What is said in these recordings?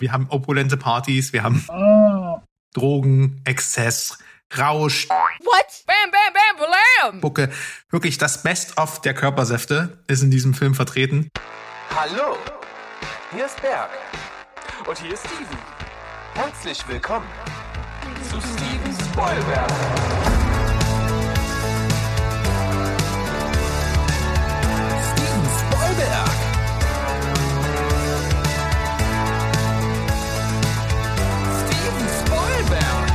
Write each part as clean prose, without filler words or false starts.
Wir haben opulente Partys, wir haben Drogen, Exzess, Rausch. What? Bam, bam, bam, blam! Bucke. Wirklich, das Best-of der Körpersäfte ist in diesem Film vertreten. Hallo, hier ist Berg. Und hier ist Steven. Herzlich willkommen zu Steven Spoilberg. Steven Spoilberg. Steven Spoilberg.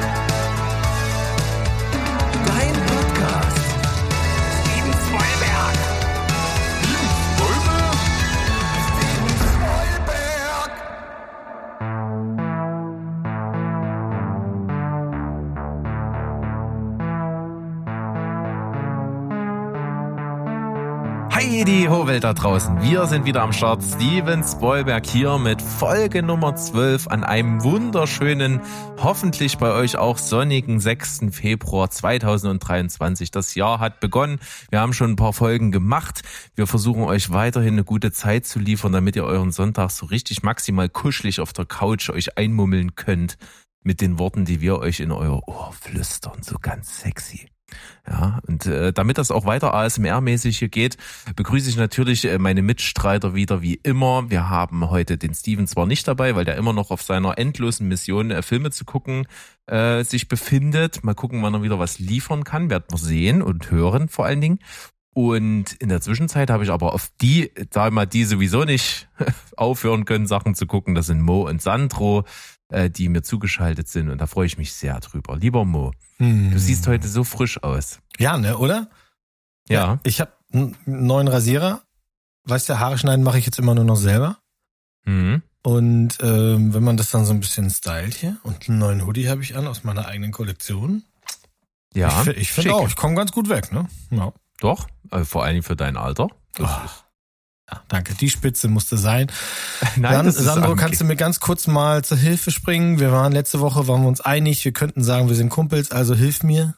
Dein Podcast. Steven Spoilberg. Steven Spoilberg. Steven Spoilberg. Hi, die Ho-Welt da draußen. Wir sind wieder am Start. Steven Spoilberg hier mit Folge Nummer 12 an einem wunderschönen, hoffentlich bei euch auch sonnigen 6. Februar 2023. Das Jahr hat begonnen. Wir haben schon ein paar Folgen gemacht. Wir versuchen euch weiterhin eine gute Zeit zu liefern, damit ihr euren Sonntag so richtig maximal kuschelig auf der Couch euch einmummeln könnt mit den Worten, die wir euch in euer Ohr flüstern. So ganz sexy. Ja, und damit das auch weiter ASMR-mäßig hier geht, begrüße ich natürlich meine Mitstreiter wieder wie immer. Wir haben heute den Steven zwar nicht dabei, weil der immer noch auf seiner endlosen Mission, Filme zu gucken, sich befindet. Mal gucken, wann er wieder was liefern kann. Werden wir sehen und hören vor allen Dingen. Und in der Zwischenzeit habe ich aber auf die, da mal die sowieso nicht aufhören können, Sachen zu gucken. Das sind Mo und Sandro, die mir zugeschaltet sind. Und da freue ich mich sehr drüber. Lieber Mo, du siehst heute so frisch aus. Ja, ne, oder? Ja. Ich habe einen neuen Rasierer. Weißt du, Haare schneiden mache ich jetzt immer nur noch selber. Mhm. Und wenn man das dann so ein bisschen stylt hier und einen neuen Hoodie habe ich an aus meiner eigenen Kollektion. Ja, ich finde auch, ich komme ganz gut weg, ne? Ja. Doch, vor allen Dingen für dein Alter. Ja, danke, die Spitze musste sein. Nein, Dann, das ist Sandro, okay. kannst du mir ganz kurz mal zur Hilfe springen? Letzte Woche waren wir uns einig, wir könnten sagen, wir sind Kumpels, also hilf mir.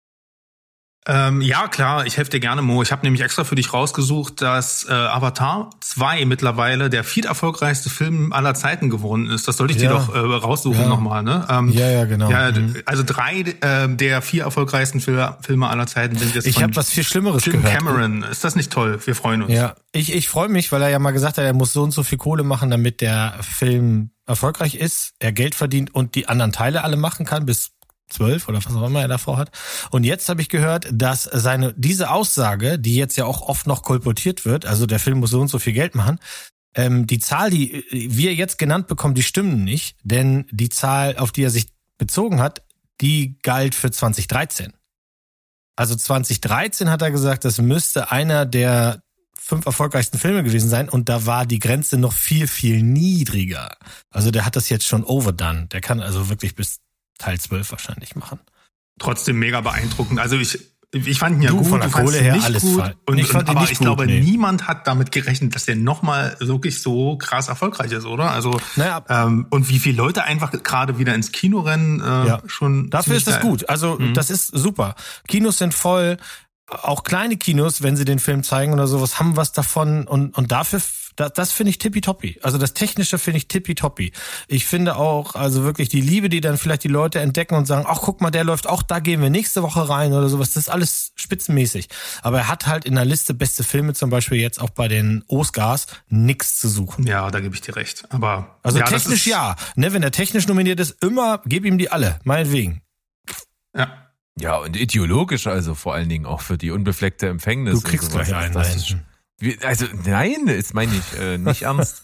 Ja, klar, ich helfe dir gerne, Mo. Ich habe nämlich extra für dich rausgesucht, dass Avatar 2 mittlerweile der erfolgreichste Film aller Zeiten geworden ist. Das sollte ich dir doch raussuchen nochmal, ne? Ja, genau. Ja, also 3 der 4 erfolgreichsten Filme aller Zeiten sind jetzt Ich von habe was viel Schlimmeres Jim gehört. Cameron. Ist das nicht toll? Wir freuen uns. Ja, ich freue mich, weil er ja mal gesagt hat, er muss so und so viel Kohle machen, damit der Film erfolgreich ist, er Geld verdient und die anderen Teile alle machen kann, bis 12 oder was auch immer er davor hat. Und jetzt habe ich gehört, dass diese Aussage, die jetzt ja auch oft noch kolportiert wird, also der Film muss so und so viel Geld machen, die Zahl, die wir jetzt genannt bekommen, die stimmen nicht, denn die Zahl, auf die er sich bezogen hat, die galt für 2013. Also 2013 hat er gesagt, das müsste einer der 5 erfolgreichsten Filme gewesen sein und da war die Grenze noch viel, viel niedriger. Also der hat das jetzt schon overdone. Der kann also wirklich bis Teil 12 wahrscheinlich machen. Trotzdem mega beeindruckend. Also ich fand ihn ja gut, von der du fandst Kohle ihn her nicht alles gut. Aber ich glaube, nee. niemand hat damit gerechnet, dass der nochmal wirklich so krass erfolgreich ist, oder? Also und wie viele Leute einfach gerade wieder ins Kino rennen, schon. Dafür ist das gut. Also das ist super. Kinos sind voll. Auch kleine Kinos, wenn sie den Film zeigen oder sowas, haben was davon und dafür, das finde ich tippitoppi. Also das Technische finde ich tippitoppi. Ich finde auch, also wirklich die Liebe, die dann vielleicht die Leute entdecken und sagen, ach guck mal, der läuft auch, da gehen wir nächste Woche rein oder sowas, das ist alles spitzenmäßig. Aber er hat halt in der Liste beste Filme, zum Beispiel jetzt auch bei den Oscars, nix zu suchen. Ja, da gebe ich dir recht. Aber also ja, technisch ne, wenn er technisch nominiert ist, immer, gib ihm die alle, meinetwegen. Ja. Ja, und ideologisch also vor allen Dingen auch für die unbefleckte Empfängnis. Du kriegst und sowas. gleich einen. Also nein, das meine ich nicht ernst.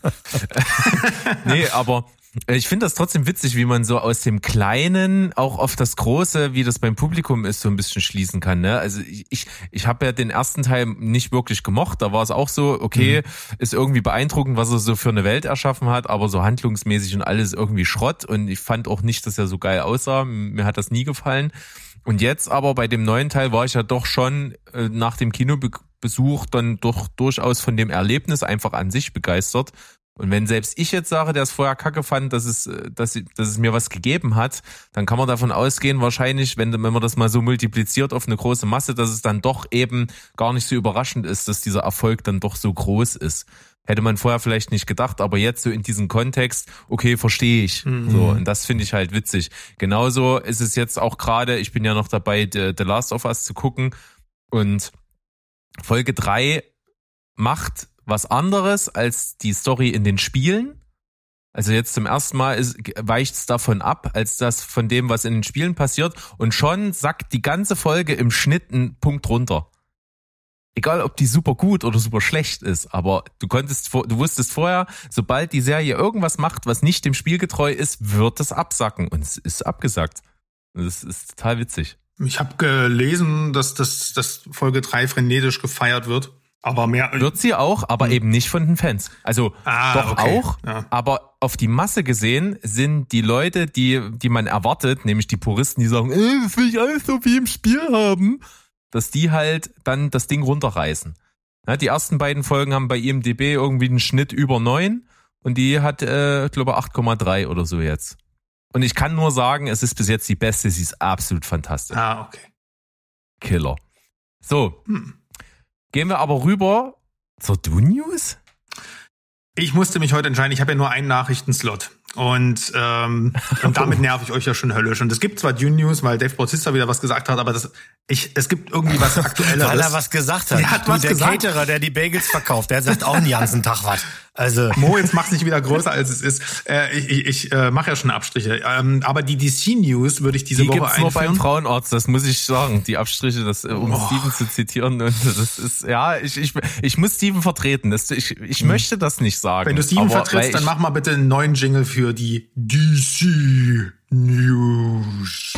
Nee, aber ich finde das trotzdem witzig, wie man so aus dem Kleinen auch auf das Große, wie das beim Publikum ist, so ein bisschen schließen kann. Ne? Also ich habe ja den ersten Teil nicht wirklich gemocht. Da war es auch so, okay, ist irgendwie beeindruckend, was er so für eine Welt erschaffen hat, aber so handlungsmäßig und alles irgendwie Schrott. Und ich fand auch nicht, dass er so geil aussah. Mir hat das nie gefallen. Und jetzt aber bei dem neuen Teil war ich ja doch schon nach dem Kinobesuch dann doch durchaus von dem Erlebnis einfach an sich begeistert. Und wenn selbst ich jetzt sage, der es vorher kacke fand, dass es mir was gegeben hat, dann kann man davon ausgehen, wahrscheinlich, wenn man das mal so multipliziert auf eine große Masse, dass es dann doch eben gar nicht so überraschend ist, dass dieser Erfolg dann doch so groß ist. Hätte man vorher vielleicht nicht gedacht, aber jetzt so in diesem Kontext, okay, verstehe ich. So, und das finde ich halt witzig. Genauso ist es jetzt auch gerade, ich bin ja noch dabei, The Last of Us zu gucken, und Folge 3 macht was anderes als die Story in den Spielen. Also jetzt zum ersten Mal weicht es davon ab, als das von dem, was in den Spielen passiert, und schon sackt die ganze Folge im Schnitt einen Punkt runter. Egal, ob die super gut oder super schlecht ist, aber du wusstest vorher, sobald die Serie irgendwas macht, was nicht dem Spiel getreu ist, wird es absacken, und es ist abgesackt. Das ist total witzig. Ich habe gelesen, dass das Folge 3 frenetisch gefeiert wird. Aber mehr wird sie auch, aber eben nicht von den Fans. Also doch okay. Auch, ja. Aber auf die Masse gesehen sind die Leute, die man erwartet, nämlich die Puristen, die sagen, das will ich alles so wie im Spiel haben, dass die halt dann das Ding runterreißen. Ja, die ersten beiden Folgen haben bei IMDb irgendwie einen Schnitt über 9 und die hat, glaube ich, 8,3 oder so jetzt. Und ich kann nur sagen, es ist bis jetzt die beste, sie ist absolut fantastisch. Okay. Killer. So. Gehen wir aber rüber zur Dune-News? Ich musste mich heute entscheiden, ich habe ja nur einen Nachrichtenslot. Und damit nerv ich euch ja schon höllisch. Und es gibt zwar Dune News, weil Dave Bautista wieder was gesagt hat, aber es gibt irgendwie was Aktuelleres. Weil er was gesagt hat. Er hat was gesagt. Der Caterer, der die Bagels verkauft, der sagt auch den ganzen Tag was. Also Mo, jetzt mach's nicht wieder größer, als es ist. Ich mache ja schon Abstriche. Aber die DC News würde ich diese Woche einführen. Die gibt's nur beim Frauenarzt, das muss ich sagen. Die Abstriche, um Steven zu zitieren. Und das ist, ja, ich muss Steven vertreten. Ich möchte das nicht sagen. Wenn du Steven vertrittst, dann mach mal bitte einen neuen Jingle für die DC News.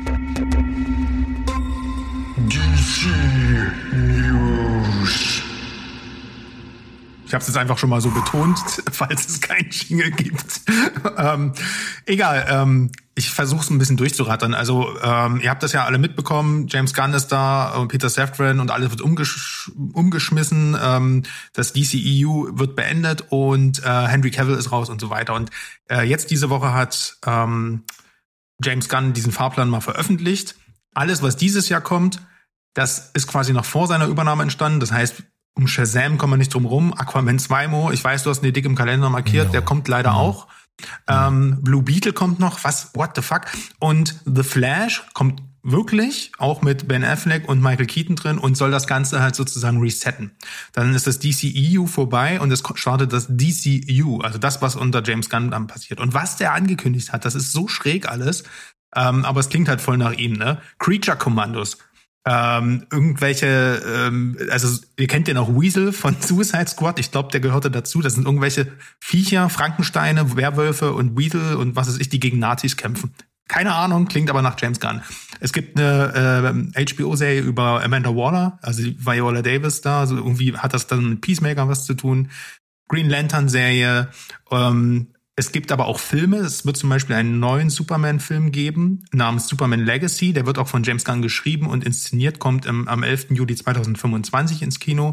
DC News. Ich habe es jetzt einfach schon mal so betont, falls es keinen Jingle gibt. Egal, ich versuche es ein bisschen durchzurattern. Also ihr habt das ja alle mitbekommen, James Gunn ist da, Peter Safran und alles wird umgeschmissen. Das DCEU wird beendet und Henry Cavill ist raus und so weiter. Und jetzt diese Woche hat James Gunn diesen Fahrplan mal veröffentlicht. Alles, was dieses Jahr kommt, das ist quasi noch vor seiner Übernahme entstanden. Das heißt, um Shazam kommen wir nicht drum rum. Aquaman 2, Mo, ich weiß, du hast ihn dick im Kalender markiert, der kommt leider auch. Blue Beetle kommt noch, what the fuck? Und The Flash kommt wirklich, auch mit Ben Affleck und Michael Keaton drin, und soll das Ganze halt sozusagen resetten. Dann ist das DCEU vorbei und es startet das DCU, also das, was unter James Gunn dann passiert. Und was der angekündigt hat, das ist so schräg alles, aber es klingt halt voll nach ihm, ne? Creature Commandos. Irgendwelche, also ihr kennt den auch Weasel von Suicide Squad, ich glaube, der gehörte dazu. Das sind irgendwelche Viecher, Frankensteine, Werwölfe und Weasel und was weiß ich, die gegen Nazis kämpfen. Keine Ahnung, klingt aber nach James Gunn. Es gibt eine HBO-Serie über Amanda Waller, also Viola Davis da, also irgendwie hat das dann mit Peacemaker was zu tun. Green Lantern-Serie, es gibt aber auch Filme. Es wird zum Beispiel einen neuen Superman-Film geben namens Superman Legacy. Der wird auch von James Gunn geschrieben und inszeniert, kommt am 11. Juli 2025 ins Kino.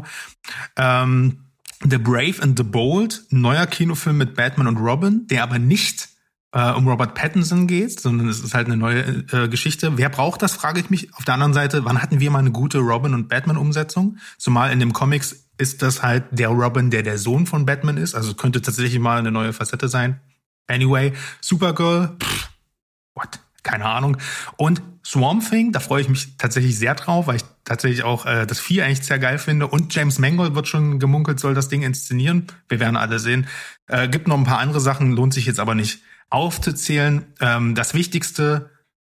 The Brave and the Bold, ein neuer Kinofilm mit Batman und Robin, der aber nicht um Robert Pattinson geht, sondern es ist halt eine neue Geschichte. Wer braucht das, frage ich mich. Auf der anderen Seite, wann hatten wir mal eine gute Robin- und Batman-Umsetzung? Zumal in dem Comics ist das halt der Robin, der Sohn von Batman ist. Also könnte tatsächlich mal eine neue Facette sein. Anyway, Supergirl, what? Keine Ahnung. Und Swamp Thing, da freue ich mich tatsächlich sehr drauf, weil ich tatsächlich auch das Vieh eigentlich sehr geil finde. Und James Mangold wird schon gemunkelt, soll das Ding inszenieren. Wir werden alle sehen. Gibt noch ein paar andere Sachen, lohnt sich jetzt aber nicht aufzuzählen. Das Wichtigste,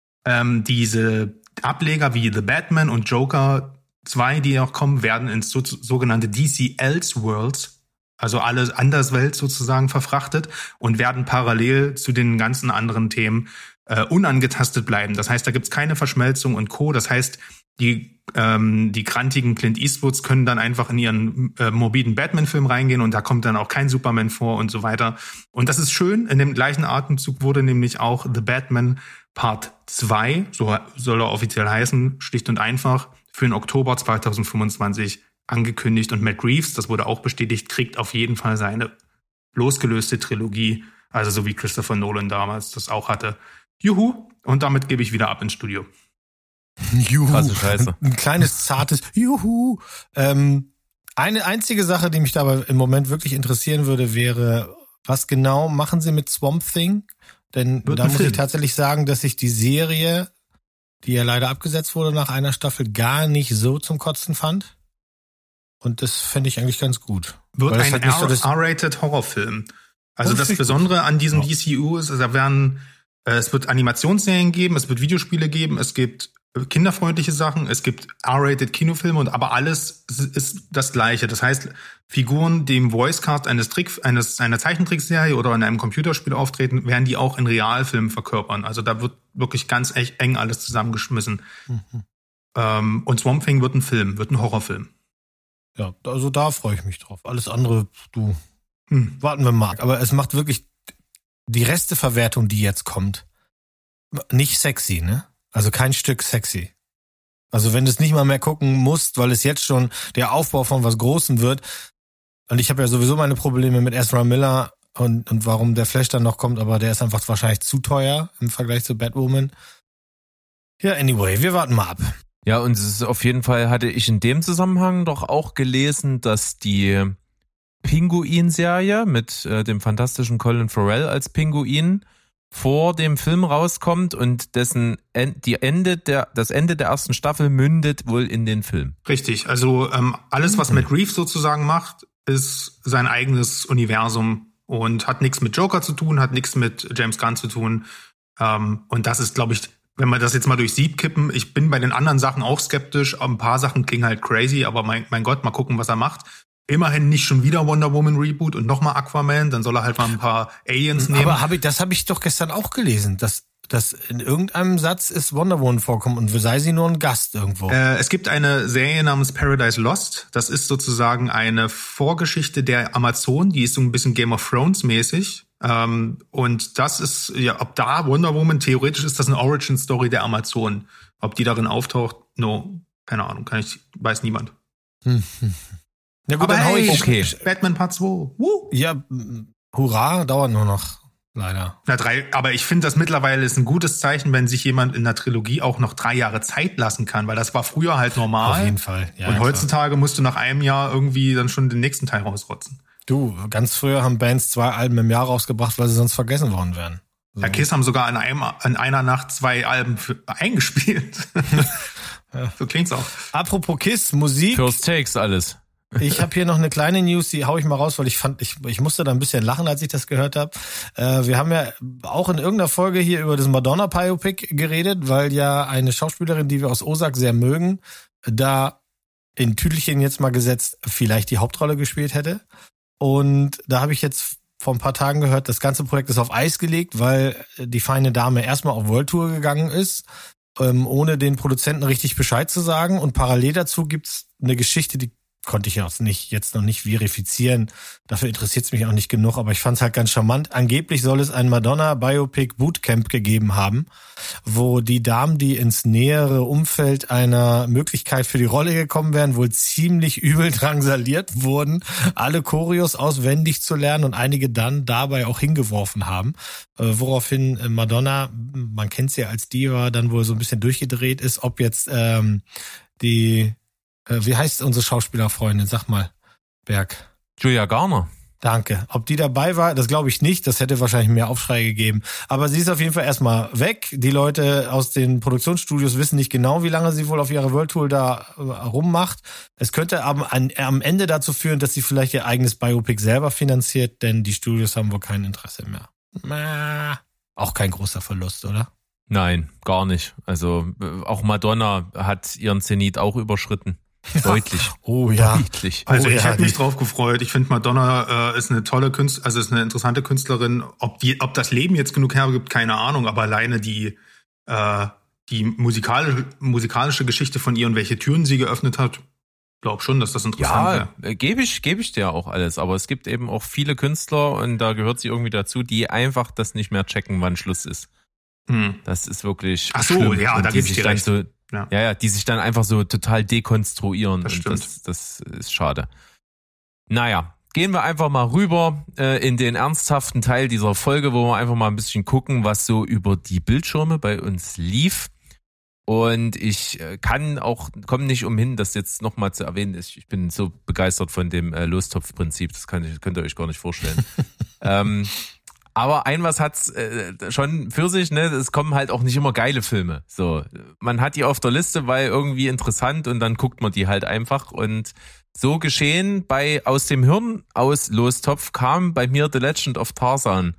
diese Ableger wie The Batman und Joker 2, die noch kommen, werden ins sogenannte DC Elseworlds, also alle Anderswelt sozusagen, verfrachtet und werden parallel zu den ganzen anderen Themen unangetastet bleiben. Das heißt, da gibt's keine Verschmelzung und Co. Das heißt, die grantigen Clint Eastwoods können dann einfach in ihren morbiden Batman-Film reingehen und da kommt dann auch kein Superman vor und so weiter. Und das ist schön. In dem gleichen Atemzug wurde nämlich auch The Batman Part 2, so soll er offiziell heißen, schlicht und einfach, für den Oktober 2025 angekündigt. Und Matt Reeves, das wurde auch bestätigt, kriegt auf jeden Fall seine losgelöste Trilogie, also so wie Christopher Nolan damals das auch hatte. Juhu, und damit gebe ich wieder ab ins Studio. Juhu. Krasse Scheiße. Ein kleines, zartes Juhu. Eine einzige Sache, die mich dabei im Moment wirklich interessieren würde, wäre, was genau machen sie mit Swamp Thing? Denn da muss ich tatsächlich sagen, dass ich die Serie, die ja leider abgesetzt wurde nach einer Staffel, gar nicht so zum Kotzen fand. Und das fände ich eigentlich ganz gut. Wird ein R-rated Horrorfilm. Also das Besondere an diesem DCU ist, es wird Animationsserien geben, es wird Videospiele geben, es gibt kinderfreundliche Sachen, es gibt R-rated Kinofilme und aber alles ist das Gleiche. Das heißt, Figuren, die im Voicecast einer Zeichentrickserie oder in einem Computerspiel auftreten, werden die auch in Realfilmen verkörpern. Also da wird wirklich ganz echt eng alles zusammengeschmissen. Und Swamp Thing wird ein Horrorfilm. Ja, also da freue ich mich drauf. Alles andere, warten wir mal. Aber es macht wirklich die Resteverwertung, die jetzt kommt, nicht sexy, ne? Also kein Stück sexy. Also wenn du es nicht mal mehr gucken musst, weil es jetzt schon der Aufbau von was Großem wird. Und ich habe ja sowieso meine Probleme mit Ezra Miller und warum der Flash dann noch kommt, aber der ist einfach wahrscheinlich zu teuer im Vergleich zu Batwoman. Ja, anyway, wir warten mal ab. Ja, und es ist auf jeden Fall, hatte ich in dem Zusammenhang doch auch gelesen, dass die Pinguin-Serie mit dem fantastischen Colin Farrell als Pinguin vor dem Film rauskommt und das Ende der ersten Staffel mündet wohl in den Film. Richtig, also alles, was Matt Reeves sozusagen macht, ist sein eigenes Universum und hat nichts mit Joker zu tun, hat nichts mit James Gunn zu tun. Und das ist, glaube ich, wenn wir das jetzt mal durch Sieb kippen, ich bin bei den anderen Sachen auch skeptisch, ein paar Sachen klingen halt crazy, aber mein Gott, mal gucken, was er macht. Immerhin nicht schon wieder Wonder Woman Reboot und nochmal Aquaman, dann soll er halt mal ein paar Aliens nehmen. Aber das habe ich doch gestern auch gelesen, dass in irgendeinem Satz ist Wonder Woman vorkommt und sei sie nur ein Gast irgendwo. Es gibt eine Serie namens Paradise Lost, das ist sozusagen eine Vorgeschichte der Amazonen, die ist so ein bisschen Game of Thrones mäßig. Und das ist, ja, ob da Wonder Woman, theoretisch ist das eine Origin-Story der Amazonen. Ob die darin auftaucht, keine Ahnung, weiß niemand. Ja gut, aber dann hau ich. Okay. Batman Part 2. Ja, hurra, dauert nur noch, leider. Na, 3, aber ich finde, das mittlerweile ist ein gutes Zeichen, wenn sich jemand in der Trilogie auch noch 3 Jahre Zeit lassen kann, weil das war früher halt normal. Auf jeden Fall. Ja, und heutzutage musst du nach einem Jahr irgendwie dann schon den nächsten Teil rausrotzen. Du, ganz früher haben Bands 2 Alben im Jahr rausgebracht, weil sie sonst vergessen worden wären. So. Ja, Kiss haben sogar in einer Nacht 2 Alben eingespielt. Ja. So klingt's auch. Apropos Kiss, Musik. First Takes alles. Ich habe hier noch eine kleine News, die hau ich mal raus, weil ich musste da ein bisschen lachen, als ich das gehört habe. Wir haben ja auch in irgendeiner Folge hier über das Madonna-Biopic geredet, weil ja eine Schauspielerin, die wir aus Ozark sehr mögen, da in Tüdelchen jetzt mal gesetzt vielleicht die Hauptrolle gespielt hätte. Und da habe ich jetzt vor ein paar Tagen gehört, das ganze Projekt ist auf Eis gelegt, weil die feine Dame erstmal auf World Tour gegangen ist, ohne den Produzenten richtig Bescheid zu sagen. Und parallel dazu gibt's eine Geschichte, die konnte ich jetzt noch nicht verifizieren. Dafür interessiert es mich auch nicht genug, aber ich fand es halt ganz charmant. Angeblich soll es ein Madonna-Biopic Bootcamp gegeben haben, wo die Damen, die ins nähere Umfeld einer Möglichkeit für die Rolle gekommen wären, wohl ziemlich übel drangsaliert wurden, alle Choreos auswendig zu lernen und einige dann dabei auch hingeworfen haben. Woraufhin Madonna, man kennt sie ja als Diva, dann wohl so ein bisschen durchgedreht ist, ob jetzt wie heißt unsere Schauspielerfreundin? Sag mal, Berg. Julia Garner. Danke. Ob die dabei war, das glaube ich nicht. Das hätte wahrscheinlich mehr Aufschrei gegeben. Aber sie ist auf jeden Fall erstmal weg. Die Leute aus den Produktionsstudios wissen nicht genau, wie lange sie wohl auf ihrer World Tour da rummacht. Es könnte aber am Ende dazu führen, dass sie vielleicht ihr eigenes Biopic selber finanziert, denn die Studios haben wohl kein Interesse mehr. Auch kein großer Verlust, oder? Nein, gar nicht. Also auch Madonna hat ihren Zenit auch überschritten. Deutlich. Oh ja. Deutlich. Also ich hätte mich drauf gefreut. Ich finde, Madonna ist eine tolle Künstlerin, also ist eine interessante Künstlerin. Ob das Leben jetzt genug hergibt, keine Ahnung. Aber alleine die musikalische Geschichte von ihr und welche Türen sie geöffnet hat, glaube schon, dass das interessant wäre. Ja, gebe ich dir auch alles. Aber es gibt eben auch viele Künstler und da gehört sie irgendwie dazu, die einfach das nicht mehr checken, wann Schluss ist. Das ist wirklich Ach so, schlimm. ja, da gebe ich dir recht. So, ja, die sich dann einfach so total dekonstruieren. Das stimmt. Das ist schade. Naja, gehen wir einfach mal rüber in den ernsthaften Teil dieser Folge, wo wir einfach mal ein bisschen gucken, was so über die Bildschirme bei uns lief. Und ich komme nicht umhin, das jetzt nochmal zu erwähnen. Ich bin so begeistert von dem Lostopf-Prinzip, das könnt ihr euch gar nicht vorstellen. Aber was hat's schon für sich, ne? Es kommen halt auch nicht immer geile Filme. So, man hat die auf der Liste, weil irgendwie interessant und dann guckt man die halt einfach. Und so geschehen bei Aus dem Hirn aus Lostopf kam bei mir The Legend of Tarzan.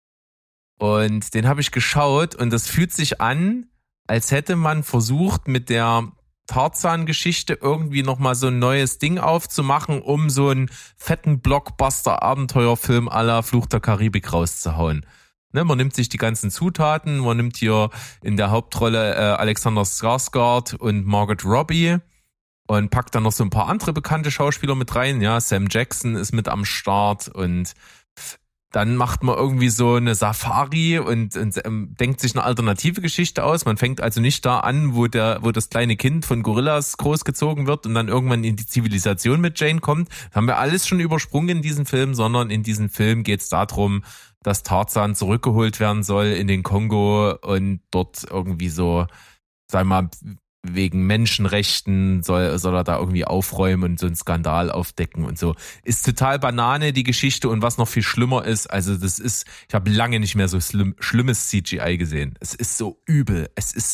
Und den habe ich geschaut und das fühlt sich an, als hätte man versucht, mit der Tarzan-Geschichte irgendwie nochmal so ein neues Ding aufzumachen, um so einen fetten Blockbuster-Abenteuerfilm à la Fluch der Karibik rauszuhauen. Ne, man nimmt sich die ganzen Zutaten, man nimmt hier in der Hauptrolle Alexander Skarsgård und Margot Robbie und packt dann noch so ein paar andere bekannte Schauspieler mit rein. Ja, Sam Jackson ist mit am Start und dann macht man irgendwie so eine Safari und denkt sich eine alternative Geschichte aus. Man fängt also nicht da an, wo das kleine Kind von Gorillas großgezogen wird und dann irgendwann in die Zivilisation mit Jane kommt. Das haben wir alles schon übersprungen in diesem Film, sondern in diesem Film geht es darum, dass Tarzan zurückgeholt werden soll in den Kongo und dort irgendwie so, sag mal, wegen Menschenrechten soll er da irgendwie aufräumen und so einen Skandal aufdecken und so. Ist total Banane, die Geschichte, und was noch viel schlimmer ist, also ich habe lange nicht mehr so schlimmes CGI gesehen. Es ist so übel.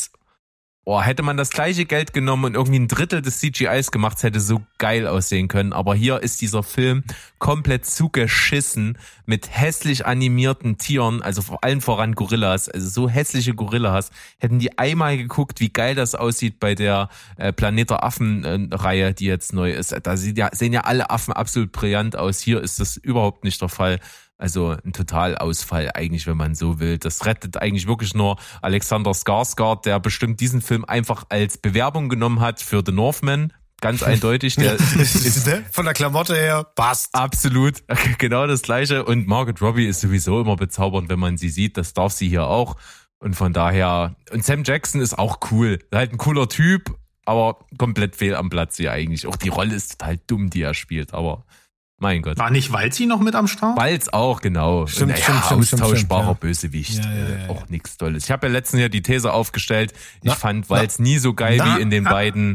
Hätte man das gleiche Geld genommen und irgendwie ein Drittel des CGIs gemacht, es hätte so geil aussehen können. Aber hier ist dieser Film komplett zugeschissen mit hässlich animierten Tieren, also vor allem voran Gorillas, also so hässliche Gorillas. Hätten die einmal geguckt, wie geil das aussieht bei der Planet der Affen-Reihe, die jetzt neu ist. Da sehen ja alle Affen absolut brillant aus. Hier ist das überhaupt nicht der Fall. Also ein Totalausfall eigentlich, wenn man so will. Das rettet eigentlich wirklich nur Alexander Skarsgård, der bestimmt diesen Film einfach als Bewerbung genommen hat für The Northman. Ganz eindeutig. Der ist von der Klamotte her passt. Absolut, genau das Gleiche. Und Margot Robbie ist sowieso immer bezaubernd, wenn man sie sieht. Das darf sie hier auch. Und von daher, und Sam Jackson ist auch cool. Halt ein cooler Typ, aber komplett fehl am Platz hier eigentlich. Auch die Rolle ist total dumm, die er spielt, aber mein Gott. War nicht Walzi noch mit am Start? Walz auch, genau. Stimmt, austauschbarer ja. Bösewicht. Ja. Auch nichts Tolles. Ich habe ja letztens ja die These aufgestellt, ich fand Walz nie so geil wie in den beiden.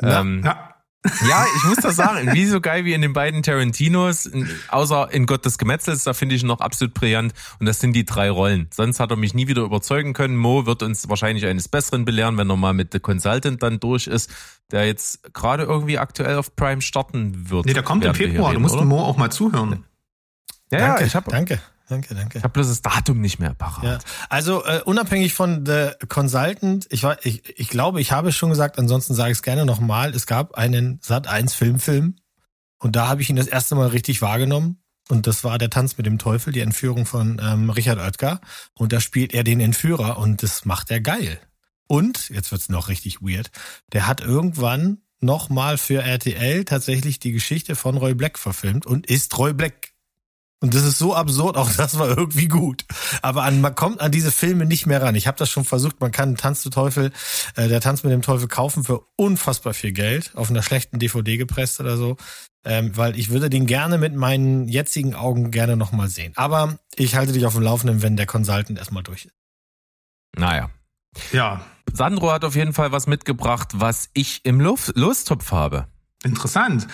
Ja, ich muss das sagen, nie so geil wie in den beiden Tarantinos, außer in Gott des Gemetzels, da finde ich ihn noch absolut brillant. Und das sind die 3 Rollen. Sonst hat er mich nie wieder überzeugen können. Mo wird uns wahrscheinlich eines Besseren belehren, wenn er mal mit The Consultant dann durch ist, der jetzt gerade irgendwie aktuell auf Prime starten wird. Nee, der kommt im Februar. Du musst Mo auch mal zuhören. Ja, danke. Danke. Ich habe bloß das Datum nicht mehr parat. Ja. Also unabhängig von The Consultant, ich glaube, ich habe es schon gesagt, ansonsten sage ich es gerne nochmal, es gab einen Sat.1 Filmfilm und da habe ich ihn das erste Mal richtig wahrgenommen und das war Der Tanz mit dem Teufel, die Entführung von Richard Oetker, und da spielt er den Entführer und das macht er geil. Und, jetzt wird's noch richtig weird, der hat irgendwann nochmal für RTL tatsächlich die Geschichte von Roy Black verfilmt und ist Roy Black. Und das ist so absurd, auch das war irgendwie gut. Aber man kommt an diese Filme nicht mehr ran. Ich habe das schon versucht, man kann Der Tanz mit dem Teufel kaufen für unfassbar viel Geld, auf einer schlechten DVD gepresst oder so, weil ich würde den gerne mit meinen jetzigen Augen gerne nochmal sehen. Aber ich halte dich auf dem Laufenden, wenn der Consultant erstmal durch ist. Naja. Ja. Sandro hat auf jeden Fall was mitgebracht, was ich im Lostopf habe. Interessant.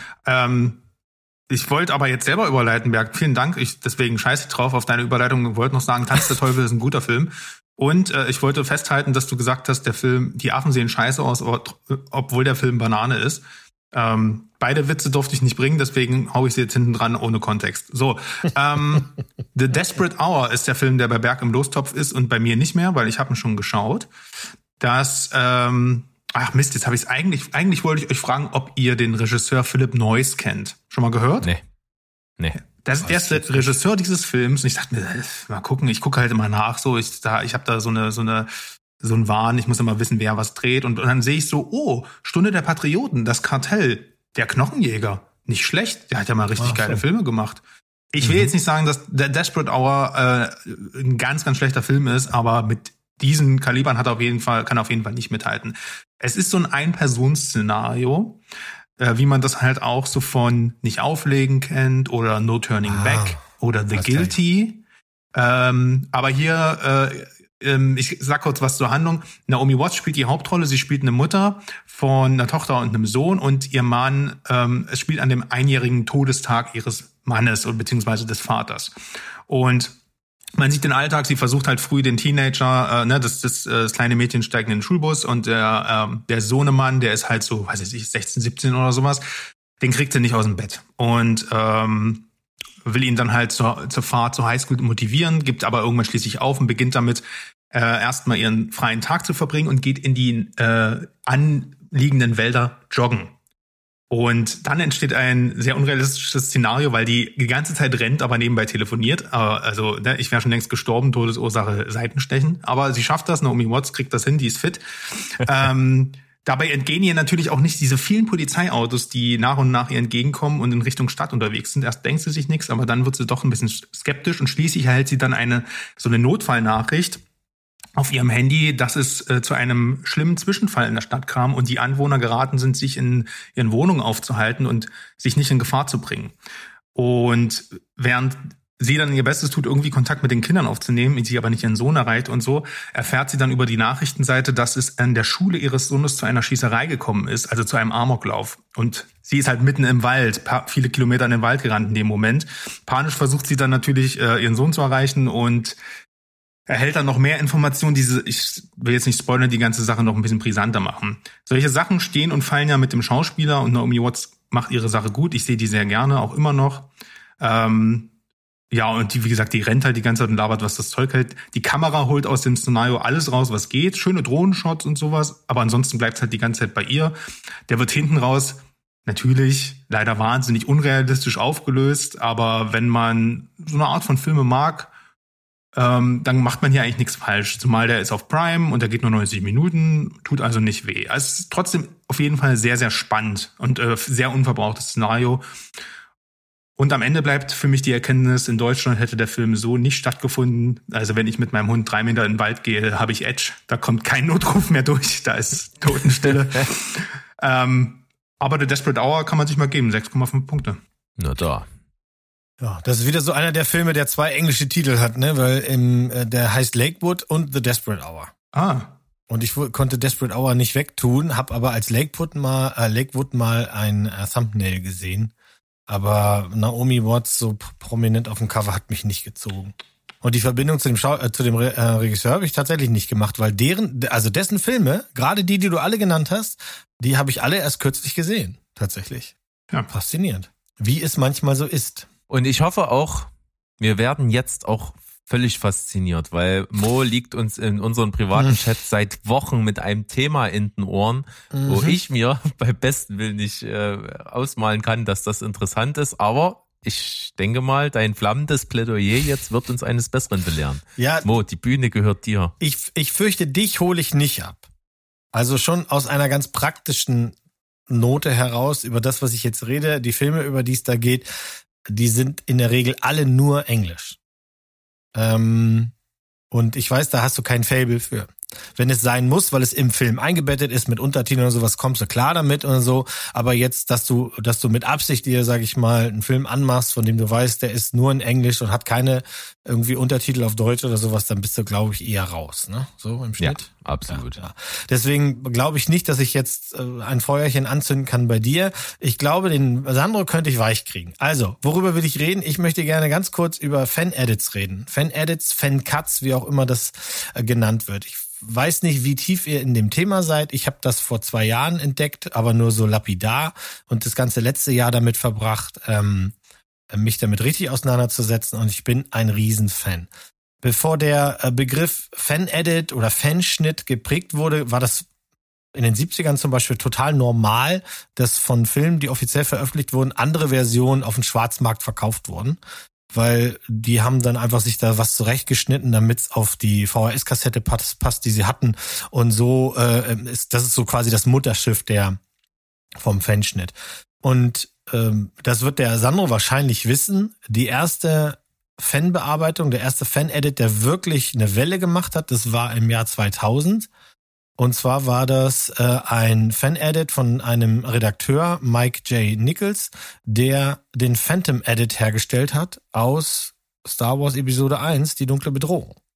Ich wollte aber jetzt selber überleiten, Berg. Vielen Dank. Deswegen scheiße ich drauf auf deine Überleitung. Ich wollte noch sagen, Tanz der Teufel ist ein guter Film. Und ich wollte festhalten, dass du gesagt hast, der Film, die Affen sehen scheiße aus, obwohl der Film Banane ist. Beide Witze durfte ich nicht bringen, deswegen hau ich sie jetzt hinten dran ohne Kontext. So, The Desperate Hour ist der Film, der bei Berg im Lostopf ist und bei mir nicht mehr, weil ich habe ihn schon geschaut. Ach Mist, jetzt habe ich es eigentlich wollte ich euch fragen, ob ihr den Regisseur Philip Noyce kennt. Schon mal gehört? Nee. Das ist der erste Regisseur dieses Films und ich dachte mir, mal gucken, ich gucke halt immer nach, so ich habe da so einen Wahn, ich muss immer wissen, wer was dreht und dann sehe ich so, Stunde der Patrioten, das Kartell, der Knochenjäger, nicht schlecht, der hat ja mal richtig geile Filme gemacht. Ich will jetzt nicht sagen, dass der Desperate Hour ein ganz, ganz schlechter Film ist, aber mit diesen Kalibern kann auf jeden Fall nicht mithalten. Es ist so ein Ein-Personen-Szenario, wie man das halt auch so von Nicht auflegen kennt oder No Turning Back oder The Guilty. Aber hier ich sag kurz was zur Handlung. Naomi Watts spielt die Hauptrolle. Sie spielt eine Mutter von einer Tochter und einem Sohn und ihr Mann, es spielt an dem 1-jährigen Todestag ihres Mannes beziehungsweise des Vaters. Und man sieht den Alltag, sie versucht halt früh den Teenager, das kleine Mädchen steigt in den Schulbus und der Sohnemann, der ist halt so, weiß ich nicht, 16, 17 oder sowas, den kriegt sie nicht aus dem Bett. Und will ihn dann halt zur Fahrt zur Highschool motivieren, gibt aber irgendwann schließlich auf und beginnt damit, erstmal ihren freien Tag zu verbringen und geht in die anliegenden Wälder joggen. Und dann entsteht ein sehr unrealistisches Szenario, weil die ganze Zeit rennt, aber nebenbei telefoniert. Also ich wäre schon längst gestorben, Todesursache Seitenstechen. Aber sie schafft das, Naomi Watts kriegt das hin, die ist fit. Dabei entgehen ihr natürlich auch nicht diese vielen Polizeiautos, die nach und nach ihr entgegenkommen und in Richtung Stadt unterwegs sind. Erst denkt sie sich nichts, aber dann wird sie doch ein bisschen skeptisch und schließlich erhält sie dann eine Notfallnachricht auf ihrem Handy, dass es zu einem schlimmen Zwischenfall in der Stadt kam und die Anwohner geraten sind, sich in ihren Wohnungen aufzuhalten und sich nicht in Gefahr zu bringen. Und während sie dann ihr Bestes tut, irgendwie Kontakt mit den Kindern aufzunehmen, sie aber nicht ihren Sohn erreicht und so, erfährt sie dann über die Nachrichtenseite, dass es an der Schule ihres Sohnes zu einer Schießerei gekommen ist, also zu einem Amoklauf. Und sie ist halt mitten im Wald, viele Kilometer in den Wald gerannt in dem Moment. Panisch versucht sie dann natürlich, ihren Sohn zu erreichen und erhält dann noch mehr Informationen, ich will jetzt nicht spoilern, die ganze Sache noch ein bisschen brisanter machen. Solche Sachen stehen und fallen ja mit dem Schauspieler und Naomi Watts macht ihre Sache gut. Ich sehe die sehr gerne, auch immer noch. Ja, und die, wie gesagt, die rennt halt die ganze Zeit und labert, was das Zeug hält. Die Kamera holt aus dem Szenario alles raus, was geht. Schöne Drohnenshots und sowas. Aber ansonsten bleibt es halt die ganze Zeit bei ihr. Der wird hinten raus natürlich leider wahnsinnig unrealistisch aufgelöst. Aber wenn man so eine Art von Filme mag, dann macht man hier eigentlich nichts falsch. Zumal der ist auf Prime und der geht nur 90 Minuten, tut also nicht weh. Also es ist trotzdem auf jeden Fall sehr, sehr spannend und sehr unverbrauchtes Szenario. Und am Ende bleibt für mich die Erkenntnis, in Deutschland hätte der Film so nicht stattgefunden. Also wenn ich mit meinem Hund 3 Meter in den Wald gehe, habe ich Edge. Da kommt kein Notruf mehr durch, da ist Totenstille. Aber The Desperate Hour kann man sich mal geben, 6,5 Punkte. Na da. Ja, das ist wieder so einer der Filme, der 2 englische Titel hat, ne? Weil der heißt Lakewood und The Desperate Hour. Und ich konnte Desperate Hour nicht wegtun, habe aber als Lakewood mal ein Thumbnail gesehen. Aber Naomi Watts so prominent auf dem Cover hat mich nicht gezogen. Und die Verbindung zu dem Regisseur habe ich tatsächlich nicht gemacht, weil dessen Filme, gerade die du alle genannt hast, die habe ich alle erst kürzlich gesehen, tatsächlich. Ja. Faszinierend. Wie es manchmal so ist. Und ich hoffe auch, wir werden jetzt auch völlig fasziniert, weil Mo liegt uns in unseren privaten Chat seit Wochen mit einem Thema in den Ohren, wo ich mir bei besten Willen nicht ausmalen kann, dass das interessant ist, aber ich denke mal, dein flammendes Plädoyer jetzt wird uns eines Besseren belehren. Ja, Mo, die Bühne gehört dir. Ich fürchte, dich hole ich nicht ab. Also schon aus einer ganz praktischen Note heraus über das, was ich jetzt rede, die Filme, über die es da geht, die sind in der Regel alle nur Englisch. Und ich weiß, da hast du kein Faible für. Wenn es sein muss, weil es im Film eingebettet ist mit Untertiteln oder sowas, kommst du klar damit oder so. Aber jetzt, dass du mit Absicht dir, sag ich mal, einen Film anmachst, von dem du weißt, der ist nur in Englisch und hat keine irgendwie Untertitel auf Deutsch oder sowas, dann bist du, glaube ich, eher raus, ne? So im Schnitt. Ja, absolut. Ja. Deswegen glaube ich nicht, dass ich jetzt ein Feuerchen anzünden kann bei dir. Ich glaube, den Sandro könnte ich weich kriegen. Also, worüber will ich reden? Ich möchte gerne ganz kurz über Fan-Edits reden. Fan-Edits, Fan-Cuts, wie auch immer das genannt wird. Ich weiß nicht, wie tief ihr in dem Thema seid. Ich habe das vor 2 Jahren entdeckt, aber nur so lapidar und das ganze letzte Jahr damit verbracht, mich damit richtig auseinanderzusetzen und ich bin ein Riesenfan. Bevor der Begriff Fan-Edit oder Fanschnitt geprägt wurde, war das in den 70ern zum Beispiel total normal, dass von Filmen, die offiziell veröffentlicht wurden, andere Versionen auf dem Schwarzmarkt verkauft wurden. Weil die haben dann einfach sich da was zurechtgeschnitten, damit es auf die VHS-Kassette passt, die sie hatten. Und so das ist so quasi das Mutterschiff vom Fanschnitt. Und das wird der Sandro wahrscheinlich wissen. Die erste Fanbearbeitung, der erste Fan-Edit, der wirklich eine Welle gemacht hat, das war im Jahr 2000. Und zwar war das ein Fan-Edit von einem Redakteur, Mike J. Nichols, der den Phantom-Edit hergestellt hat aus Star Wars Episode 1, die dunkle Bedrohung.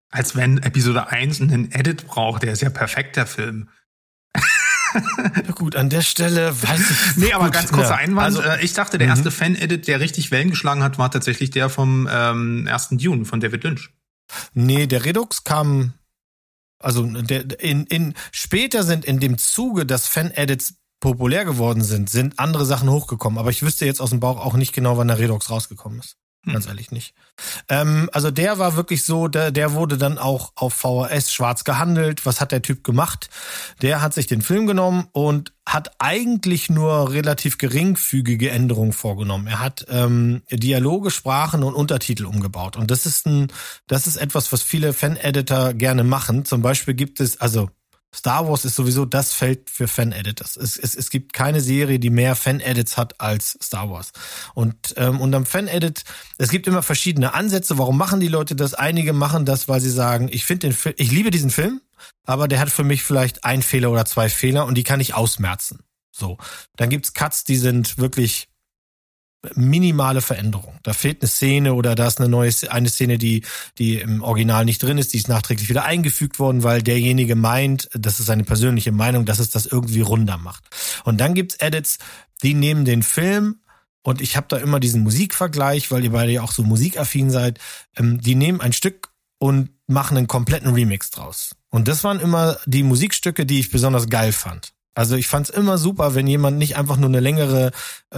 Als wenn Episode 1 einen Edit braucht, der ist ja perfekt, der Film. Ja gut, an der Stelle weiß ich. Nee, aber gut, ganz kurzer ja. Einwand. Also, Ich dachte, der erste Fan-Edit, der richtig Wellen geschlagen hat, war tatsächlich der vom ersten Dune von David Lynch. nee, der Redux kam, also später sind in dem Zuge, dass Fan-Edits populär geworden sind andere Sachen hochgekommen. Aber ich wüsste jetzt aus dem Bauch auch nicht genau, wann der Redux rausgekommen ist. Ganz ehrlich nicht. Also der war wirklich so, der wurde dann auch auf VHS schwarz gehandelt. Was hat der Typ gemacht? Der hat sich den Film genommen und hat eigentlich nur relativ geringfügige Änderungen vorgenommen. Er hat Dialoge, Sprachen und Untertitel umgebaut. Und das ist etwas, was viele Fan-Editor gerne machen. Zum Beispiel gibt es, also Star Wars ist sowieso das Feld für Fan-Editors. Es gibt keine Serie, die mehr Fan-Edits hat als Star Wars. Und am Fan-Edit, es gibt immer verschiedene Ansätze. Warum machen die Leute das? Einige machen das, weil sie sagen, ich liebe diesen Film, aber der hat für mich vielleicht 1 Fehler oder 2 Fehler und die kann ich ausmerzen. So. Dann gibt's Cuts, die sind wirklich minimale Veränderung. Da fehlt eine Szene oder da ist eine Szene, die im Original nicht drin ist, die ist nachträglich wieder eingefügt worden, weil derjenige meint, das ist seine persönliche Meinung, dass es das irgendwie runder macht. Und dann gibt's Edits, die nehmen den Film, und ich habe da immer diesen Musikvergleich, weil ihr beide ja auch so musikaffin seid, die nehmen ein Stück und machen einen kompletten Remix draus. Und das waren immer die Musikstücke, die ich besonders geil fand. Also ich fand's immer super, wenn jemand nicht einfach nur eine längere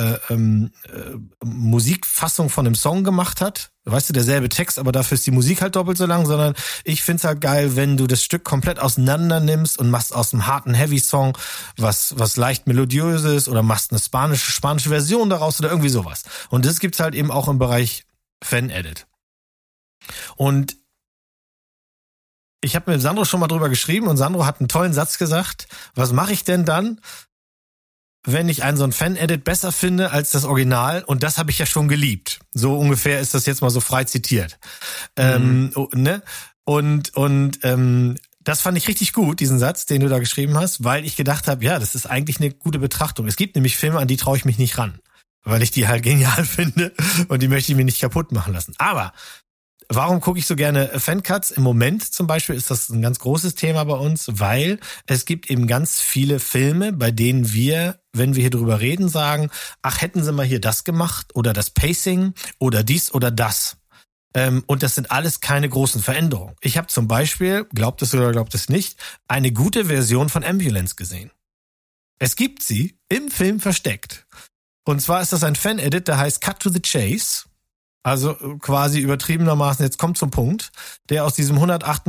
Musikfassung von einem Song gemacht hat. Weißt du, derselbe Text, aber dafür ist die Musik halt doppelt so lang, sondern ich find's halt geil, wenn du das Stück komplett auseinander nimmst und machst aus einem harten Heavy-Song was leicht melodiöses oder machst eine spanische Version daraus oder irgendwie sowas. Und das gibt's halt eben auch im Bereich Fan-Edit. Und ich habe mit Sandro schon mal drüber geschrieben und Sandro hat einen tollen Satz gesagt. Was mache ich denn dann, wenn ich so ein Fan-Edit besser finde als das Original? Und das habe ich ja schon geliebt. So ungefähr ist das jetzt mal so frei zitiert. Ne? Und das fand ich richtig gut, diesen Satz, den du da geschrieben hast, weil ich gedacht habe, ja, das ist eigentlich eine gute Betrachtung. Es gibt nämlich Filme, an die traue ich mich nicht ran, weil ich die halt genial finde und die möchte ich mir nicht kaputt machen lassen. Aber warum gucke ich so gerne Fancuts? Im Moment zum Beispiel ist das ein ganz großes Thema bei uns, weil es gibt eben ganz viele Filme, bei denen wir, wenn wir hier drüber reden, sagen, ach, hätten sie mal hier das gemacht oder das Pacing oder dies oder das. Und das sind alles keine großen Veränderungen. Ich habe zum Beispiel, glaubt es oder glaubt es nicht, eine gute Version von Ambulance gesehen. Es gibt sie im Film versteckt. Und zwar ist das ein Fan-Edit, der heißt Cut to the Chase. Also quasi übertriebenermaßen, jetzt kommt zum Punkt, der aus diesem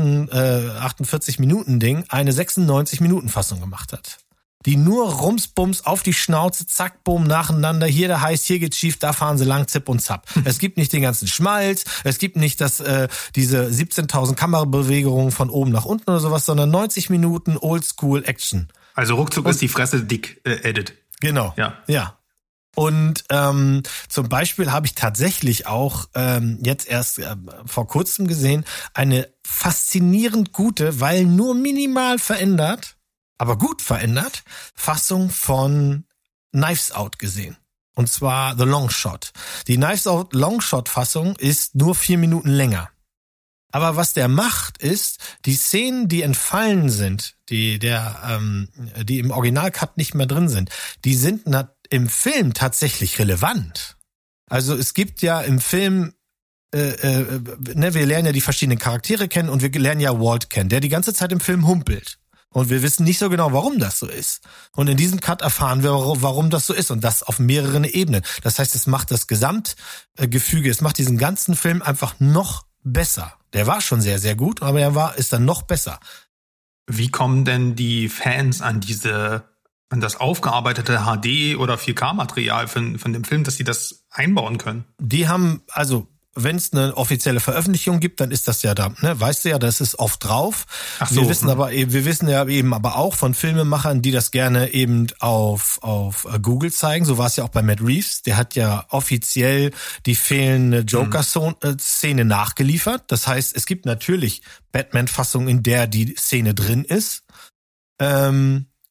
148-Minuten-Ding eine 96-Minuten-Fassung gemacht hat. Die nur Rumsbums auf die Schnauze, zack, bumm, nacheinander, hier der heißt, hier geht's schief, da fahren sie lang, zipp und zapp. Es gibt nicht den ganzen Schmalz, es gibt nicht diese 17.000 Kamerabewegungen von oben nach unten oder sowas, sondern 90 Minuten Oldschool-Action. Also ruckzuck ist die Fresse dick, Edit. Genau, ja. Und zum Beispiel habe ich tatsächlich auch jetzt erst vor kurzem gesehen, eine faszinierend gute, weil nur minimal verändert, aber gut verändert, Fassung von Knives Out gesehen. Und zwar The Long Shot. Die Knives Out Long Shot Fassung ist nur 4 Minuten länger. Aber was der macht, ist, die Szenen, die entfallen sind, die im Originalcut nicht mehr drin sind, die sind im Film tatsächlich relevant. Also es gibt ja im Film, wir lernen ja die verschiedenen Charaktere kennen und wir lernen ja Walt kennen, der die ganze Zeit im Film humpelt. Und wir wissen nicht so genau, warum das so ist. Und in diesem Cut erfahren wir, warum das so ist. Und das auf mehreren Ebenen. Das heißt, es macht das Gesamtgefüge, es macht diesen ganzen Film einfach noch besser. Der war schon sehr, sehr gut, aber ist dann noch besser. Wie kommen denn die Fans an das aufgearbeitete HD- oder 4K-Material von dem Film, dass sie das einbauen können? Die haben, also wenn es eine offizielle Veröffentlichung gibt, dann ist das ja da, ne? Weißt du ja, das ist oft drauf. Ach so. Wir wissen ja eben aber auch von Filmemachern, die das gerne eben auf Google zeigen. So war es ja auch bei Matt Reeves. Der hat ja offiziell die fehlende Joker-Szene nachgeliefert. Das heißt, es gibt natürlich Batman-Fassungen, in der die Szene drin ist.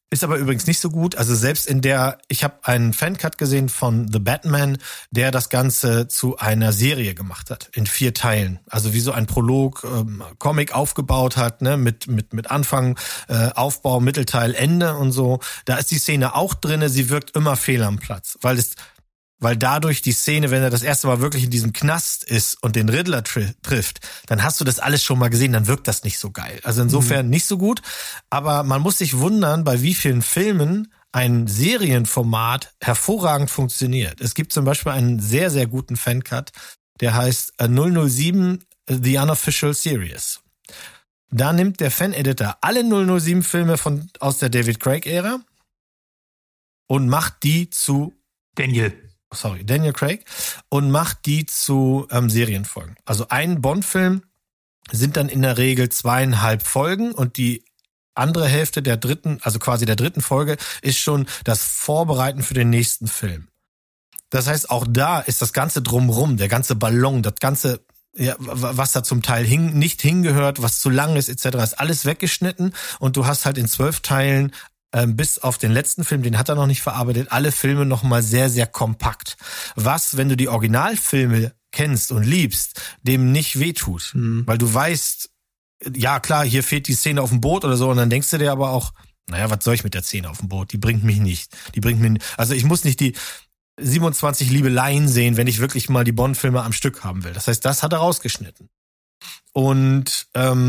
Ist aber übrigens nicht so gut. Also selbst ich habe einen Fancut gesehen von The Batman, der das Ganze zu einer Serie gemacht hat, in 4 Teilen. Also wie so ein Prolog, Comic aufgebaut hat, ne, mit Anfang, Aufbau, Mittelteil, Ende und so. Da ist die Szene auch drinne, sie wirkt immer fehl am Platz, weil dadurch die Szene, wenn er das erste Mal wirklich in diesem Knast ist und den Riddler trifft, dann hast du das alles schon mal gesehen, dann wirkt das nicht so geil. Also insofern nicht so gut, aber man muss sich wundern, bei wie vielen Filmen ein Serienformat hervorragend funktioniert. Es gibt zum Beispiel einen sehr, sehr guten Fancut, der heißt 007 The Unofficial Series. Da nimmt der Fan-Editor alle 007-Filme aus der David Craig-Ära und macht die zu Daniel Craig und macht die zu Serienfolgen. Also ein Bond-Film sind dann in der Regel 2,5 Folgen und die andere Hälfte der dritten Folge ist schon das Vorbereiten für den nächsten Film. Das heißt, auch da ist das ganze Drumrum, der ganze Ballon, das ganze, ja, was da zum Teil nicht hingehört, was zu lang ist etc., ist alles weggeschnitten und du hast halt in 12 Teilen bis auf den letzten Film, den hat er noch nicht verarbeitet, alle Filme nochmal sehr, sehr kompakt. Was, wenn du die Originalfilme kennst und liebst, dem nicht wehtut. Weil du weißt, ja klar, hier fehlt die Szene auf dem Boot oder so und dann denkst du dir aber auch, naja, was soll ich mit der Szene auf dem Boot? Die bringt mich nicht. Also ich muss nicht die 27 Liebeleien sehen, wenn ich wirklich mal die Bond-Filme am Stück haben will. Das heißt, das hat er rausgeschnitten. Und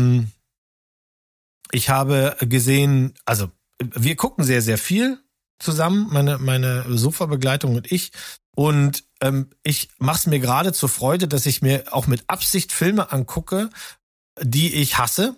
ich habe gesehen, also wir gucken sehr, sehr viel zusammen, meine Sofa-Begleitung und ich. Und ich mache es mir gerade zur Freude, dass ich mir auch mit Absicht Filme angucke, die ich hasse,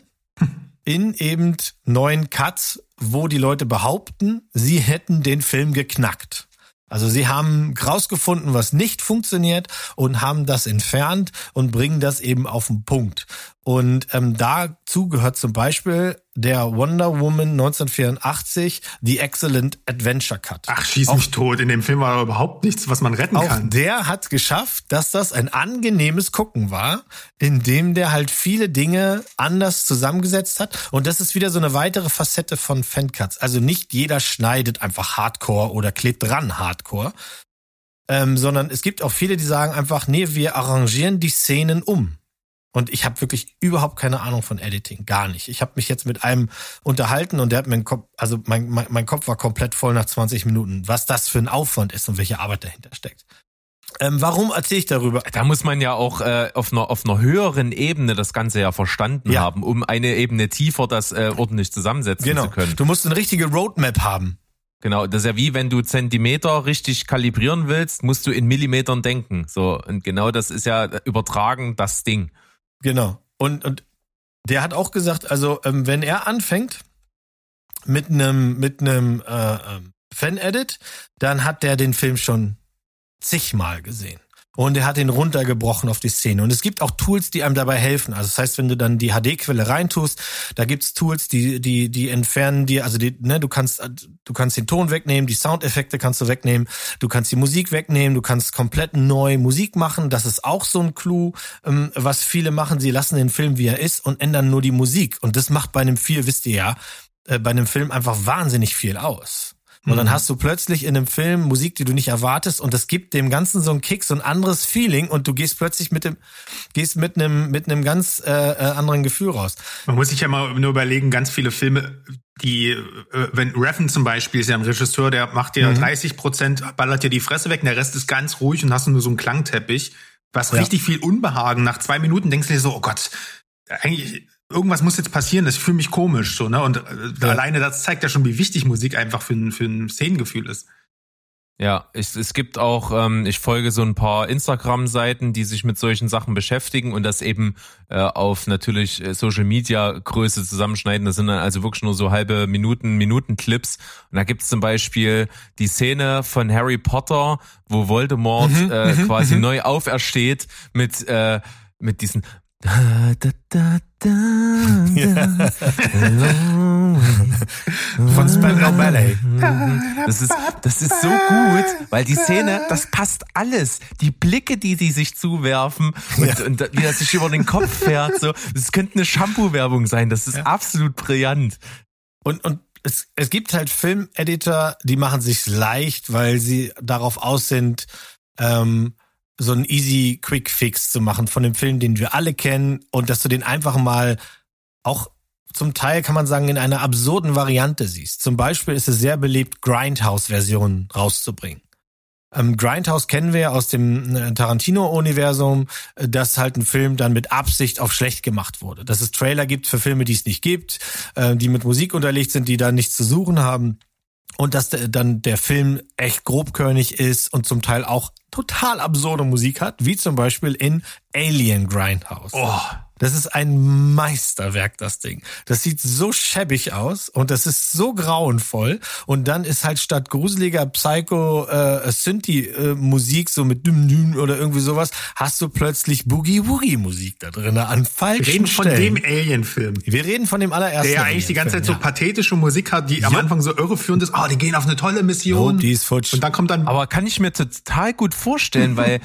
in eben neuen Cuts, wo die Leute behaupten, sie hätten den Film geknackt. Also sie haben rausgefunden, was nicht funktioniert und haben das entfernt und bringen das eben auf den Punkt. Und dazu gehört zum Beispiel der Wonder Woman 1984, The Excellent Adventure Cut. Ach, schieß mich tot. In dem Film war überhaupt nichts, was man retten kann. Auch der hat geschafft, dass das ein angenehmes Gucken war, in dem der halt viele Dinge anders zusammengesetzt hat. Und das ist wieder so eine weitere Facette von Fancuts. Also nicht jeder schneidet einfach Hardcore oder klebt dran Hardcore, sondern es gibt auch viele, die sagen einfach, nee, wir arrangieren die Szenen um. Und ich habe wirklich überhaupt keine Ahnung von Editing, gar nicht. Ich habe mich jetzt mit einem unterhalten und der hat mir den Kopf, also mein Kopf war komplett voll nach 20 Minuten, was das für ein Aufwand ist und welche Arbeit dahinter steckt. Warum erzähle ich darüber? Da muss man ja auch auf einer höheren Ebene das Ganze ja verstanden haben, um eine Ebene tiefer das ordentlich zusammensetzen zu können. Du musst eine richtige Roadmap haben. Genau, das ist ja wie, wenn du Zentimeter richtig kalibrieren willst, musst du in Millimetern denken. So, und genau das ist ja übertragen das Ding. Genau. Und der hat auch gesagt, also wenn er anfängt mit einem Fan-Edit, dann hat der den Film schon zigmal gesehen. Und er hat ihn runtergebrochen auf die Szene. Und es gibt auch Tools, die einem dabei helfen. Also das heißt, wenn du dann die HD-Quelle reintust, da gibt's Tools, die entfernen dir, also du kannst den Ton wegnehmen, die Soundeffekte kannst du wegnehmen, du kannst die Musik wegnehmen, du kannst komplett neu Musik machen. Das ist auch so ein Clou, was viele machen. Sie lassen den Film, wie er ist und ändern nur die Musik. Und das macht bei einem bei einem Film einfach wahnsinnig viel aus. Und dann hast du plötzlich in einem Film Musik, die du nicht erwartest, und das gibt dem Ganzen so einen Kick, so ein anderes Feeling, und du gehst plötzlich mit einem ganz anderen Gefühl raus. Man muss sich ja mal nur überlegen, ganz viele Filme, die, wenn Refn zum Beispiel ist ja ein Regisseur, der macht dir 30%, ballert dir die Fresse weg, und der Rest ist ganz ruhig und hast nur so einen Klangteppich, was richtig viel Unbehagen. Nach 2 Minuten denkst du dir so, oh Gott, eigentlich irgendwas muss jetzt passieren, das fühlt mich komisch, so, ne? Und alleine das zeigt ja schon, wie wichtig Musik einfach für ein Szenengefühl ist. Ja, es gibt auch, ich folge so ein paar Instagram-Seiten, die sich mit solchen Sachen beschäftigen und das eben auf natürlich Social-Media-Größe zusammenschneiden. Das sind dann also wirklich nur so halbe Minuten-Clips. Und da gibt's zum Beispiel die Szene von Harry Potter, wo Voldemort quasi neu aufersteht mit diesen von Spandau Ballet. Das ist so gut, weil die Szene, das passt alles. Die Blicke, die sich zuwerfen und wie er sich über den Kopf fährt, so, das könnte eine Shampoo-Werbung sein. Das ist absolut brillant. Und es gibt halt Filmeditor, die machen sich's leicht, weil sie darauf aus sind, so einen easy Quick Fix zu machen von dem Film, den wir alle kennen und dass du den einfach mal auch zum Teil, kann man sagen, in einer absurden Variante siehst. Zum Beispiel ist es sehr beliebt, Grindhouse-Versionen rauszubringen. Grindhouse kennen wir aus dem Tarantino-Universum, dass halt ein Film dann mit Absicht auf schlecht gemacht wurde. Dass es Trailer gibt für Filme, die es nicht gibt, die mit Musik unterlegt sind, die da nichts zu suchen haben. Und dass dann der Film echt grobkörnig ist und zum Teil auch total absurde Musik hat, wie zum Beispiel in Alien Grindhouse. Oh. Das ist ein Meisterwerk, das Ding. Das sieht so schäbig aus und das ist so grauenvoll. Und dann ist halt statt gruseliger Psycho-Synthi-Musik, so mit Düm-Düm oder irgendwie sowas, hast du plötzlich Boogie-Woogie-Musik da drin an falschen Wir reden von Stellen. dem Alien-Film. Wir reden von dem allerersten. Der ja eigentlich die ganze Zeit so pathetische Musik hat, die am Anfang so irreführend ist. Oh, die gehen auf eine tolle Mission. Oh, die ist futsch. Und dann kommt dann... Aber kann ich mir total gut vorstellen, weil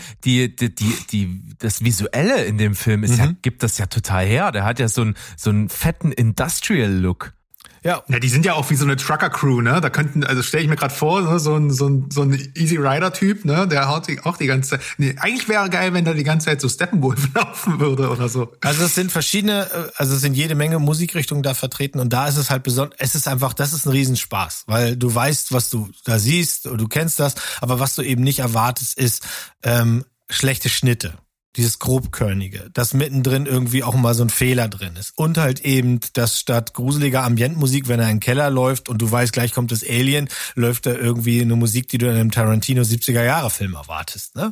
das Visuelle in dem Film ist gibt das ja total her. Der hat ja so einen fetten Industrial-Look. Ja. Ja, die sind ja auch wie so eine Trucker-Crew, ne? Da könnten, also stelle ich mir gerade vor, ne? so ein Easy Rider-Typ, ne? Der haut sich auch die ganze Zeit. Nee, eigentlich wäre geil, wenn da die ganze Zeit so Steppenwolf laufen würde oder so. Also es sind es sind jede Menge Musikrichtungen da vertreten und da ist es halt besonders, das ist ein Riesenspaß, weil du weißt, was du da siehst, du kennst das, aber was du eben nicht erwartest, ist schlechte Schnitte. Dieses Grobkörnige, dass mittendrin irgendwie auch mal so ein Fehler drin ist. Und halt eben, dass statt gruseliger Ambientmusik, wenn er in den Keller läuft und du weißt, gleich kommt das Alien, läuft da irgendwie eine Musik, die du in einem Tarantino 70er-Jahre-Film erwartest, ne?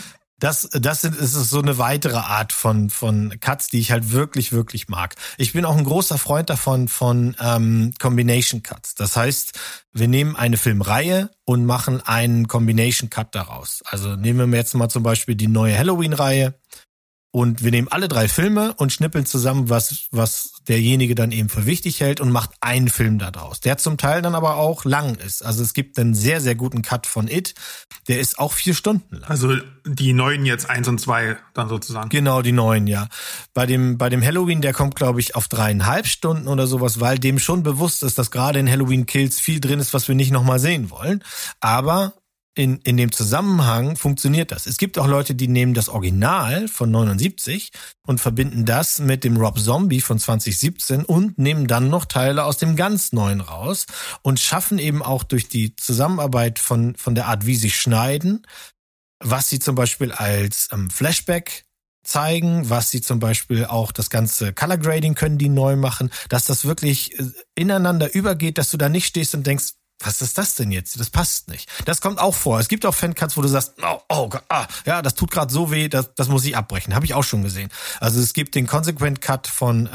Das ist so eine weitere Art von Cuts, die ich halt wirklich, wirklich mag. Ich bin auch ein großer Freund davon von Combination Cuts. Das heißt, wir nehmen eine Filmreihe und machen einen Combination Cut daraus. Also nehmen wir jetzt mal zum Beispiel die neue Halloween-Reihe und wir nehmen alle 3 Filme und schnippeln zusammen, was derjenige dann eben für wichtig hält und macht einen Film daraus, der zum Teil dann aber auch lang ist. Also es gibt einen sehr, sehr guten Cut von It, der ist auch 4 Stunden lang. Also die neuen jetzt 1 und 2 dann sozusagen. Genau, die neuen, ja. Bei dem Halloween, der kommt, glaube ich, auf 3,5 Stunden oder sowas, weil dem schon bewusst ist, dass gerade in Halloween Kills viel drin ist, was wir nicht nochmal sehen wollen. Aber in dem Zusammenhang funktioniert das. Es gibt auch Leute, die nehmen das Original von 79 und verbinden das mit dem Rob Zombie von 2017 und nehmen dann noch Teile aus dem ganz neuen raus und schaffen eben auch durch die Zusammenarbeit von der Art, wie sie schneiden, was sie zum Beispiel als Flashback zeigen, was sie zum Beispiel auch das ganze Color Grading können die neu machen, dass das wirklich ineinander übergeht, dass du da nicht stehst und denkst, was ist das denn jetzt? Das passt nicht. Das kommt auch vor. Es gibt auch Fancuts, wo du sagst, oh Gott, ja, das tut gerade so weh, das muss ich abbrechen. Habe ich auch schon gesehen. Also es gibt den Consequent Cut von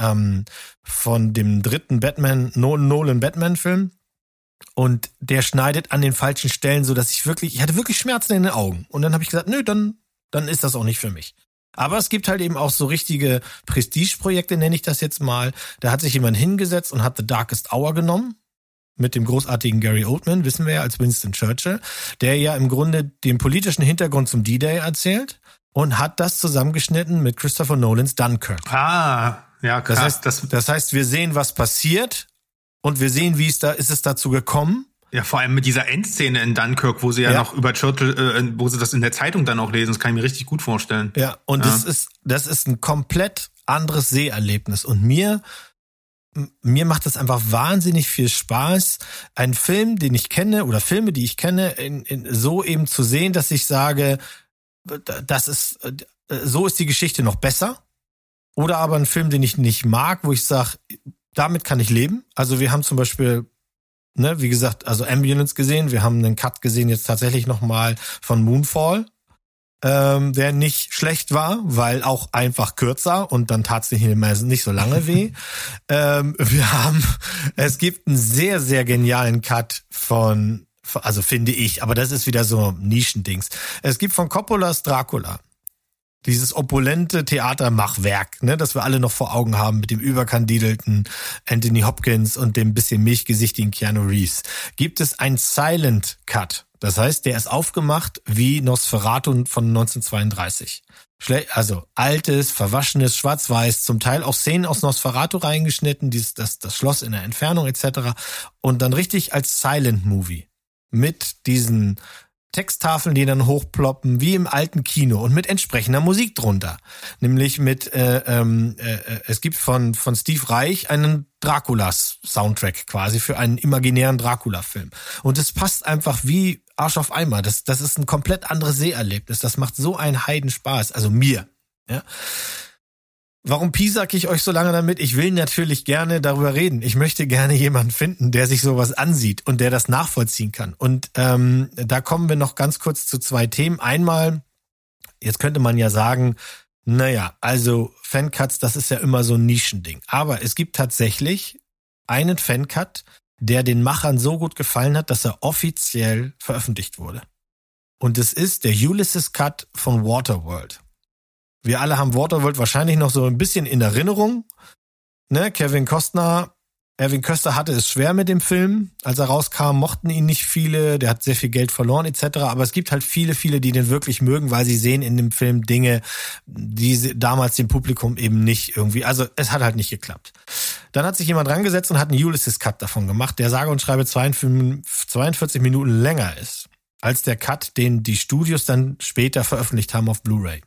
dem dritten Nolan Batman-Film. Und der schneidet an den falschen Stellen, so dass ich hatte wirklich Schmerzen in den Augen. Und dann habe ich gesagt, nö, dann ist das auch nicht für mich. Aber es gibt halt eben auch so richtige Prestige-Projekte, nenne ich das jetzt mal. Da hat sich jemand hingesetzt und hat The Darkest Hour genommen. Mit dem großartigen Gary Oldman, wissen wir ja, als Winston Churchill, der ja im Grunde den politischen Hintergrund zum D-Day erzählt und hat das zusammengeschnitten mit Christopher Nolans Dunkirk. Ah, ja, krass. Das heißt, wir sehen, was passiert und wir sehen, ist es dazu gekommen. Ja, vor allem mit dieser Endszene in Dunkirk, wo sie ja noch über Churchill, wo sie das in der Zeitung dann auch lesen, das kann ich mir richtig gut vorstellen. Ja, und das ist ein komplett anderes Seherlebnis und mir macht es einfach wahnsinnig viel Spaß, einen Film, den ich kenne oder Filme, die ich kenne, so eben zu sehen, dass ich sage, so ist die Geschichte noch besser. Oder aber einen Film, den ich nicht mag, wo ich sage, damit kann ich leben. Also wir haben zum Beispiel, wie gesagt, also Ambulance gesehen, wir haben einen Cut gesehen jetzt tatsächlich nochmal von Moonfall. Der nicht schlecht war, weil auch einfach kürzer und dann tat es nicht so lange weh. Es gibt einen sehr, sehr genialen Cut also finde ich, aber das ist wieder so Nischendings. Es gibt von Coppolas Dracula dieses opulente Theatermachwerk, das wir alle noch vor Augen haben mit dem überkandidelten Anthony Hopkins und dem bisschen milchgesichtigen Keanu Reeves. Gibt es ein Silent Cut? Das heißt, der ist aufgemacht wie Nosferatu von 1932. Also altes, verwaschenes, schwarz-weiß, zum Teil auch Szenen aus Nosferatu reingeschnitten, das Schloss in der Entfernung etc. Und dann richtig als Silent Movie mit diesen Texttafeln, die dann hochploppen, wie im alten Kino und mit entsprechender Musik drunter. Nämlich mit, es gibt von Steve Reich einen Dracula-Soundtrack quasi für einen imaginären Dracula-Film. Und es passt einfach wie Arsch auf Eimer. Das ist ein komplett anderes Seherlebnis. Das macht so einen Heidenspaß. Also mir. Ja. Warum piesacke ich euch so lange damit? Ich will natürlich gerne darüber reden. Ich möchte gerne jemanden finden, der sich sowas ansieht und der das nachvollziehen kann. Und da kommen wir noch ganz kurz zu 2 Themen. Einmal, jetzt könnte man ja sagen, naja, also Fancuts, das ist ja immer so ein Nischending. Aber es gibt tatsächlich einen Fancut, der den Machern so gut gefallen hat, dass er offiziell veröffentlicht wurde. Und es ist der Ulysses Cut von Waterworld. Wir alle haben Waterworld wahrscheinlich noch so ein bisschen in Erinnerung. Ne? Erwin Köster hatte es schwer mit dem Film. Als er rauskam, mochten ihn nicht viele. Der hat sehr viel Geld verloren etc. Aber es gibt halt viele, die den wirklich mögen, weil sie sehen in dem Film Dinge, die damals dem Publikum eben nicht irgendwie... Also es hat halt nicht geklappt. Dann hat sich jemand rangesetzt und hat einen Ulysses-Cut davon gemacht, der sage und schreibe 42 Minuten länger ist als der Cut, den die Studios dann später veröffentlicht haben auf Blu-ray.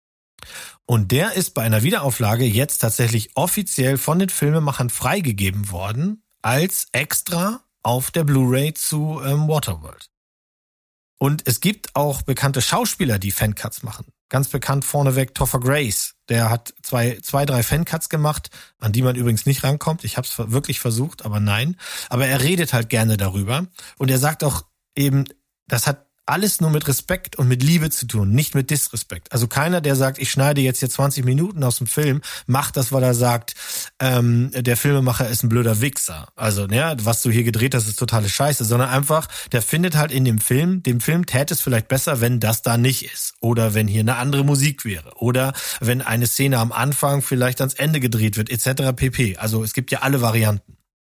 Und der ist bei einer Wiederauflage jetzt tatsächlich offiziell von den Filmemachern freigegeben worden als Extra auf der Blu-ray zu Waterworld. Und es gibt auch bekannte Schauspieler, die Fancuts machen. Ganz bekannt vorneweg Topher Grace. Der hat 3 Fancuts gemacht, an die man übrigens nicht rankommt. Ich habe es wirklich versucht, aber nein. Aber er redet halt gerne darüber. Und er sagt auch eben, das hat alles nur mit Respekt und mit Liebe zu tun, nicht mit Disrespekt. Also keiner, der sagt, ich schneide jetzt hier 20 Minuten aus dem Film, macht das, weil er sagt, der Filmemacher ist ein blöder Wichser. Also, ja, was du hier gedreht hast, ist totale Scheiße. Sondern einfach, der findet halt in dem Film täte es vielleicht besser, wenn das da nicht ist. Oder wenn hier eine andere Musik wäre. Oder wenn eine Szene am Anfang vielleicht ans Ende gedreht wird, etc. pp. Also es gibt ja alle Varianten.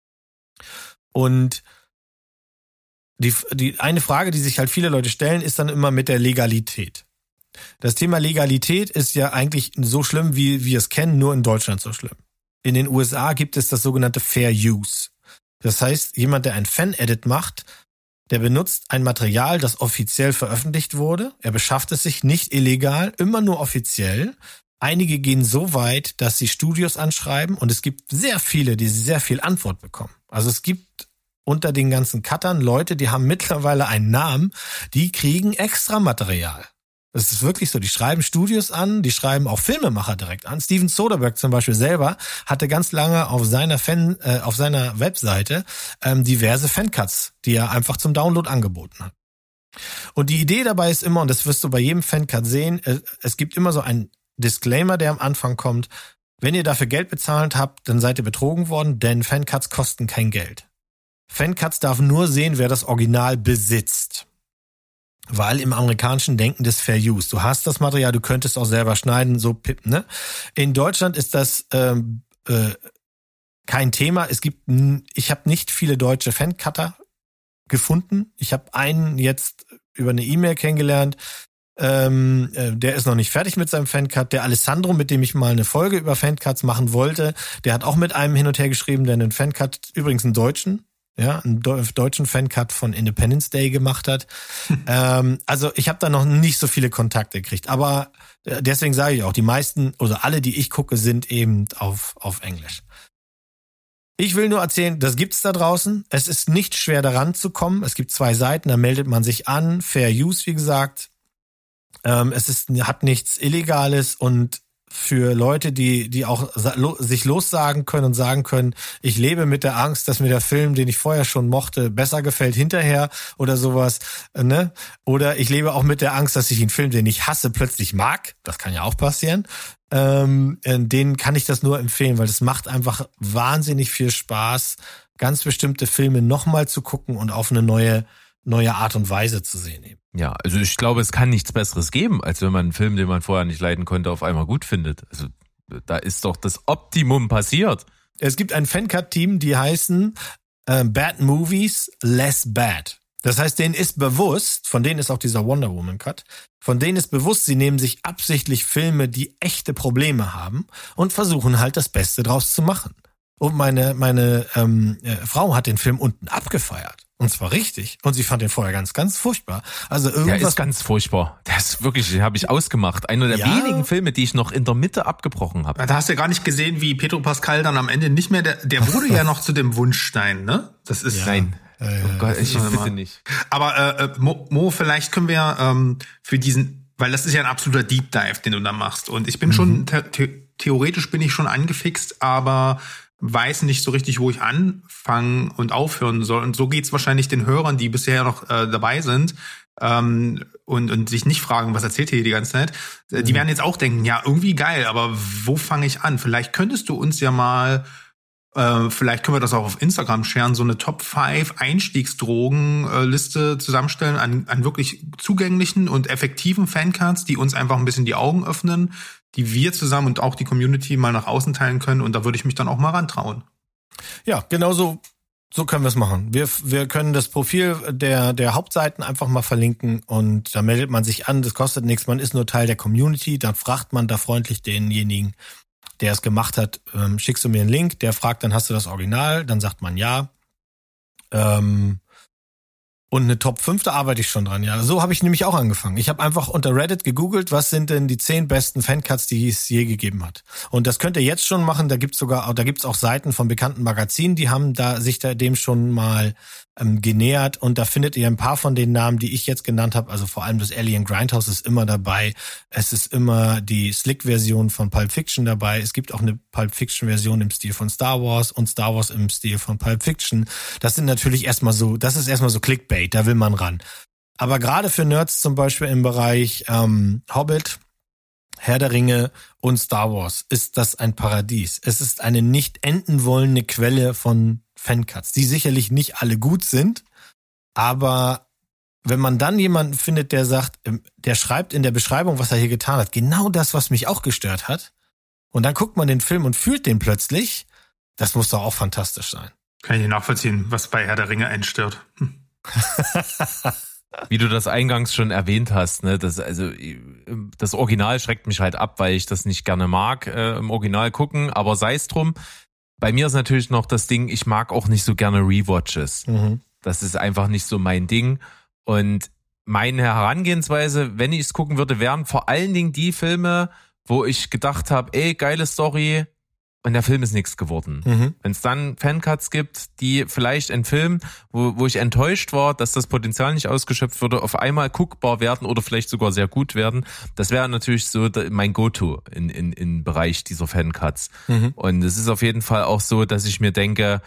Und die eine Frage, die sich halt viele Leute stellen, ist dann immer mit der Legalität. Das Thema Legalität ist ja eigentlich so schlimm, wie wir es kennen, nur in Deutschland so schlimm. In den USA gibt es das sogenannte Fair Use. Das heißt, jemand, der ein Fan-Edit macht, der benutzt ein Material, das offiziell veröffentlicht wurde. Er beschafft es sich nicht illegal, immer nur offiziell. Einige gehen so weit, dass sie Studios anschreiben und es gibt sehr viele, die sehr viel Antwort bekommen. Also es gibt unter den ganzen Cuttern Leute, die haben mittlerweile einen Namen, die kriegen extra Material. Das ist wirklich so, die schreiben Studios an, die schreiben auch Filmemacher direkt an. Steven Soderbergh zum Beispiel selber hatte ganz lange auf seiner Webseite diverse Fancuts, die er einfach zum Download angeboten hat. Und die Idee dabei ist immer, und das wirst du bei jedem Fancut sehen, es gibt immer so einen Disclaimer, der am Anfang kommt. Wenn ihr dafür Geld bezahlt habt, dann seid ihr betrogen worden, denn Fancuts kosten kein Geld. Fancuts darf nur sehen, wer das Original besitzt. Weil im amerikanischen Denken das Fair Use. Du hast das Material, du könntest auch selber schneiden, so pippen, ne? In Deutschland ist das kein Thema. Ich habe nicht viele deutsche Fancutter gefunden. Ich habe einen jetzt über eine E-Mail kennengelernt. Der ist noch nicht fertig mit seinem Fancut. Der Alessandro, mit dem ich mal eine Folge über Fancuts machen wollte, der hat auch mit einem hin und her geschrieben, der einen Fancut, übrigens einen deutschen, ja, einen deutschen Fancut von Independence Day gemacht hat. Also ich habe da noch nicht so viele Kontakte gekriegt, aber deswegen sage ich auch, die meisten oder alle, die ich gucke, sind eben auf Englisch. Ich will nur erzählen, das gibt's da draußen. Es ist nicht schwer daran zu kommen. Es gibt 2 Seiten, da meldet man sich an. Fair Use, wie gesagt. Hat nichts Illegales und für Leute, die auch sich lossagen können und sagen können, ich lebe mit der Angst, dass mir der Film, den ich vorher schon mochte, besser gefällt hinterher oder sowas, ne? Oder ich lebe auch mit der Angst, dass ich einen Film, den ich hasse, plötzlich mag. Das kann ja auch passieren. Denen kann ich das nur empfehlen, weil es macht einfach wahnsinnig viel Spaß, ganz bestimmte Filme nochmal zu gucken und auf eine neue Art und Weise zu sehen eben. Ja, also ich glaube, es kann nichts Besseres geben, als wenn man einen Film, den man vorher nicht leiden konnte, auf einmal gut findet. Also da ist doch das Optimum passiert. Es gibt ein Fancut-Team, die heißen Bad Movies Less Bad. Das heißt, denen ist bewusst, von denen ist auch dieser Wonder Woman Cut, von denen ist bewusst, sie nehmen sich absichtlich Filme, die echte Probleme haben und versuchen halt das Beste draus zu machen. Und meine Frau hat den Film unten abgefeiert. Und zwar richtig. Und sie fand den vorher ganz, ganz furchtbar. Also irgendwas. Der ist ganz furchtbar. Der ist wirklich, den habe ich ausgemacht. Einer der wenigen Filme, die ich noch in der Mitte abgebrochen habe. Da hast du ja gar nicht gesehen, wie Pedro Pascal dann am Ende nicht mehr, der wurde ja noch zu dem Wunschstein, ne? Das ist. Ja. Nein. Oh Gott, ich bitte nicht. Aber Mo, vielleicht können wir für diesen, weil das ist ja ein absoluter Deep Dive, den du da machst. Und ich bin schon, theoretisch bin ich schon angefixt, aber weiß nicht so richtig, wo ich anfangen und aufhören soll. Und so geht's wahrscheinlich den Hörern, die bisher noch dabei sind und sich nicht fragen, was erzählt ihr hier die ganze Zeit. Die werden jetzt auch denken, ja, irgendwie geil, aber wo fange ich an? Vielleicht könntest du uns ja mal, vielleicht können wir das auch auf Instagram sharen, so eine Top 5 Einstiegsdrogen-Liste zusammenstellen an wirklich zugänglichen und effektiven Fancards, die uns einfach ein bisschen die Augen öffnen, die wir zusammen und auch die Community mal nach außen teilen können. Und da würde ich mich dann auch mal rantrauen. Ja, genau so können wir es machen. Wir können das Profil der Hauptseiten einfach mal verlinken und da meldet man sich an. Das kostet nichts, man ist nur Teil der Community. Dann fragt man da freundlich denjenigen, der es gemacht hat, schickst du mir einen Link, der fragt, dann hast du das Original, dann sagt man ja. Und eine Top 5, da arbeite ich schon dran. Ja, so habe ich nämlich auch angefangen. Ich habe einfach unter Reddit gegoogelt, was sind denn die 10 besten Fancuts, die es je gegeben hat. Und das könnt ihr jetzt schon machen. Da gibt's auch Seiten von bekannten Magazinen, die haben sich dem schon mal genähert. Und da findet ihr ein paar von den Namen, die ich jetzt genannt habe. Also vor allem das Alien Grindhouse ist immer dabei. Es ist immer die Slick-Version von Pulp Fiction dabei. Es gibt auch eine Pulp Fiction-Version im Stil von Star Wars und Star Wars im Stil von Pulp Fiction. Das ist erstmal so Clickbait. Da will man ran. Aber gerade für Nerds zum Beispiel im Bereich Hobbit, Herr der Ringe und Star Wars ist das ein Paradies. Es ist eine nicht enden wollende Quelle von Fancuts, die sicherlich nicht alle gut sind, aber wenn man dann jemanden findet, der sagt, der schreibt in der Beschreibung, was er hier getan hat, genau das, was mich auch gestört hat, und dann guckt man den Film und fühlt den plötzlich, das muss doch auch fantastisch sein. Kann ich nicht nachvollziehen, was bei Herr der Ringe einen stört. Wie du das eingangs schon erwähnt hast, ne, das Original schreckt mich halt ab, weil ich das nicht gerne mag, im Original gucken, aber sei es drum. Bei mir ist natürlich noch das Ding, ich mag auch nicht so gerne Rewatches. Das ist einfach nicht so mein Ding. Und meine Herangehensweise, wenn ich es gucken würde, wären vor allen Dingen die Filme, wo ich gedacht habe, geile Story, und der Film ist nichts geworden. Wenn es dann Fancuts gibt, die vielleicht ein Film, wo ich enttäuscht war, dass das Potenzial nicht ausgeschöpft wurde, auf einmal guckbar werden oder vielleicht sogar sehr gut werden, das wäre natürlich so mein Go-To in Bereich dieser Fancuts. Und es ist auf jeden Fall auch so, dass ich mir denke,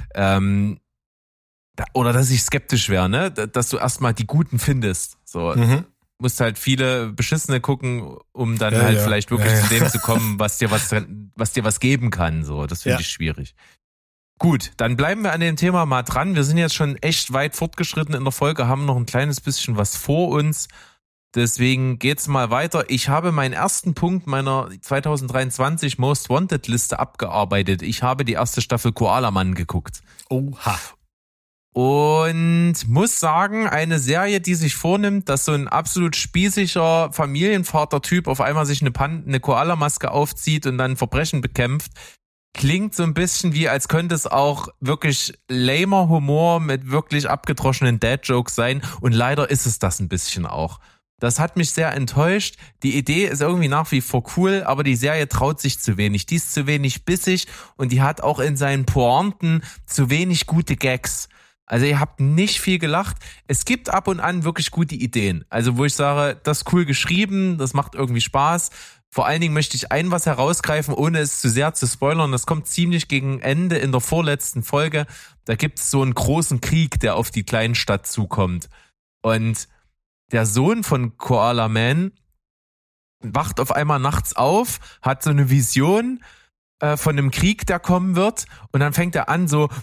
oder dass ich skeptisch wäre, ne, dass du erstmal die Guten findest. So. Musst halt viele Beschissene gucken, um dann vielleicht wirklich zu dem zu kommen, was dir was geben kann. So, das finde ich schwierig. Gut, dann bleiben wir an dem Thema mal dran. Wir sind jetzt schon echt weit fortgeschritten in der Folge, haben noch ein kleines bisschen was vor uns. Deswegen geht's mal weiter. Ich habe meinen ersten Punkt meiner 2023 Most Wanted Liste abgearbeitet. Ich habe die erste Staffel Koala Mann geguckt. Oha. Und muss sagen, eine Serie, die sich vornimmt, dass so ein absolut spießiger Familienvater-Typ auf einmal sich eine Koala-Maske aufzieht und dann Verbrechen bekämpft, klingt so ein bisschen wie, als könnte es auch wirklich lamer Humor mit wirklich abgedroschenen Dad-Jokes sein. Und leider ist es das ein bisschen auch. Das hat mich sehr enttäuscht. Die Idee ist irgendwie nach wie vor cool, aber die Serie traut sich zu wenig. Die ist zu wenig bissig und die hat auch in seinen Pointen zu wenig gute Gags. Also ihr habt nicht viel gelacht. Es gibt ab und an wirklich gute Ideen. Also wo ich sage, das ist cool geschrieben, das macht irgendwie Spaß. Vor allen Dingen möchte ich was herausgreifen, ohne es zu sehr zu spoilern. Das kommt ziemlich gegen Ende in der vorletzten Folge. Da gibt es so einen großen Krieg, der auf die Kleinstadt zukommt. Und der Sohn von Koala Man wacht auf einmal nachts auf, hat so eine Vision von einem Krieg, der kommen wird, und dann fängt er an, so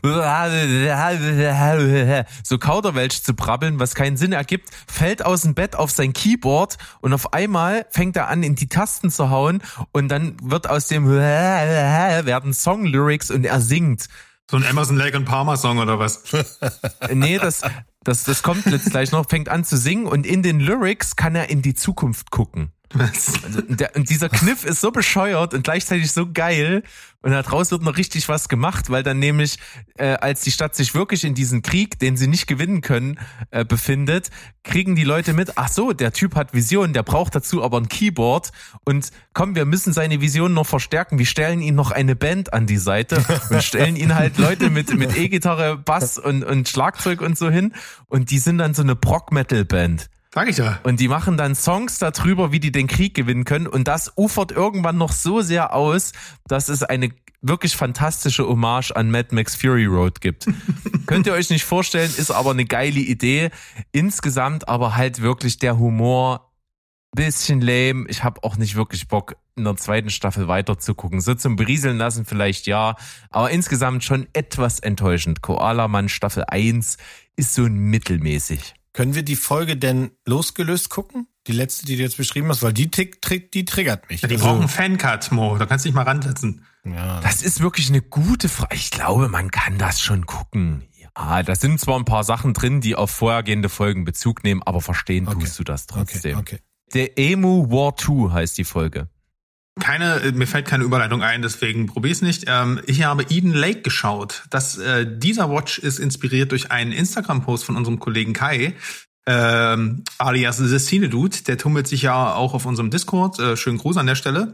Kauderwelsch zu brabbeln, was keinen Sinn ergibt, fällt aus dem Bett auf sein Keyboard und auf einmal fängt er an, in die Tasten zu hauen und dann wird aus dem werden Song-Lyrics und er singt. So ein Emerson, Lake and Palmer Song oder was? Nee, Das kommt jetzt gleich noch, fängt an zu singen und in den Lyrics kann er in die Zukunft gucken. Was? Also, und dieser Kniff ist so bescheuert und gleichzeitig so geil und daraus wird noch richtig was gemacht, weil dann nämlich, als die Stadt sich wirklich in diesen Krieg, den sie nicht gewinnen können, befindet, kriegen die Leute mit, ach so, der Typ hat Visionen, der braucht dazu aber ein Keyboard und komm, wir müssen seine Visionen noch verstärken, wir stellen ihm noch eine Band an die Seite und stellen ihn halt Leute mit E-Gitarre, Bass und Schlagzeug und so hin und die sind dann so eine Prog-Metal-Band. Sag ich ja. Und die machen dann Songs darüber, wie die den Krieg gewinnen können. Und das ufert irgendwann noch so sehr aus, dass es eine wirklich fantastische Hommage an Mad Max Fury Road gibt. Könnt ihr euch nicht vorstellen, ist aber eine geile Idee. Insgesamt aber halt wirklich der Humor bisschen lame. Ich habe auch nicht wirklich Bock, in der zweiten Staffel weiterzugucken. So zum Berieseln lassen vielleicht ja, aber insgesamt schon etwas enttäuschend. Koala Mann Staffel 1 ist so mittelmäßig. Können wir die Folge denn losgelöst gucken? Die letzte, die du jetzt beschrieben hast, weil die triggert mich. Ja, die brauchen einen Fancut, Mo. Da kannst du dich mal ransetzen. Ja. Das ist wirklich eine gute Frage. Ich glaube, man kann das schon gucken. Ja, da sind zwar ein paar Sachen drin, die auf vorhergehende Folgen Bezug nehmen, aber verstehen tust du das trotzdem. Okay. Der Emu War 2 heißt die Folge. Mir fällt keine Überleitung ein, deswegen probier's nicht. Ich habe Eden Lake geschaut. Dieser Watch ist inspiriert durch einen Instagram-Post von unserem Kollegen Kai, alias The Cine Dude. Der tummelt sich ja auch auf unserem Discord. Schönen Gruß an der Stelle.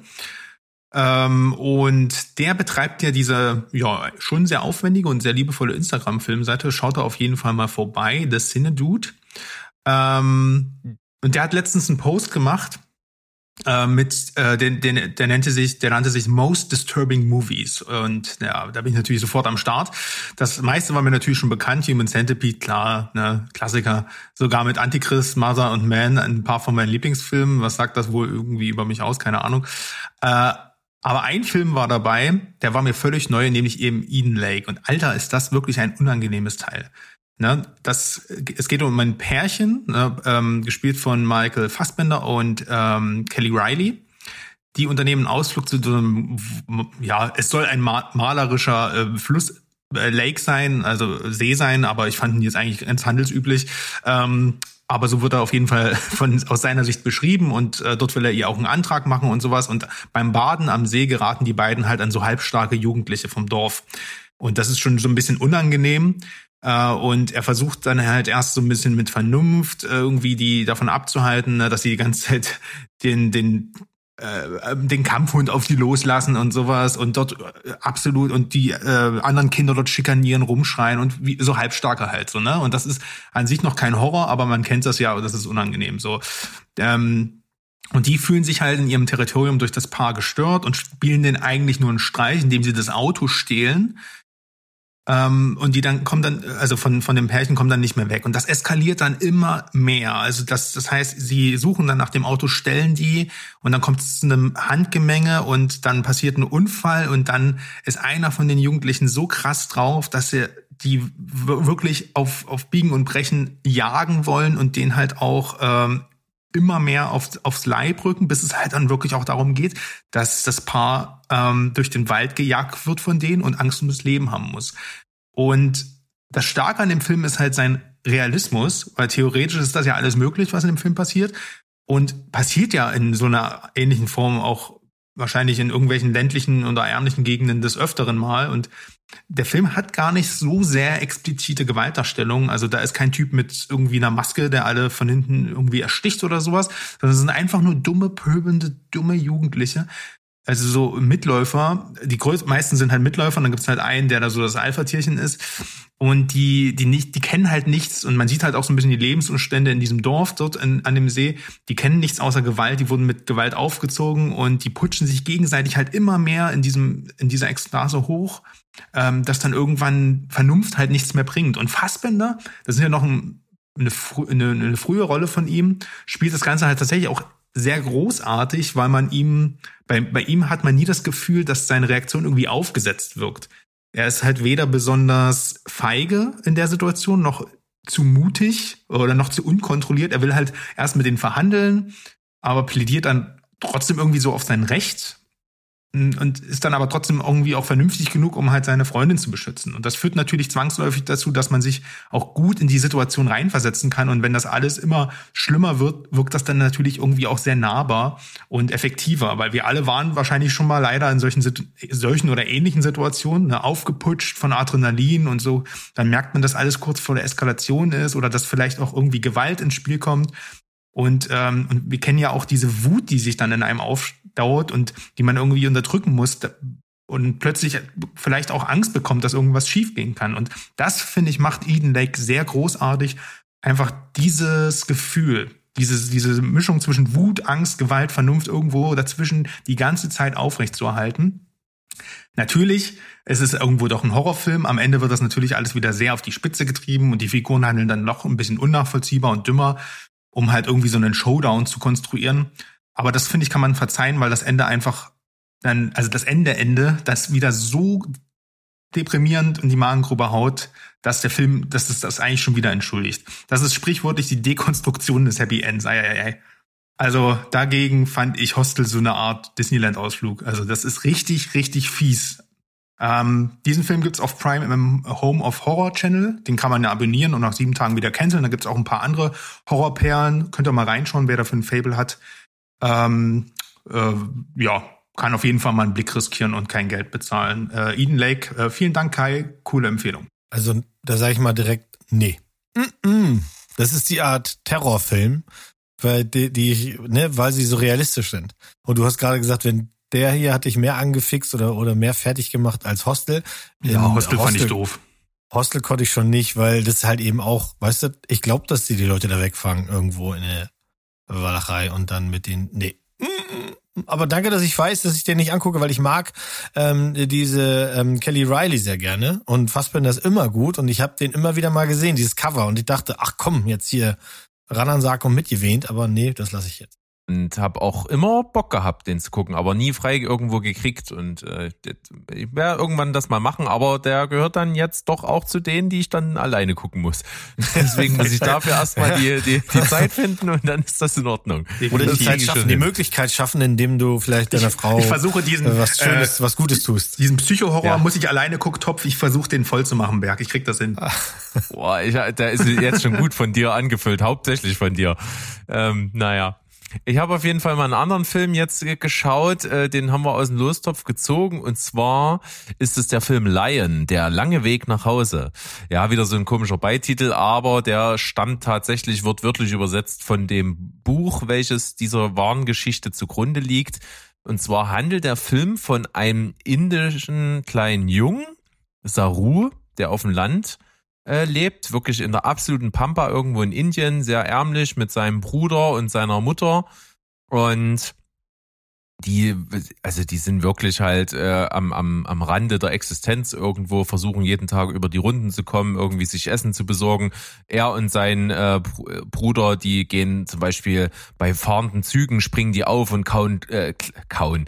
Und der betreibt ja diese, ja, schon sehr aufwendige und sehr liebevolle Instagram-Filmseite. Schaut da auf jeden Fall mal vorbei. The Cine Dude. Und der hat letztens einen Post gemacht, der nannte sich Most Disturbing Movies und ja, da bin ich natürlich sofort am Start. Das meiste war mir natürlich schon bekannt, Human Centipede, klar, ne, Klassiker, sogar mit Antichrist, Mother und Man, ein paar von meinen Lieblingsfilmen. Was sagt das wohl irgendwie über mich aus? Keine Ahnung. Aber ein Film war dabei, der war mir völlig neu, nämlich eben Eden Lake. Und Alter, ist das wirklich ein unangenehmes Teil. Ne, es geht um ein Pärchen, ne, gespielt von Michael Fassbender und Kelly Reilly. Die unternehmen einen Ausflug zu so einem, ja, es soll ein malerischer Fluss, Lake sein, also See sein, aber ich fand ihn jetzt eigentlich ganz handelsüblich. Aber so wird er auf jeden Fall aus seiner Sicht beschrieben und dort will er ihr auch einen Antrag machen und sowas. Und beim Baden am See geraten die beiden halt an so halbstarke Jugendliche vom Dorf. Und das ist schon so ein bisschen unangenehm. Und er versucht dann halt erst so ein bisschen mit Vernunft irgendwie die davon abzuhalten, dass sie die ganze Zeit den Kampfhund auf die loslassen und sowas und dort absolut und die anderen Kinder dort schikanieren, rumschreien und wie so Halbstarke halt so, ne? Und das ist an sich noch kein Horror, aber man kennt das ja und das ist unangenehm so. Und die fühlen sich halt in ihrem Territorium durch das Paar gestört und spielen den eigentlich nur einen Streich, indem sie das Auto stehlen. Und die dann kommen dann, also von dem Pärchen kommen dann nicht mehr weg. Und das eskaliert dann immer mehr. Also das heißt, sie suchen dann nach dem Auto, stellen die und dann kommt es zu einem Handgemenge und dann passiert ein Unfall und dann ist einer von den Jugendlichen so krass drauf, dass sie die wirklich auf Biegen und Brechen jagen wollen und den halt auch immer mehr aufs Leib rücken, bis es halt dann wirklich auch darum geht, dass das Paar durch den Wald gejagt wird von denen und Angst um das Leben haben muss. Und das Starke an dem Film ist halt sein Realismus, weil theoretisch ist das ja alles möglich, was in dem Film passiert. Und passiert ja in so einer ähnlichen Form auch wahrscheinlich in irgendwelchen ländlichen oder ärmlichen Gegenden des Öfteren mal. Und der Film hat gar nicht so sehr explizite Gewaltdarstellungen. Also da ist kein Typ mit irgendwie einer Maske, der alle von hinten irgendwie ersticht oder sowas, sondern es sind einfach nur pöbelnde, dumme Jugendliche. Also so Mitläufer, die meisten sind halt Mitläufer, und dann gibt's halt einen, der da so das Alpha-Tierchen ist. Und die kennen halt nichts, und man sieht halt auch so ein bisschen die Lebensumstände in diesem Dorf dort an dem See. Die kennen nichts außer Gewalt, die wurden mit Gewalt aufgezogen und die putschen sich gegenseitig halt immer mehr in dieser Ekstase hoch, dass dann irgendwann Vernunft halt nichts mehr bringt. Und Fassbender, das ist ja noch eine frühe Rolle von ihm, spielt das Ganze halt tatsächlich auch sehr großartig, weil bei ihm hat man nie das Gefühl, dass seine Reaktion irgendwie aufgesetzt wirkt. Er ist halt weder besonders feige in der Situation, noch zu mutig oder noch zu unkontrolliert. Er will halt erst mit denen verhandeln, aber plädiert dann trotzdem irgendwie so auf sein Recht. und ist dann aber trotzdem irgendwie auch vernünftig genug, um halt seine Freundin zu beschützen. Und das führt natürlich zwangsläufig dazu, dass man sich auch gut in die Situation reinversetzen kann. Und wenn das alles immer schlimmer wird, wirkt das dann natürlich irgendwie auch sehr nahbar und effektiver. Weil wir alle waren wahrscheinlich schon mal leider in solchen oder ähnlichen Situationen, ne, aufgeputscht von Adrenalin und so. Dann merkt man, dass alles kurz vor der Eskalation ist oder dass vielleicht auch irgendwie Gewalt ins Spiel kommt. Und wir kennen ja auch diese Wut, die sich dann in einem aufstaut und die man irgendwie unterdrücken muss und plötzlich vielleicht auch Angst bekommt, dass irgendwas schiefgehen kann. Und das, finde ich, macht Eden Lake sehr großartig. Einfach dieses Gefühl, diese Mischung zwischen Wut, Angst, Gewalt, Vernunft irgendwo dazwischen die ganze Zeit aufrechtzuerhalten. Natürlich, es ist irgendwo doch ein Horrorfilm. Am Ende wird das natürlich alles wieder sehr auf die Spitze getrieben und die Figuren handeln dann noch ein bisschen unnachvollziehbar und dümmer, um halt irgendwie so einen Showdown zu konstruieren. Aber das, finde ich, kann man verzeihen, weil das Ende einfach dann, also das Ende, das wieder so deprimierend in die Magengrube haut, dass der Film, dass das eigentlich schon wieder entschuldigt. Das ist sprichwörtlich die Dekonstruktion des Happy Ends. Also dagegen fand ich Hostel so eine Art Disneyland-Ausflug. Also das ist richtig, richtig fies. Diesen Film gibt's auf Prime im Home of Horror Channel. Den kann man ja abonnieren und nach 7 Tagen wieder canceln. Da gibt's auch ein paar andere Horrorperlen. Könnt ihr mal reinschauen, wer dafür ein Fable hat. Kann auf jeden Fall mal einen Blick riskieren und kein Geld bezahlen. Eden Lake, vielen Dank, Kai. Coole Empfehlung. Also da sage ich mal direkt, nee. Das ist die Art Terrorfilm, weil weil sie so realistisch sind. Und du hast gerade gesagt, wenn der hier hat dich mehr angefixt oder mehr fertig gemacht als Hostel. Ja, Hostel fand ich doof. Hostel konnte ich schon nicht, weil das halt eben auch, weißt du, ich glaube, dass die Leute da wegfangen irgendwo in der Walachei und dann mit den, nee. Aber danke, dass ich weiß, dass ich den nicht angucke, weil ich mag diese Kelly Reilly sehr gerne und Fassbinder ist immer gut und ich habe den immer wieder mal gesehen, dieses Cover und ich dachte, ach komm, jetzt hier ran an Sarg und mitgewähnt, aber nee, das lasse ich jetzt. Und habe auch immer Bock gehabt, den zu gucken, aber nie frei irgendwo gekriegt. Und ich werde irgendwann das mal machen, aber der gehört dann jetzt doch auch zu denen, die ich dann alleine gucken muss. Deswegen muss ich dafür erstmal die Zeit finden und dann ist das in Ordnung. Oder die Zeit schaffen, die Möglichkeit schaffen, indem du vielleicht deiner Frau ich versuche diesen, was Schönes, was Gutes tust. Diesen Psycho-Horror muss ich alleine Gucktopf, ich versuche den voll zu machen, Berg. Ich krieg das hin. Boah, der ist jetzt schon gut von dir angefüllt, hauptsächlich von dir. Naja. Ich habe auf jeden Fall mal einen anderen Film jetzt geschaut, den haben wir aus dem Lostopf gezogen und zwar ist es der Film Lion, der lange Weg nach Hause. Ja, wieder so ein komischer Beititel, aber der stammt tatsächlich, wird wörtlich übersetzt von dem Buch, welches dieser wahren Geschichte zugrunde liegt. Und zwar handelt der Film von einem indischen kleinen Jungen, Saru, der auf dem Land lebt, wirklich in der absoluten Pampa irgendwo in Indien, sehr ärmlich mit seinem Bruder und seiner Mutter und die sind wirklich halt am Rande der Existenz irgendwo, versuchen jeden Tag über die Runden zu kommen, irgendwie sich Essen zu besorgen. Er und sein Bruder, die gehen zum Beispiel bei fahrenden Zügen, springen die auf und klauen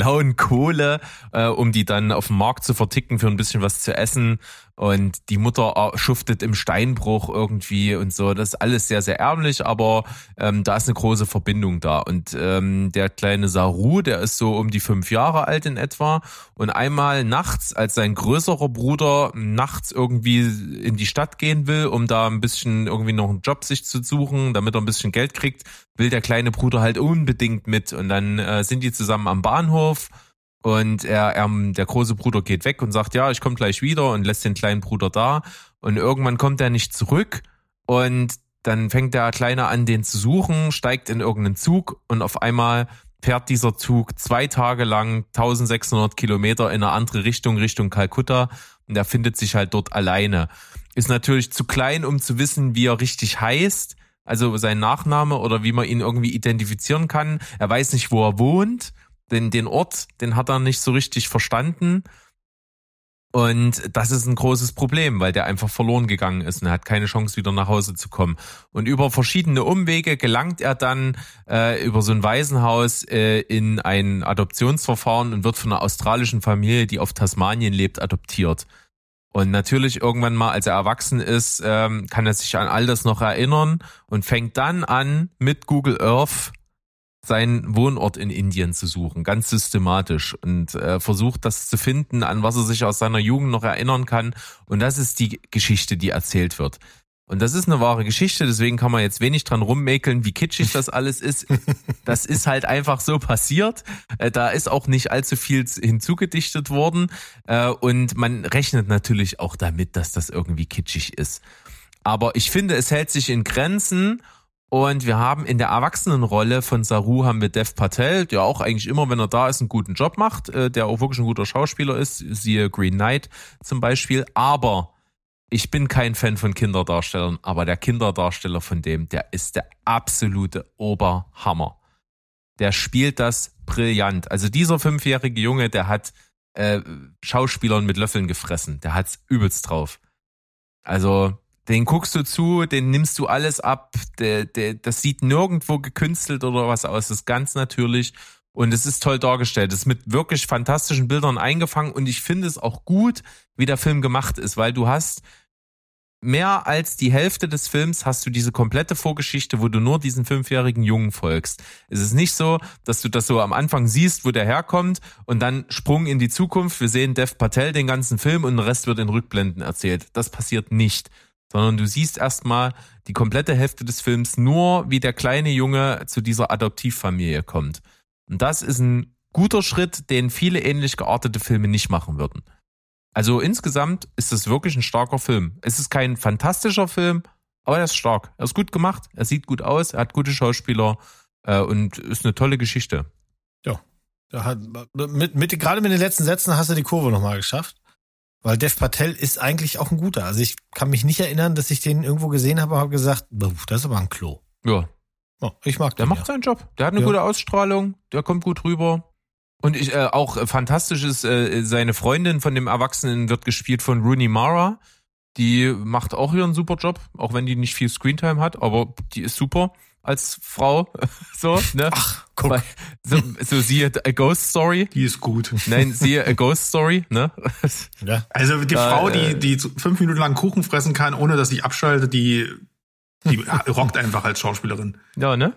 Kohle, um die dann auf dem Markt zu verticken für ein bisschen was zu essen. Und die Mutter schuftet im Steinbruch irgendwie und so. Das ist alles sehr, sehr ärmlich, aber da ist eine große Verbindung da. Und der kleine Saru, der ist so um die 5 Jahre alt in etwa. Und einmal nachts, als sein größerer Bruder nachts irgendwie in die Stadt gehen will, um da ein bisschen irgendwie noch einen Job sich zu suchen, damit er ein bisschen Geld kriegt, will der kleine Bruder halt unbedingt mit. Und dann sind die zusammen am Bahnhof. Und der große Bruder geht weg und sagt, ja, ich komme gleich wieder und lässt den kleinen Bruder da. Und irgendwann kommt er nicht zurück und dann fängt der Kleine an, den zu suchen, steigt in irgendeinen Zug und auf einmal fährt dieser Zug 2 Tage lang 1600 Kilometer in eine andere Richtung Kalkutta und er findet sich halt dort alleine. Ist natürlich zu klein, um zu wissen, wie er richtig heißt, also sein Nachname oder wie man ihn irgendwie identifizieren kann. Er weiß nicht, wo er wohnt. Denn den Ort, den hat er nicht so richtig verstanden. Und das ist ein großes Problem, weil der einfach verloren gegangen ist und er hat keine Chance, wieder nach Hause zu kommen. Und über verschiedene Umwege gelangt er dann über so ein Waisenhaus in ein Adoptionsverfahren und wird von einer australischen Familie, die auf Tasmanien lebt, adoptiert. Und natürlich irgendwann mal, als er erwachsen ist, kann er sich an all das noch erinnern und fängt dann an, mit Google Earth seinen Wohnort in Indien zu suchen, ganz systematisch, und versucht das zu finden, an was er sich aus seiner Jugend noch erinnern kann. Und das ist die Geschichte, die erzählt wird. Und das ist eine wahre Geschichte, deswegen kann man jetzt wenig dran rummäkeln, wie kitschig das alles ist. Das ist halt einfach so passiert. Da ist auch nicht allzu viel hinzugedichtet worden. Und man rechnet natürlich auch damit, dass das irgendwie kitschig ist. Aber ich finde, es hält sich in Grenzen. Und wir haben in der Erwachsenenrolle von Saru haben wir Dev Patel, der auch eigentlich immer, wenn er da ist, einen guten Job macht, der auch wirklich ein guter Schauspieler ist, siehe Green Knight zum Beispiel. Aber ich bin kein Fan von Kinderdarstellern, aber der Kinderdarsteller von dem, der ist der absolute Oberhammer. Der spielt das brillant. Also dieser 5-jährige Junge, der hat Schauspielern mit Löffeln gefressen. Der hat's übelst drauf. Also den guckst du zu, den nimmst du alles ab. Das sieht nirgendwo gekünstelt oder was aus. Das ist ganz natürlich. Und es ist toll dargestellt. Es ist mit wirklich fantastischen Bildern eingefangen. Und ich finde es auch gut, wie der Film gemacht ist, weil du hast mehr als die Hälfte des Films hast du diese komplette Vorgeschichte, wo du nur diesen 5-jährigen Jungen folgst. Es ist nicht so, dass du das so am Anfang siehst, wo der herkommt und dann Sprung in die Zukunft. Wir sehen Dev Patel den ganzen Film und der Rest wird in Rückblenden erzählt. Das passiert nicht. Sondern du siehst erstmal die komplette Hälfte des Films nur, wie der kleine Junge zu dieser Adoptivfamilie kommt. Und das ist ein guter Schritt, den viele ähnlich geartete Filme nicht machen würden. Also insgesamt ist es wirklich ein starker Film. Es ist kein fantastischer Film, aber er ist stark. Er ist gut gemacht, er sieht gut aus, er hat gute Schauspieler und ist eine tolle Geschichte. Ja, gerade mit den letzten Sätzen hast du die Kurve nochmal geschafft. Weil Dev Patel ist eigentlich auch ein guter. Also ich kann mich nicht erinnern, dass ich den irgendwo gesehen habe und habe gesagt, das ist aber ein Klo. Ja. Oh, ich mag den. Der macht seinen Job. Der hat eine gute Ausstrahlung, der kommt gut rüber. Und auch fantastisch ist, seine Freundin von dem Erwachsenen wird gespielt von Rooney Mara. Die macht auch ihren super Job, auch wenn die nicht viel Screentime hat, aber die ist super als Frau. So, ne? Ach, guck. So siehe A Ghost Story. Die ist gut. Nein, siehe A Ghost Story, ne? Ja. Also die Frau, die 5 Minuten lang Kuchen fressen kann, ohne dass sie abschaltet, die rockt einfach als Schauspielerin. Ja, ne?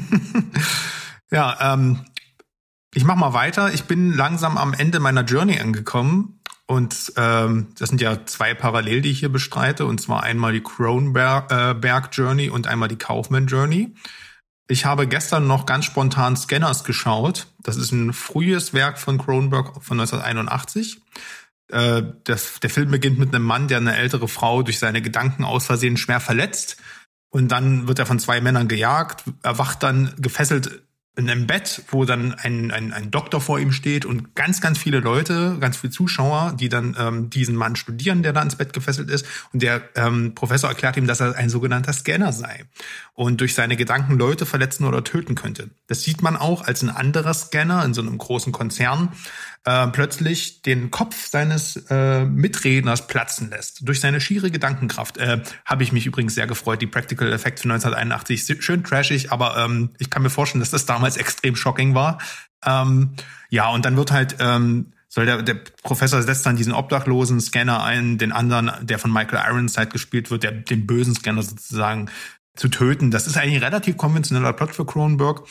Ja, ich mach mal weiter. Ich bin langsam am Ende meiner Journey angekommen. Und das sind ja 2 parallel, die ich hier bestreite. Und zwar einmal die Cronenberg Journey und einmal die Kaufman Journey. Ich habe gestern noch ganz spontan Scanners geschaut. Das ist ein frühes Werk von Cronenberg von 1981. Der Film beginnt mit einem Mann, der eine ältere Frau durch seine Gedanken aus Versehen schwer verletzt. Und dann wird er von 2 Männern gejagt, erwacht dann gefesselt in einem Bett, wo dann ein Doktor vor ihm steht und ganz, ganz viele Leute, ganz viele Zuschauer, die dann diesen Mann studieren, der da ins Bett gefesselt ist. Und der Professor erklärt ihm, dass er ein sogenannter Scanner sei und durch seine Gedanken Leute verletzen oder töten könnte. Das sieht man auch, als ein anderer Scanner in so einem großen Konzern plötzlich den Kopf seines Mitredners platzen lässt. Durch seine schiere Gedankenkraft. Habe ich mich übrigens sehr gefreut. Die Practical Effects von 1981, schön trashig, aber ich kann mir vorstellen, dass das damals extrem shocking war. Ja, und dann wird halt der Professor setzt dann diesen obdachlosen Scanner ein, den anderen, der von Michael Ironside gespielt wird, den bösen Scanner sozusagen zu töten. Das ist eigentlich ein relativ konventioneller Plot für Cronenberg.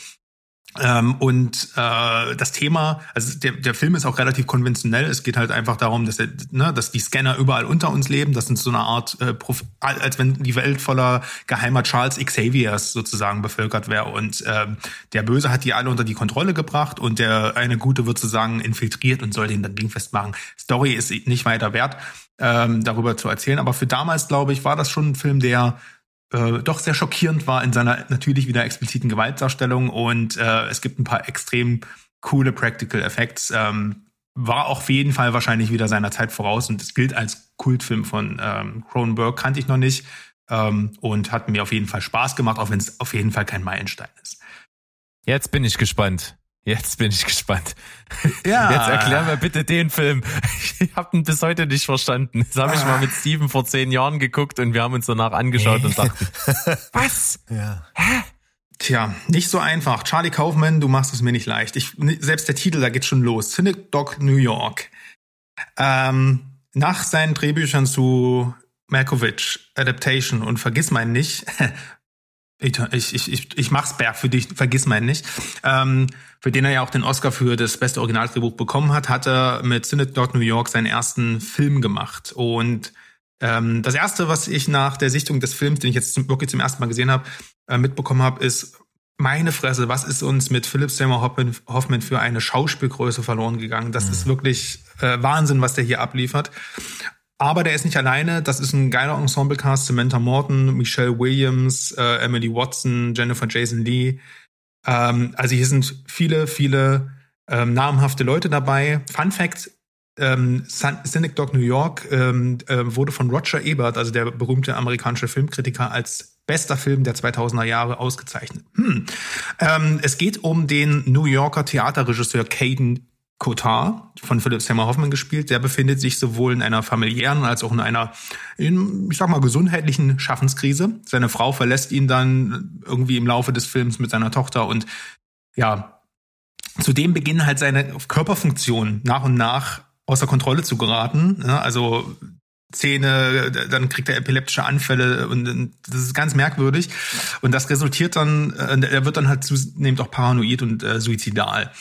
Das Thema, also der Film ist auch relativ konventionell. Es geht halt einfach darum, dass die Scanner überall unter uns leben. Das sind so eine Art, als wenn die Welt voller geheimer Charles Xaviers sozusagen bevölkert wäre. Und der Böse hat die alle unter die Kontrolle gebracht und der eine Gute wird sozusagen infiltriert und soll den dann dingfest machen. Story ist nicht weiter wert, darüber zu erzählen. Aber für damals, glaube ich, war das schon ein Film, der doch sehr schockierend war in seiner natürlich wieder expliziten Gewaltdarstellung und es gibt ein paar extrem coole Practical Effects. War auch auf jeden Fall wahrscheinlich wieder seiner Zeit voraus und es gilt als Kultfilm von Cronenberg, kannte ich noch nicht und hat mir auf jeden Fall Spaß gemacht, auch wenn es auf jeden Fall kein Meilenstein ist. Jetzt bin ich gespannt. Ja. Jetzt erklär mir bitte den Film. Ich habe ihn bis heute nicht verstanden. Das habe ich mal mit Steven vor 10 Jahren geguckt und wir haben uns danach angeschaut und dachten, was? Ja. Hä? Tja, nicht so einfach. Charlie Kaufman, du machst es mir nicht leicht. Selbst der Titel, da geht's schon los. Synecdoche, New York. Nach seinen Drehbüchern zu Malkovich, Adaptation und Vergiss mein nicht, Ich mach's, Berg, für dich, vergiss meinen nicht. Für den er ja auch den Oscar für das beste Originaldrehbuch bekommen hat er mit Synecdoche, New York seinen ersten Film gemacht. Und das Erste, was ich nach der Sichtung des Films, den ich jetzt wirklich zum ersten Mal gesehen habe, mitbekommen habe, ist, meine Fresse, was ist uns mit Philip Seymour Hoffman für eine Schauspielgröße verloren gegangen? Das ist wirklich Wahnsinn, was der hier abliefert. Aber der ist nicht alleine. Das ist ein geiler Ensemble-Cast. Samantha Morton, Michelle Williams, Emily Watson, Jennifer Jason Leigh. Also hier sind viele namhafte Leute dabei. Fun Fact, Synecdoche, New York wurde von Roger Ebert, also der berühmte amerikanische Filmkritiker, als bester Film der 2000er Jahre ausgezeichnet. Es geht um den New Yorker Theaterregisseur Caden Cotard, von Philip Seymour Hoffman gespielt. Der befindet sich sowohl in einer familiären als auch in einer, ich sag mal, gesundheitlichen Schaffenskrise. Seine Frau verlässt ihn dann irgendwie im Laufe des Films mit seiner Tochter und ja, zudem beginnen halt seine Körperfunktionen nach und nach außer Kontrolle zu geraten. Ja, also Zähne, dann kriegt er epileptische Anfälle und das ist ganz merkwürdig. Und das resultiert dann, er wird dann halt zunehmend auch paranoid und suizidal.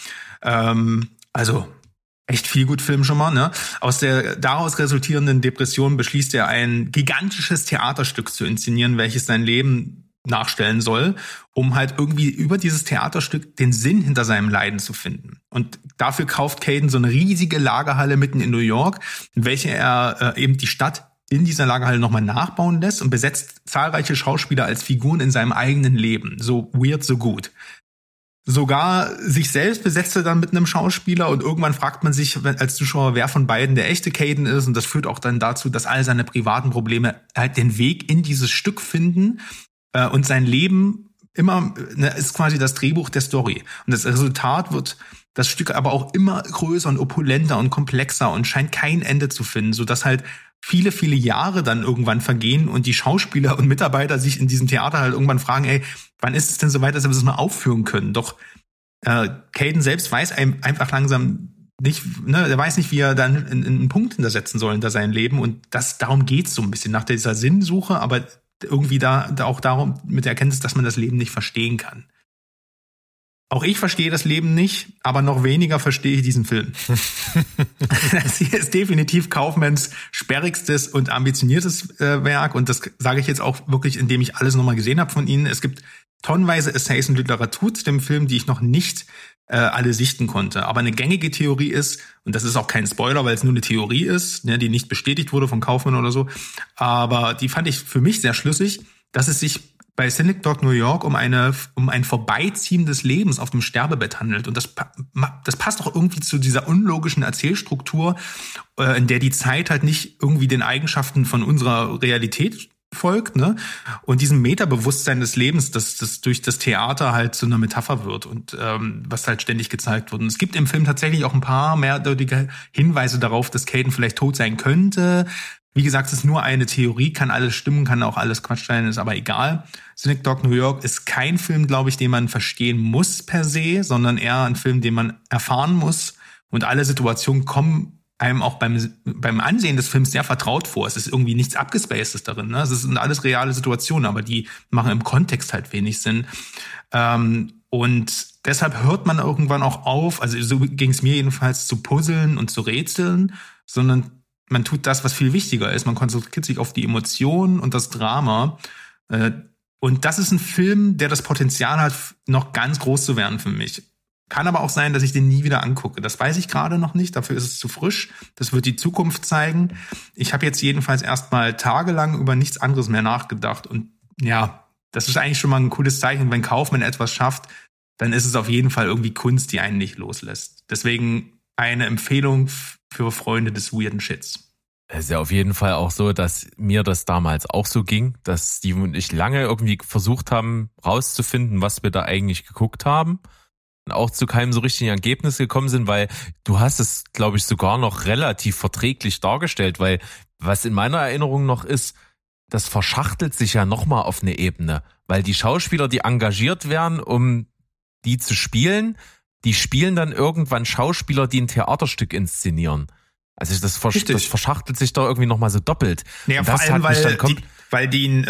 Also echt viel gut Film schon mal, ne? Aus der daraus resultierenden Depression beschließt er, ein gigantisches Theaterstück zu inszenieren, welches sein Leben nachstellen soll, um halt irgendwie über dieses Theaterstück den Sinn hinter seinem Leiden zu finden. Und dafür kauft Caden so eine riesige Lagerhalle mitten in New York, in welche er eben die Stadt in dieser Lagerhalle nochmal nachbauen lässt und besetzt zahlreiche Schauspieler als Figuren in seinem eigenen Leben. So weird, so gut. Sogar sich selbst besetzt er dann mit einem Schauspieler und irgendwann fragt man sich als Zuschauer, wer von beiden der echte Caden ist, und das führt auch dann dazu, dass all seine privaten Probleme halt den Weg in dieses Stück finden und sein Leben immer ist quasi das Drehbuch der Story. Und das Resultat wird das Stück aber auch immer größer und opulenter und komplexer und scheint kein Ende zu finden, sodass halt viele Jahre dann irgendwann vergehen und die Schauspieler und Mitarbeiter sich in diesem Theater halt irgendwann fragen, ey, wann ist es denn so weit, dass wir das mal aufführen können? Doch Caden selbst weiß einfach langsam nicht, ne, er weiß nicht, wie er dann einen Punkt hintersetzen soll hinter sein Leben, und darum geht's so ein bisschen, nach dieser Sinnsuche, aber irgendwie da auch darum mit der Erkenntnis, dass man das Leben nicht verstehen kann. Auch ich verstehe das Leben nicht, aber noch weniger verstehe ich diesen Film. Das hier ist definitiv Kaufmans sperrigstes und ambitioniertes Werk, und das sage ich jetzt auch wirklich, indem ich alles nochmal gesehen habe von Ihnen. Es gibt tonnenweise Essays und Literatur zu dem Film, die ich noch nicht alle sichten konnte. Aber eine gängige Theorie ist, und das ist auch kein Spoiler, weil es nur eine Theorie ist, ne, die nicht bestätigt wurde von Kaufmann oder so, aber die fand ich für mich sehr schlüssig, dass es sich bei Synecdoche, New York um ein Vorbeiziehen des Lebens auf dem Sterbebett handelt. Und das passt auch irgendwie zu dieser unlogischen Erzählstruktur, in der die Zeit halt nicht irgendwie den Eigenschaften von unserer Realität folgt, ne? Und diesem Metabewusstsein des Lebens, das durch das Theater halt zu einer Metapher wird und was halt ständig gezeigt wird. Und es gibt im Film tatsächlich auch ein paar mehrdeutige Hinweise darauf, dass Caden vielleicht tot sein könnte. Wie gesagt, es ist nur eine Theorie, kann alles stimmen, kann auch alles Quatsch sein, ist aber egal. Synecdoche, New York ist kein Film, glaube ich, den man verstehen muss per se, sondern eher ein Film, den man erfahren muss. Und alle Situationen kommen einem auch beim Ansehen des Films sehr vertraut vor. Es ist irgendwie nichts Abgespacedes darin, ne? Es sind alles reale Situationen, aber die machen im Kontext halt wenig Sinn. Und deshalb hört man irgendwann auch auf, also so ging es mir jedenfalls, zu puzzeln und zu rätseln, sondern man tut das, was viel wichtiger ist. Man konzentriert sich auf die Emotionen und das Drama. Und das ist ein Film, der das Potenzial hat, noch ganz groß zu werden für mich. Kann aber auch sein, dass ich den nie wieder angucke. Das weiß ich gerade noch nicht. Dafür ist es zu frisch. Das wird die Zukunft zeigen. Ich habe jetzt jedenfalls erstmal tagelang über nichts anderes mehr nachgedacht. Und ja, das ist eigentlich schon mal ein cooles Zeichen. Wenn Kaufmann etwas schafft, dann ist es auf jeden Fall irgendwie Kunst, die einen nicht loslässt. Deswegen eine Empfehlung für Freunde des weirden Shits. Es ist ja auf jeden Fall auch so, dass mir das damals auch so ging, dass Steven und ich lange irgendwie versucht haben, rauszufinden, was wir da eigentlich geguckt haben. Und auch zu keinem so richtigen Ergebnis gekommen sind, weil du hast es, glaube ich, sogar noch relativ verträglich dargestellt, weil was in meiner Erinnerung noch ist, das verschachtelt sich ja nochmal auf eine Ebene, weil die Schauspieler, die engagiert werden, um die zu spielen, die spielen dann irgendwann Schauspieler, die ein Theaterstück inszenieren. Also das verschachtelt sich doch irgendwie nochmal so doppelt. Ja, vor allem, weil weil die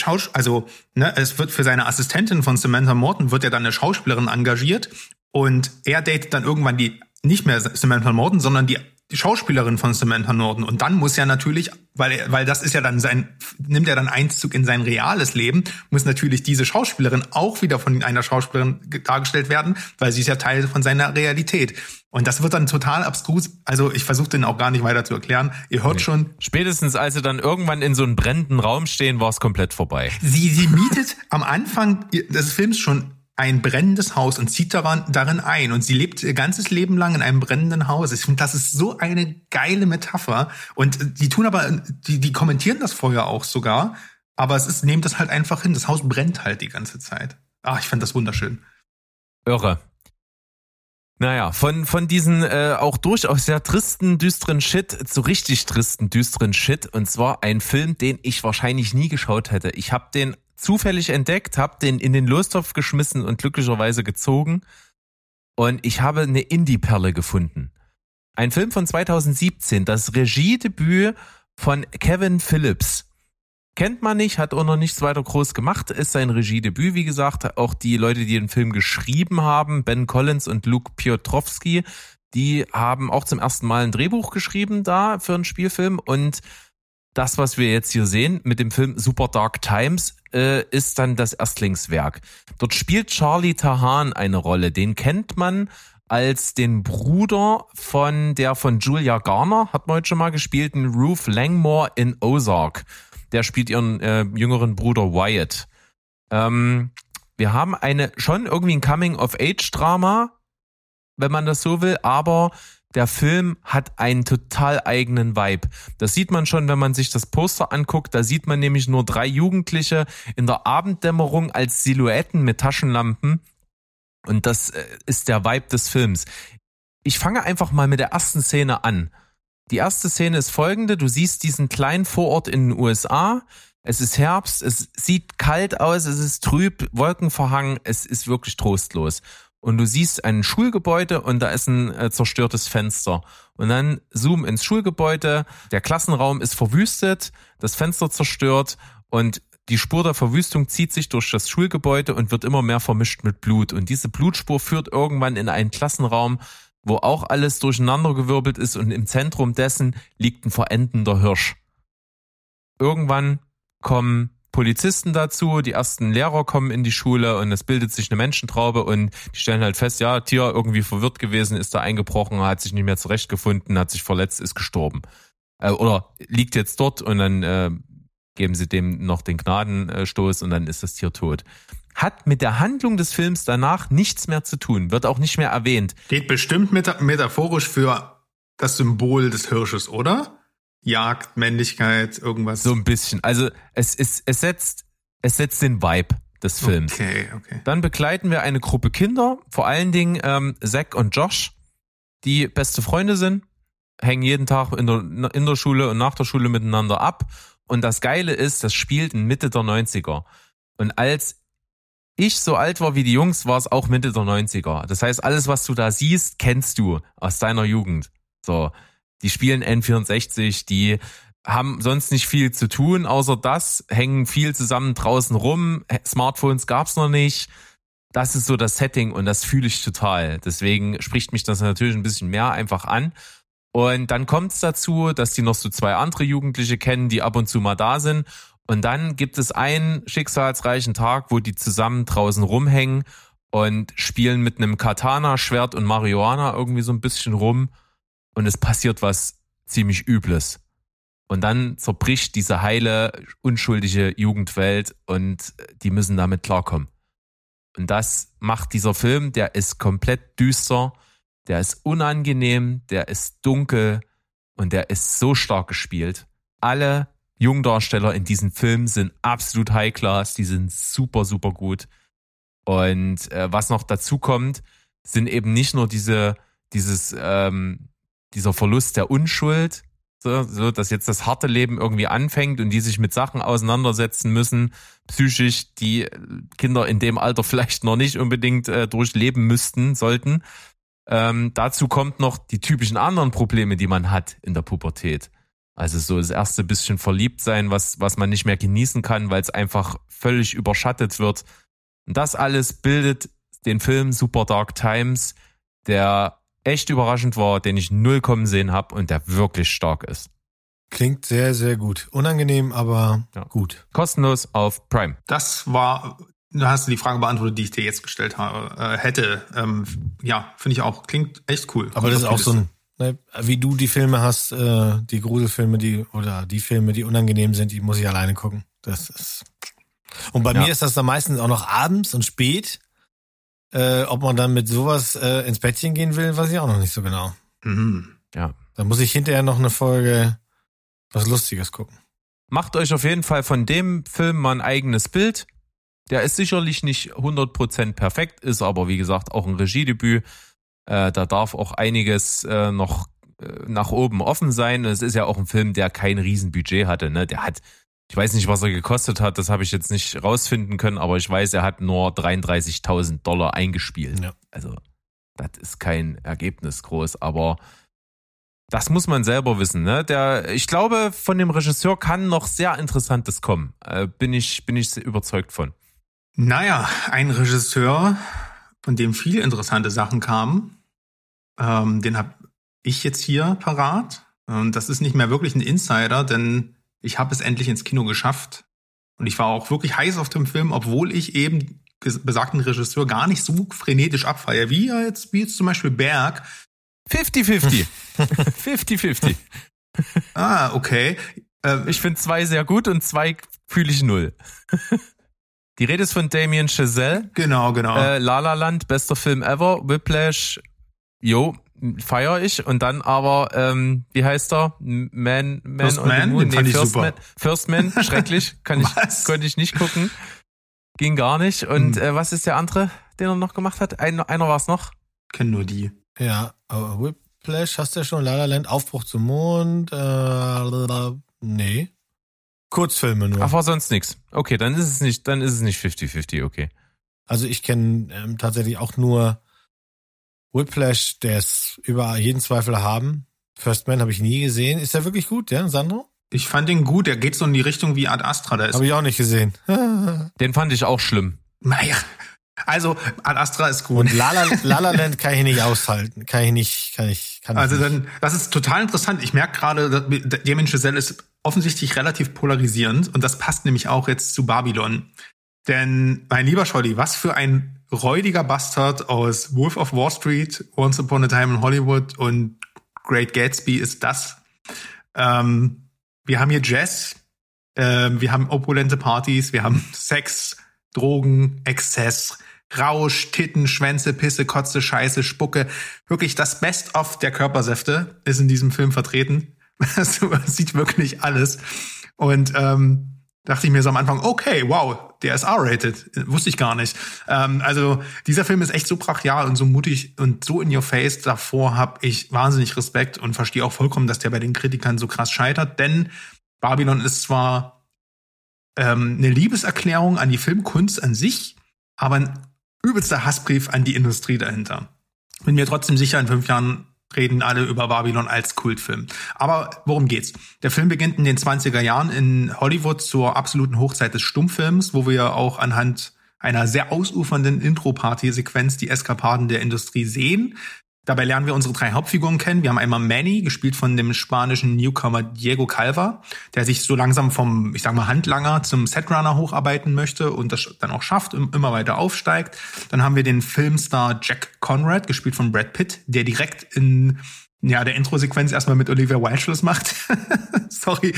es wird für seine Assistentin von Samantha Morton wird ja dann eine Schauspielerin engagiert und er datet dann irgendwann nicht mehr Samantha Morton, sondern die Schauspielerin von Samantha Morton. Und dann muss ja natürlich, weil das ist ja dann nimmt er dann Einzug in sein reales Leben, muss natürlich diese Schauspielerin auch wieder von einer Schauspielerin dargestellt werden, weil sie ist ja Teil von seiner Realität. Und das wird dann total abstrus. Also ich versuche den auch gar nicht weiter zu erklären. Ihr hört schon. Spätestens als sie dann irgendwann in so einem brennenden Raum stehen, war es komplett vorbei. Sie mietet am Anfang des Films schon ein brennendes Haus und zieht darin ein. Und sie lebt ihr ganzes Leben lang in einem brennenden Haus. Ich finde, das ist so eine geile Metapher. Und die die kommentieren das vorher auch sogar. Aber nehmen das halt einfach hin. Das Haus brennt halt die ganze Zeit. Ich fand das wunderschön. Irre. Naja, von diesen auch durchaus sehr tristen, düsteren Shit zu richtig tristen, düsteren Shit. Und zwar ein Film, den ich wahrscheinlich nie geschaut hätte. Ich habe den zufällig entdeckt, habe den in den Lostopf geschmissen und glücklicherweise gezogen. Und ich habe eine Indie-Perle gefunden. Ein Film von 2017, das Regiedebüt von Kevin Phillips. Kennt man nicht, hat auch noch nichts weiter groß gemacht, ist sein Regiedebüt, wie gesagt. Auch die Leute, die den Film geschrieben haben, Ben Collins und Luke Piotrowski, die haben auch zum ersten Mal ein Drehbuch geschrieben da für einen Spielfilm. Und das, was wir jetzt hier sehen mit dem Film Super Dark Times, ist dann das Erstlingswerk. Dort spielt Charlie Tahan eine Rolle. Den kennt man als den Bruder von Julia Garner, hat man heute schon mal gespielt, Ruth Langmore in Ozark. Der spielt ihren jüngeren Bruder Wyatt. Wir haben schon irgendwie ein Coming-of-Age-Drama, wenn man das so will, aber der Film hat einen total eigenen Vibe. Das sieht man schon, wenn man sich das Poster anguckt. Da sieht man nämlich nur 3 Jugendliche in der Abenddämmerung als Silhouetten mit Taschenlampen. Und das ist der Vibe des Films. Ich fange einfach mal mit der ersten Szene an. Die erste Szene ist folgende. Du siehst diesen kleinen Vorort in den USA. Es ist Herbst, es sieht kalt aus, es ist trüb, wolkenverhangen, es ist wirklich trostlos. Und du siehst ein Schulgebäude und da ist ein zerstörtes Fenster. Und dann zoom ins Schulgebäude, der Klassenraum ist verwüstet, das Fenster zerstört und die Spur der Verwüstung zieht sich durch das Schulgebäude und wird immer mehr vermischt mit Blut. Und diese Blutspur führt irgendwann in einen Klassenraum, wo auch alles durcheinandergewirbelt ist und im Zentrum dessen liegt ein verendender Hirsch. Irgendwann kommen Polizisten dazu, die ersten Lehrer kommen in die Schule und es bildet sich eine Menschentraube und die stellen halt fest, ja, Tier irgendwie verwirrt gewesen, ist da eingebrochen, hat sich nicht mehr zurechtgefunden, hat sich verletzt, ist gestorben. Oder liegt jetzt dort und dann geben sie dem noch den Gnadenstoß und dann ist das Tier tot. Hat mit der Handlung des Films danach nichts mehr zu tun, wird auch nicht mehr erwähnt. Steht bestimmt metaphorisch für das Symbol des Hirsches, oder? Jagd, Männlichkeit, irgendwas. So ein bisschen. Also es setzt den Vibe des Films. Okay. Dann begleiten wir eine Gruppe Kinder, vor allen Dingen Zach und Josh, die beste Freunde sind, hängen jeden Tag in der Schule und nach der Schule miteinander ab. Und das Geile ist, das spielt in Mitte der 90er. Und als ich so alt war wie die Jungs, war es auch Mitte der 90er. Das heißt, alles, was du da siehst, kennst du aus deiner Jugend. So. Die spielen N64, die haben sonst nicht viel zu tun, außer das, hängen viel zusammen draußen rum, Smartphones gab's noch nicht. Das ist so das Setting und das fühle ich total. Deswegen spricht mich das natürlich ein bisschen mehr einfach an. Und dann kommt es dazu, dass die noch so 2 andere Jugendliche kennen, die ab und zu mal da sind. Und dann gibt es einen schicksalsreichen Tag, wo die zusammen draußen rumhängen und spielen mit einem Katana-Schwert und Marihuana irgendwie so ein bisschen rum. Und es passiert was ziemlich Übles. Und dann zerbricht diese heile, unschuldige Jugendwelt und die müssen damit klarkommen. Und das macht dieser Film, der ist komplett düster, der ist unangenehm, der ist dunkel und der ist so stark gespielt. Alle Jungdarsteller in diesem Film sind absolut high class, die sind super, super gut. Und was noch dazu kommt, sind eben nicht nur dieser Verlust der Unschuld, so dass jetzt das harte Leben irgendwie anfängt und die sich mit Sachen auseinandersetzen müssen, psychisch, die Kinder in dem Alter vielleicht noch nicht unbedingt durchleben sollten. Dazu kommt noch die typischen anderen Probleme, die man hat in der Pubertät. Also so das erste bisschen verliebt sein, was man nicht mehr genießen kann, weil es einfach völlig überschattet wird. Und das alles bildet den Film Super Dark Times, der echt überraschend war, den ich null kommen sehen habe und der wirklich stark ist. Klingt sehr, sehr gut. Unangenehm, aber gut. Kostenlos auf Prime. Da hast du die Frage beantwortet, die ich dir jetzt gestellt hätte. Ja, finde ich auch. Klingt echt cool. Aber das ist auch so ein, ne, wie du die Filme hast, die Gruselfilme, die Filme, die unangenehm sind, die muss ich alleine gucken. Das ist. Und bei mir ist das dann meistens auch noch abends und spät. Ob man dann mit sowas ins Bettchen gehen will, weiß ich auch noch nicht so genau. Mhm. Ja. Dann muss ich hinterher noch eine Folge was Lustiges gucken. Macht euch auf jeden Fall von dem Film mal ein eigenes Bild. Der ist sicherlich nicht 100% perfekt, ist aber wie gesagt auch ein Regiedebüt. Da darf auch einiges noch nach oben offen sein. Es ist ja auch ein Film, der kein Riesenbudget hatte. Ne? Der hat, ich weiß nicht, was er gekostet hat, das habe ich jetzt nicht rausfinden können, aber ich weiß, er hat nur $33.000 eingespielt. Ja. Also das ist kein Ergebnis groß, aber das muss man selber wissen. Ne? Ich glaube, von dem Regisseur kann noch sehr Interessantes kommen. Bin ich überzeugt von. Naja, ein Regisseur, von dem viele interessante Sachen kamen, den habe ich jetzt hier parat. Und das ist nicht mehr wirklich ein Insider, denn ich habe es endlich ins Kino geschafft. Und ich war auch wirklich heiß auf dem Film, obwohl ich eben besagten Regisseur gar nicht so frenetisch abfeiere, wie jetzt zum Beispiel Berg. 50-50. 50-50. Ah, okay. Ich finde 2 sehr gut und 2 fühle ich 0. Die Rede ist von Damien Chazelle. Genau. La La Land, bester Film ever. Whiplash, feiere ich. Und dann aber, wie heißt er? Man First on Man? the Moon. Den fand ich super. First Man, schrecklich. Konnte ich nicht gucken. Ging gar nicht. Und was ist der andere, den er noch gemacht hat? Einer war es noch? Kenn nur die. Ja, aber Whiplash hast du ja schon, La La Land, Aufbruch zum Mond, nee. Kurzfilme nur. Ach, war sonst nix. Okay, dann ist es nicht 50-50, okay. Also ich kenne tatsächlich auch nur Whiplash, der ist über jeden Zweifel haben. First Man habe ich nie gesehen. Ist der wirklich gut, ja, Sandro? Ich fand den gut, der geht so in die Richtung wie Ad Astra. Habe ich auch nicht gesehen. Den fand ich auch schlimm. Naja, also Ad Astra ist gut. Und La La Land kann ich nicht aushalten. Kann ich nicht. Dann, das ist total interessant. Ich merke gerade, Damien Chazelle ist offensichtlich relativ polarisierend und das passt nämlich auch jetzt zu Babylon. Denn, mein lieber Scholli, was für ein räudiger Bastard aus Wolf of Wall Street, Once Upon a Time in Hollywood und Great Gatsby ist das. Wir haben hier Jazz, wir haben opulente Partys, wir haben Sex, Drogen, Exzess, Rausch, Titten, Schwänze, Pisse, Kotze, Scheiße, Spucke. Wirklich das Best-of der Körpersäfte ist in diesem Film vertreten. Man sieht wirklich alles. Und dachte ich mir so am Anfang, okay, wow, der ist R-rated. Wusste ich gar nicht. Also dieser Film ist echt so brachial und so mutig und so in your face. Davor habe ich wahnsinnig Respekt und verstehe auch vollkommen, dass der bei den Kritikern so krass scheitert. Denn Babylon ist zwar eine Liebeserklärung an die Filmkunst an sich, aber ein übelster Hassbrief an die Industrie dahinter. Bin mir trotzdem sicher, in 5 Jahren reden alle über Babylon als Kultfilm. Aber worum geht's? Der Film beginnt in den 20er Jahren in Hollywood zur absoluten Hochzeit des Stummfilms, wo wir auch anhand einer sehr ausufernden Intro-Party-Sequenz die Eskapaden der Industrie sehen. Dabei lernen wir unsere 3 Hauptfiguren kennen. Wir haben einmal Manny, gespielt von dem spanischen Newcomer Diego Calva, der sich so langsam vom, ich sag mal, Handlanger zum Setrunner hocharbeiten möchte und das dann auch schafft, immer weiter aufsteigt. Dann haben wir den Filmstar Jack Conrad, gespielt von Brad Pitt, der direkt in der Intro-Sequenz erstmal mit Olivia Wilde Schluss macht. Sorry.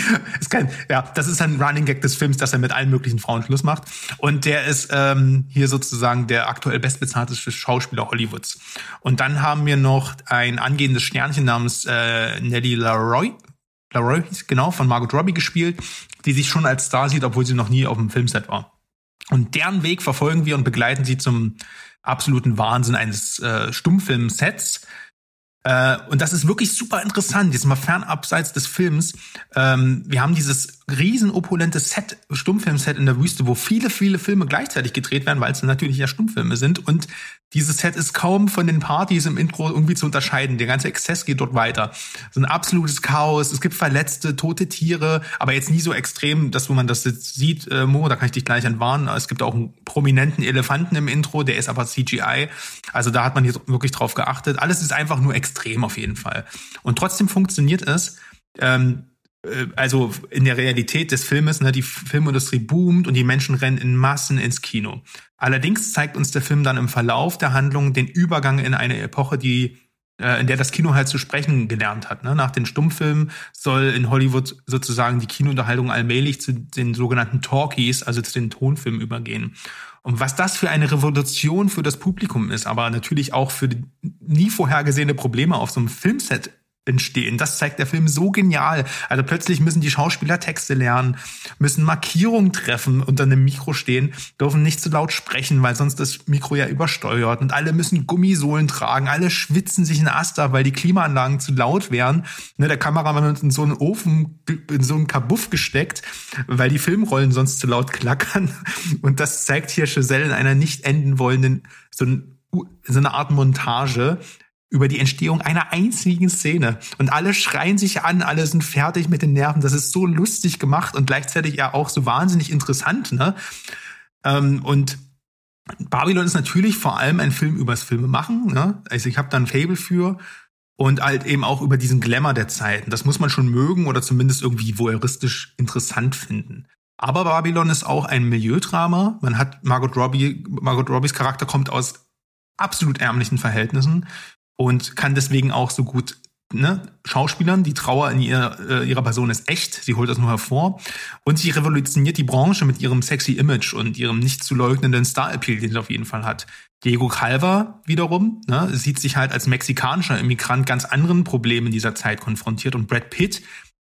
Das ist ein Running Gag des Films, dass er mit allen möglichen Frauen Schluss macht. Und der ist hier sozusagen der aktuell bestbezahlteste Schauspieler Hollywoods. Und dann haben wir noch ein angehendes Sternchen namens Nellie Laroy, genau, von Margot Robbie gespielt, die sich schon als Star sieht, obwohl sie noch nie auf dem Filmset war. Und deren Weg verfolgen wir und begleiten sie zum absoluten Wahnsinn eines Stummfilm-Sets. Und das ist wirklich super interessant, jetzt mal fernabseits des Films. Wir haben dieses riesen opulente Stummfilmset in der Wüste, wo viele, viele Filme gleichzeitig gedreht werden, weil es natürlich ja Stummfilme sind. Und dieses Set ist kaum von den Partys im Intro irgendwie zu unterscheiden. Der ganze Exzess geht dort weiter. So ein absolutes Chaos. Es gibt Verletzte, tote Tiere, aber jetzt nie so extrem, dass man das jetzt sieht, Mo, da kann ich dich gleich entwarnen. Es gibt auch einen prominenten Elefanten im Intro, der ist aber CGI. Also da hat man jetzt wirklich drauf geachtet. Alles ist einfach nur extrem auf jeden Fall. Und trotzdem funktioniert es. Also in der Realität des Filmes, ne, die Filmindustrie boomt und die Menschen rennen in Massen ins Kino. Allerdings zeigt uns der Film dann im Verlauf der Handlung den Übergang in eine Epoche, in der das Kino halt zu sprechen gelernt hat. Ne? Nach den Stummfilmen soll in Hollywood sozusagen die Kinounterhaltung allmählich zu den sogenannten Talkies, also zu den Tonfilmen übergehen. Und was das für eine Revolution für das Publikum ist, aber natürlich auch für die nie vorhergesehene Probleme auf so einem Filmset entstehen. Das zeigt der Film so genial. Also plötzlich müssen die Schauspieler Texte lernen, müssen Markierungen treffen, unter einem Mikro stehen, dürfen nicht zu laut sprechen, weil sonst das Mikro ja übersteuert. Und alle müssen Gummisohlen tragen, alle schwitzen sich in Ast ab, weil die Klimaanlagen zu laut wären. Ne, der Kameramann wird in so einen Ofen, in so einen Kabuff gesteckt, weil die Filmrollen sonst zu laut klackern. Und das zeigt hier Chazelle in einer nicht enden wollenden, so eine Art Montage über die Entstehung einer einzigen Szene. Und alle schreien sich an, alle sind fertig mit den Nerven. Das ist so lustig gemacht und gleichzeitig ja auch so wahnsinnig interessant, ne? Und Babylon ist natürlich vor allem ein Film übers Filmemachen, ne? Also ich habe da ein Faible für. Und halt eben auch über diesen Glamour der Zeiten. Das muss man schon mögen oder zumindest irgendwie voyeuristisch interessant finden. Aber Babylon ist auch ein Milieudrama. Man hat Margot Robbies Charakter kommt aus absolut ärmlichen Verhältnissen und kann deswegen auch so gut, ne, Schauspielern. Die Trauer in ihrer Person ist echt, sie holt das nur hervor. Und sie revolutioniert die Branche mit ihrem sexy Image und ihrem nicht zu leugnenden Star-Appeal, den sie auf jeden Fall hat. Diego Calva wiederum, ne, sieht sich halt als mexikanischer Immigrant ganz anderen Problemen dieser Zeit konfrontiert. Und Brad Pitt,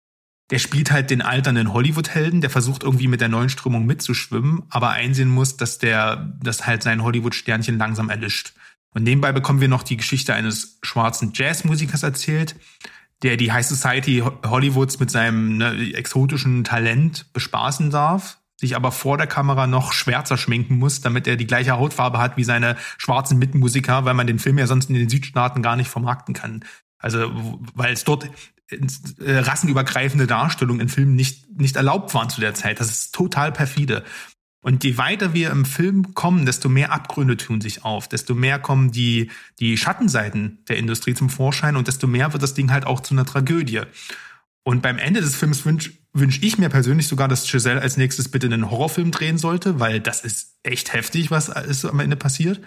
der spielt halt den alternden Hollywood-Helden, der versucht irgendwie mit der neuen Strömung mitzuschwimmen, aber einsehen muss, dass halt sein Hollywood-Sternchen langsam erlischt. Und nebenbei bekommen wir noch die Geschichte eines schwarzen Jazzmusikers erzählt, der die High Society Hollywoods mit seinem exotischen Talent bespaßen darf, sich aber vor der Kamera noch schwärzer schminken muss, damit er die gleiche Hautfarbe hat wie seine schwarzen Mitmusiker, weil man den Film ja sonst in den Südstaaten gar nicht vermarkten kann. Also, weil es dort rassenübergreifende Darstellungen in Filmen nicht erlaubt waren zu der Zeit. Das ist total perfide. Und je weiter wir im Film kommen, desto mehr Abgründe tun sich auf, desto mehr kommen die Schattenseiten der Industrie zum Vorschein und desto mehr wird das Ding halt auch zu einer Tragödie. Und beim Ende des Films wünsch ich mir persönlich sogar, dass Chazelle als nächstes bitte einen Horrorfilm drehen sollte, weil das ist echt heftig, was ist am Ende passiert.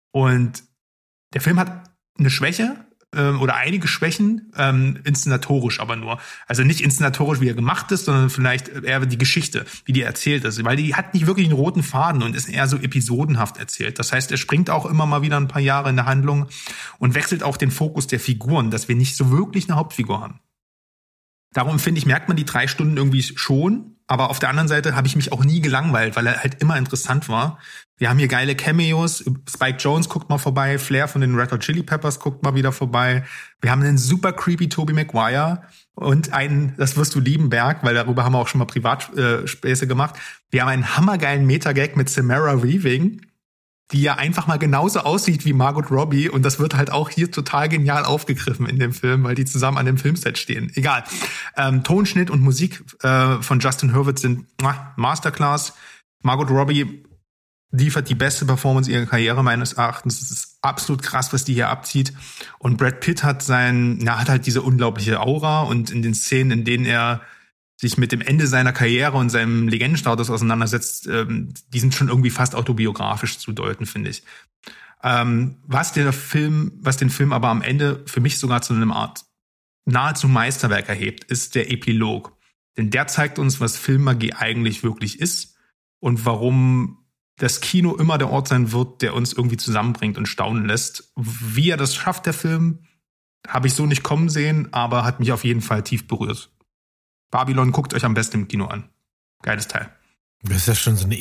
Und der Film hat eine Schwäche, oder einige Schwächen, inszenatorisch aber nur. Also nicht inszenatorisch, wie er gemacht ist, sondern vielleicht eher die Geschichte, wie die erzählt ist. Weil die hat nicht wirklich einen roten Faden und ist eher so episodenhaft erzählt. Das heißt, er springt auch immer mal wieder ein paar Jahre in der Handlung und wechselt auch den Fokus der Figuren, dass wir nicht so wirklich eine Hauptfigur haben. Darum finde ich, merkt man die 3 Stunden irgendwie schon. Aber auf der anderen Seite habe ich mich auch nie gelangweilt, weil er halt immer interessant war. Wir haben hier geile Cameos. Spike Jonze guckt mal vorbei. Flair von den Red Hot Chili Peppers guckt mal wieder vorbei. Wir haben einen super creepy Tobey Maguire und einen, das wirst du lieben, Berg, weil darüber haben wir auch schon mal Privatspäße gemacht. Wir haben einen hammergeilen Meta-Gag mit Samara Weaving, die ja einfach mal genauso aussieht wie Margot Robbie. Und das wird halt auch hier total genial aufgegriffen in dem Film, weil die zusammen an dem Filmset stehen. Egal. Tonschnitt und Musik von Justin Hurwitz sind Masterclass. Margot Robbie liefert die beste Performance ihrer Karriere meines Erachtens. Es ist absolut krass, was die hier abzieht. Und Brad Pitt hat halt diese unglaubliche Aura. Und in den Szenen, in denen er sich mit dem Ende seiner Karriere und seinem Legendenstatus auseinandersetzt, die sind schon irgendwie fast autobiografisch zu deuten, finde ich. Was den Film aber am Ende für mich sogar zu einem Art nahezu Meisterwerk erhebt, ist der Epilog. Denn der zeigt uns, was Filmmagie eigentlich wirklich ist und warum das Kino immer der Ort sein wird, der uns irgendwie zusammenbringt und staunen lässt. Wie er das schafft, der Film, habe ich so nicht kommen sehen, aber hat mich auf jeden Fall tief berührt. Babylon, guckt euch am besten im Kino an. Geiles Teil. Das ist ja schon so eine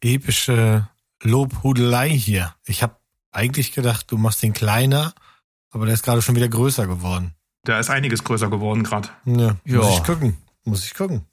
epische Lobhudelei hier. Ich habe eigentlich gedacht, du machst den kleiner, aber der ist gerade schon wieder größer geworden. Da ist einiges größer geworden gerade. Ja, Ja. muss ich gucken.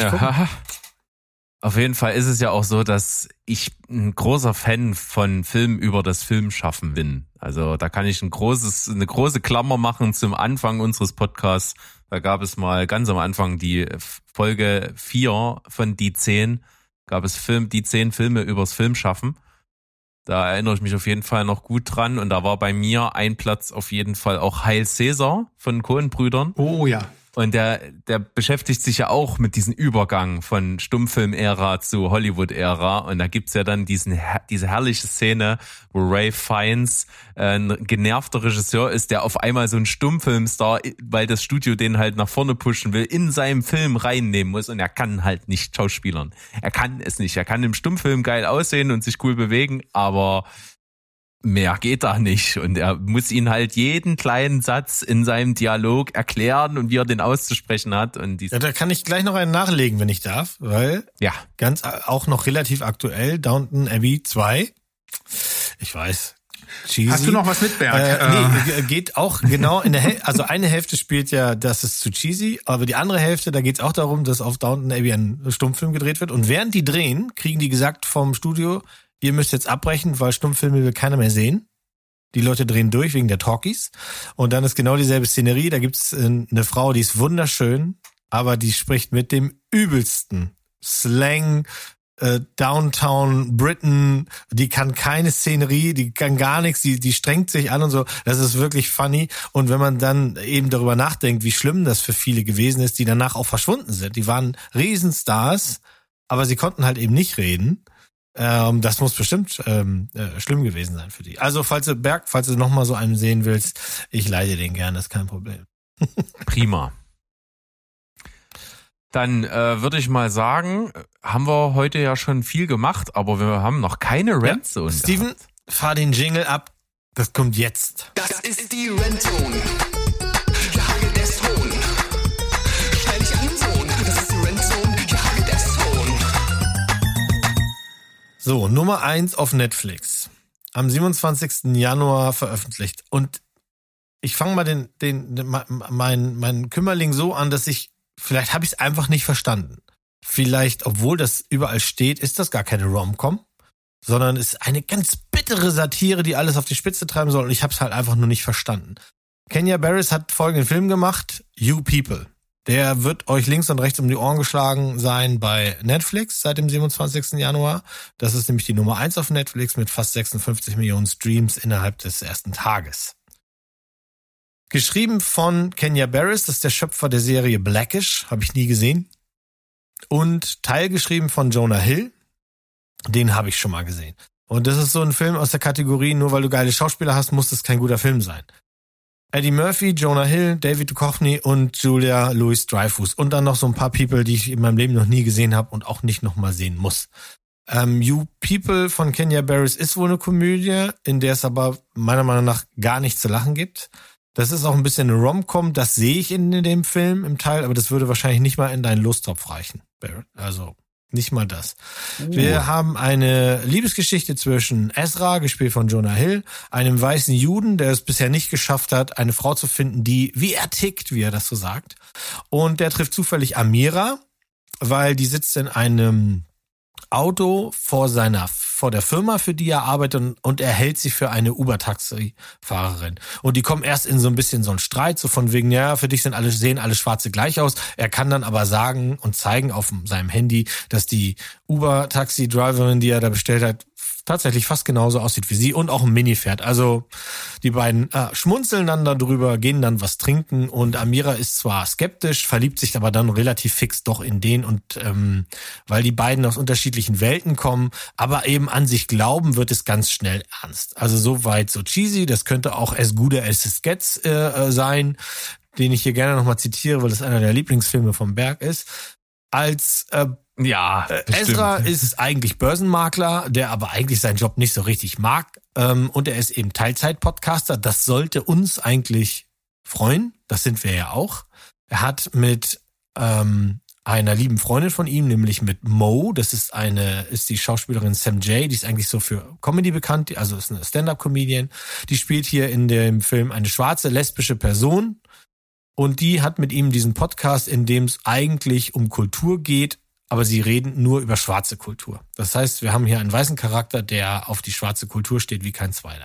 Auf jeden Fall ist es ja auch so, dass ich ein großer Fan von Filmen über das Filmschaffen bin. Also da kann ich eine große Klammer machen zum Anfang unseres Podcasts. Da gab es mal ganz am Anfang die Folge 4 von Die 10. Gab es die 10 Filme übers Filmschaffen. Da erinnere ich mich auf jeden Fall noch gut dran. Und da war bei mir ein Platz auf jeden Fall auch Heil Caesar von Coen-Brüdern. Oh ja. Und der beschäftigt sich ja auch mit diesem Übergang von Stummfilm-Ära zu Hollywood-Ära. Und da gibt's ja dann diese herrliche Szene, wo Ralph Fiennes ein genervter Regisseur ist, der auf einmal so einen Stummfilmstar, weil das Studio den halt nach vorne pushen will, in seinem Film reinnehmen muss. Und er kann halt nicht schauspielern. Er kann es nicht. Er kann im Stummfilm geil aussehen und sich cool bewegen, aber mehr geht da nicht. Und er muss ihn halt jeden kleinen Satz in seinem Dialog erklären und wie er den auszusprechen hat. Und Ja, da kann ich gleich noch einen nachlegen, wenn ich darf, weil ja, ganz auch noch relativ aktuell, Downton Abbey 2. Ich weiß. Cheesy. Hast du noch was mit, Berg? Nee, geht auch genau in der also eine Hälfte spielt ja, das ist zu cheesy, aber die andere Hälfte, da geht's auch darum, dass auf Downton Abbey ein Stummfilm gedreht wird. Und während die drehen, kriegen die gesagt vom Studio, ihr müsst jetzt abbrechen, weil Stummfilme will keiner mehr sehen. Die Leute drehen durch wegen der Talkies. Und dann ist genau dieselbe Szenerie. Da gibt's eine Frau, die ist wunderschön, aber die spricht mit dem übelsten Slang, Downtown Britain. Die kann keine Szenerie, die kann gar nichts, die strengt sich an und so. Das ist wirklich funny. Und wenn man dann eben darüber nachdenkt, wie schlimm das für viele gewesen ist, die danach auch verschwunden sind. Die waren Riesenstars, aber sie konnten halt eben nicht reden. Das muss bestimmt schlimm gewesen sein für die. Also falls du noch mal so einen sehen willst, ich leite den gerne, ist kein Problem. prima. Dann würde ich mal sagen, haben wir heute ja schon viel gemacht, aber wir haben noch keine Rentzone. Steven, fahr den Jingle ab. Das kommt jetzt. Das ist die Rentzone. Jage des Hohn. Stell dich an den Sohn. Das ist die Rentzone. Jage des Hohn. So, Nummer 1 auf Netflix. Am 27. Januar veröffentlicht. Und ich fange mal meinen Kümmerling so an, dass vielleicht habe ich es einfach nicht verstanden. Vielleicht, obwohl das überall steht, ist das gar keine Rom-Com, sondern ist eine ganz bittere Satire, die alles auf die Spitze treiben soll. Und ich habe es halt einfach nur nicht verstanden. Kenya Barris hat folgenden Film gemacht, You People. Der wird euch links und rechts um die Ohren geschlagen sein bei Netflix seit dem 27. Januar. Das ist nämlich die Nummer 1 auf Netflix mit fast 56 Millionen Streams innerhalb des ersten Tages. Geschrieben von Kenya Barris, das ist der Schöpfer der Serie Blackish, habe ich nie gesehen. Und teilgeschrieben von Jonah Hill, den habe ich schon mal gesehen. Und das ist so ein Film aus der Kategorie, nur weil du geile Schauspieler hast, muss das kein guter Film sein. Eddie Murphy, Jonah Hill, David Duchovny und Julia Louis-Dreyfus. Und dann noch so ein paar People, die ich in meinem Leben noch nie gesehen habe und auch nicht nochmal sehen muss. You People von Kenya Barris ist wohl eine Komödie, in der es aber meiner Meinung nach gar nicht zu lachen gibt. Das ist auch ein bisschen eine Rom-Com, das sehe ich in dem Film im Teil, aber das würde wahrscheinlich nicht mal in deinen Lostopf reichen, Barrett. Also nicht mal das. Wir haben eine Liebesgeschichte zwischen Ezra, gespielt von Jonah Hill, einem weißen Juden, der es bisher nicht geschafft hat, eine Frau zu finden, die wie er tickt, wie er das so sagt. Und der trifft zufällig Amira, weil die sitzt in einem Auto vor der Firma, für die er arbeitet, und er hält sie für eine Uber-Taxi-Fahrerin. Und die kommen erst in so ein bisschen so einen Streit, so von wegen, ja, für dich sehen alle Schwarze gleich aus. Er kann dann aber sagen und zeigen auf seinem Handy, dass die Uber-Taxi-Driverin, die er da bestellt hat, tatsächlich fast genauso aussieht wie sie und auch ein Mini fährt. Also die beiden schmunzeln dann darüber, gehen dann was trinken und Amira ist zwar skeptisch, verliebt sich aber dann relativ fix doch in den und weil die beiden aus unterschiedlichen Welten kommen, aber eben an sich glauben, wird es ganz schnell ernst. Also so weit so cheesy, das könnte auch As Good as It Gets sein, den ich hier gerne nochmal zitiere, weil das einer der Lieblingsfilme vom Berg ist. Als Ezra ist eigentlich Börsenmakler, der aber eigentlich seinen Job nicht so richtig mag. Und er ist eben Teilzeit-Podcaster. Das sollte uns eigentlich freuen. Das sind wir ja auch. Er hat mit einer lieben Freundin von ihm, nämlich mit Mo. Das ist die Schauspielerin Sam Jay, die ist eigentlich so für Comedy bekannt, also ist eine Stand-up-Comedian. Die spielt hier in dem Film eine schwarze lesbische Person und die hat mit ihm diesen Podcast, in dem es eigentlich um Kultur geht, aber sie reden nur über schwarze Kultur. Das heißt, wir haben hier einen weißen Charakter, der auf die schwarze Kultur steht wie kein zweiter.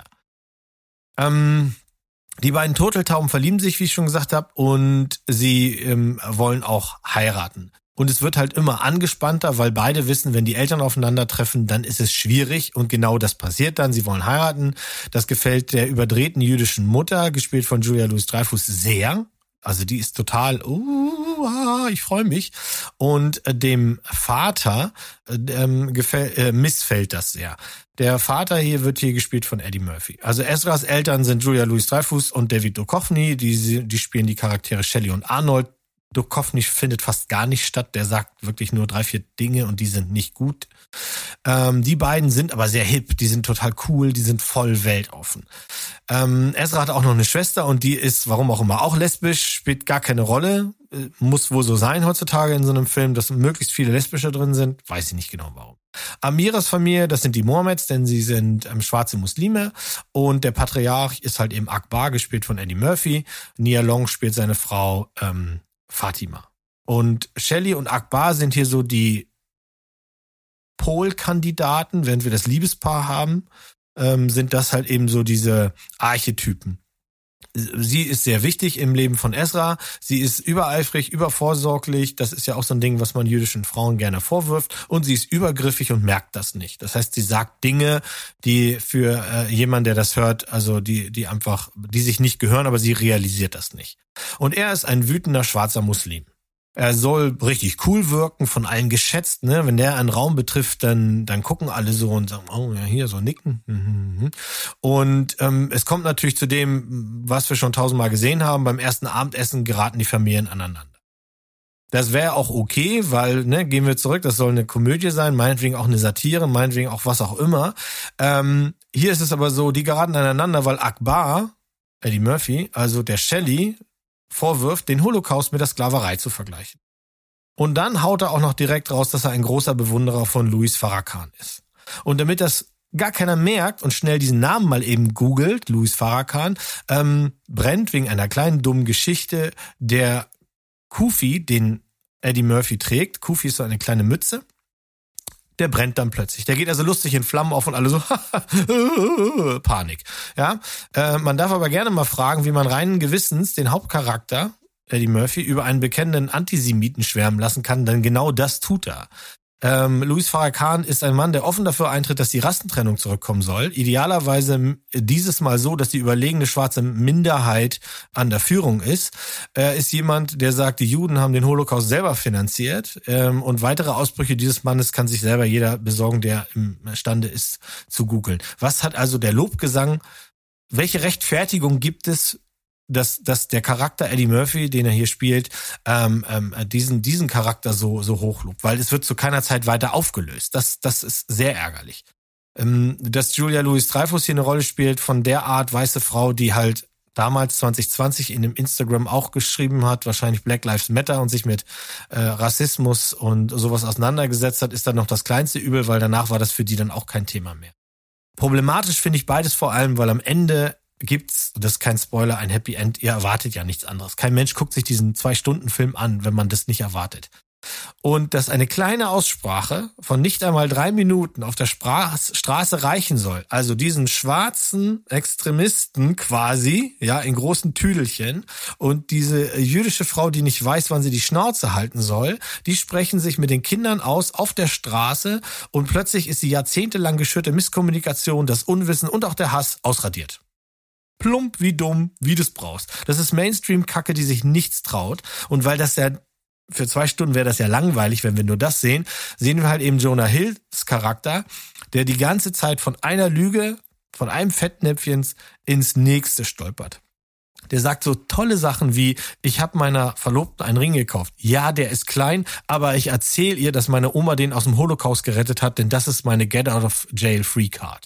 Die beiden Turteltauben verlieben sich, wie ich schon gesagt habe, und sie wollen auch heiraten. Und es wird halt immer angespannter, weil beide wissen, wenn die Eltern aufeinandertreffen, dann ist es schwierig. Und genau das passiert dann. Sie wollen heiraten. Das gefällt der überdrehten jüdischen Mutter, gespielt von Julia Louis-Dreyfus, sehr. Also die ist total, ich freue mich. Und dem Vater missfällt das sehr. Der Vater wird hier gespielt von Eddie Murphy. Also Ezras Eltern sind Julia Louis-Dreyfus und David Duchovny. Die spielen die Charaktere Shelley und Arnold. Duchovny findet fast gar nicht statt. Der sagt wirklich nur 3-4 Dinge und die sind nicht gut. Die beiden sind aber sehr hip. Die sind total cool. Die sind voll weltoffen. Ezra hat auch noch eine Schwester und die ist, warum auch immer, auch lesbisch. Spielt gar keine Rolle. Muss wohl so sein heutzutage in so einem Film, dass möglichst viele Lesbische drin sind. Weiß ich nicht genau warum. Amiras Familie, das sind die Mohammeds, denn sie sind schwarze Muslime. Und der Patriarch ist halt eben Akbar, gespielt von Eddie Murphy. Nia Long spielt seine Frau Fatima. Und Shelley und Akbar sind hier so die Polkandidaten, während wir das Liebespaar haben, sind das halt eben so diese Archetypen. Sie ist sehr wichtig im Leben von Ezra. Sie ist übereifrig, übervorsorglich. Das ist ja auch so ein Ding, was man jüdischen Frauen gerne vorwirft. Und sie ist übergriffig und merkt das nicht. Das heißt, sie sagt Dinge, die für jemanden, der das hört, also die sich nicht gehören, aber sie realisiert das nicht. Und er ist ein wütender schwarzer Muslim. Er soll richtig cool wirken, von allen geschätzt, ne? Wenn der einen Raum betrifft, dann gucken alle so und sagen, oh ja, hier so nicken. Und es kommt natürlich zu dem, was wir schon 1000-mal gesehen haben, beim ersten Abendessen geraten die Familien aneinander. Das wäre auch okay, weil, ne, gehen wir zurück, das soll eine Komödie sein, meinetwegen auch eine Satire, meinetwegen auch was auch immer. Hier ist es aber so, die geraten aneinander, weil Akbar, Eddie Murphy, also der Shelley, vorwirft, den Holocaust mit der Sklaverei zu vergleichen. Und dann haut er auch noch direkt raus, dass er ein großer Bewunderer von Louis Farrakhan ist. Und damit das gar keiner merkt und schnell diesen Namen mal eben googelt, Louis Farrakhan, brennt wegen einer kleinen dummen Geschichte der Kufi, den Eddie Murphy trägt. Kufi ist so eine kleine Mütze. Der brennt dann plötzlich. Der geht also lustig in Flammen auf und alle so Panik. Ja, man darf aber gerne mal fragen, wie man reinen Gewissens den Hauptcharakter Eddie Murphy über einen bekennenden Antisemiten schwärmen lassen kann, denn genau das tut er. Louis Farrakhan ist ein Mann, der offen dafür eintritt, dass die Rassentrennung zurückkommen soll. Idealerweise dieses Mal so, dass die überlegene schwarze Minderheit an der Führung ist. Er ist jemand, der sagt, die Juden haben den Holocaust selber finanziert. Und weitere Ausbrüche dieses Mannes kann sich selber jeder besorgen, der imstande ist zu googeln. Was hat also der Lobgesang? Welche Rechtfertigung gibt es, dass der Charakter Eddie Murphy, den er hier spielt, diesen Charakter so hochlobt, weil es wird zu keiner Zeit weiter aufgelöst. Das ist sehr ärgerlich. Dass Julia Louis-Dreyfus hier eine Rolle spielt von der Art weiße Frau, die halt damals 2020 in dem Instagram auch geschrieben hat, wahrscheinlich Black Lives Matter und sich mit Rassismus und sowas auseinandergesetzt hat, ist dann noch das kleinste Übel, weil danach war das für die dann auch kein Thema mehr. Problematisch finde ich beides vor allem, weil am Ende gibt's, das ist kein Spoiler, ein Happy End. Ihr erwartet ja nichts anderes. Kein Mensch guckt sich diesen 2-Stunden-Film an, wenn man das nicht erwartet. Und dass eine kleine Aussprache von nicht einmal 3 Minuten auf der Straße reichen soll, also diesen schwarzen Extremisten quasi, ja, in großen Tüdelchen, und diese jüdische Frau, die nicht weiß, wann sie die Schnauze halten soll, die sprechen sich mit den Kindern aus auf der Straße und plötzlich ist die jahrzehntelang geschürte Misskommunikation, das Unwissen und auch der Hass ausradiert. Plump wie dumm, wie du's brauchst. Das ist Mainstream-Kacke, die sich nichts traut. Und weil das ja, für 2 Stunden wäre das ja langweilig, wenn wir nur das sehen, sehen wir halt eben Jonah Hills Charakter, der die ganze Zeit von einer Lüge, von einem Fettnäpfchen ins nächste stolpert. Der sagt so tolle Sachen wie, ich habe meiner Verlobten einen Ring gekauft. Ja, der ist klein, aber ich erzähle ihr, dass meine Oma den aus dem Holocaust gerettet hat, denn das ist meine Get-Out-of-Jail-Free-Card.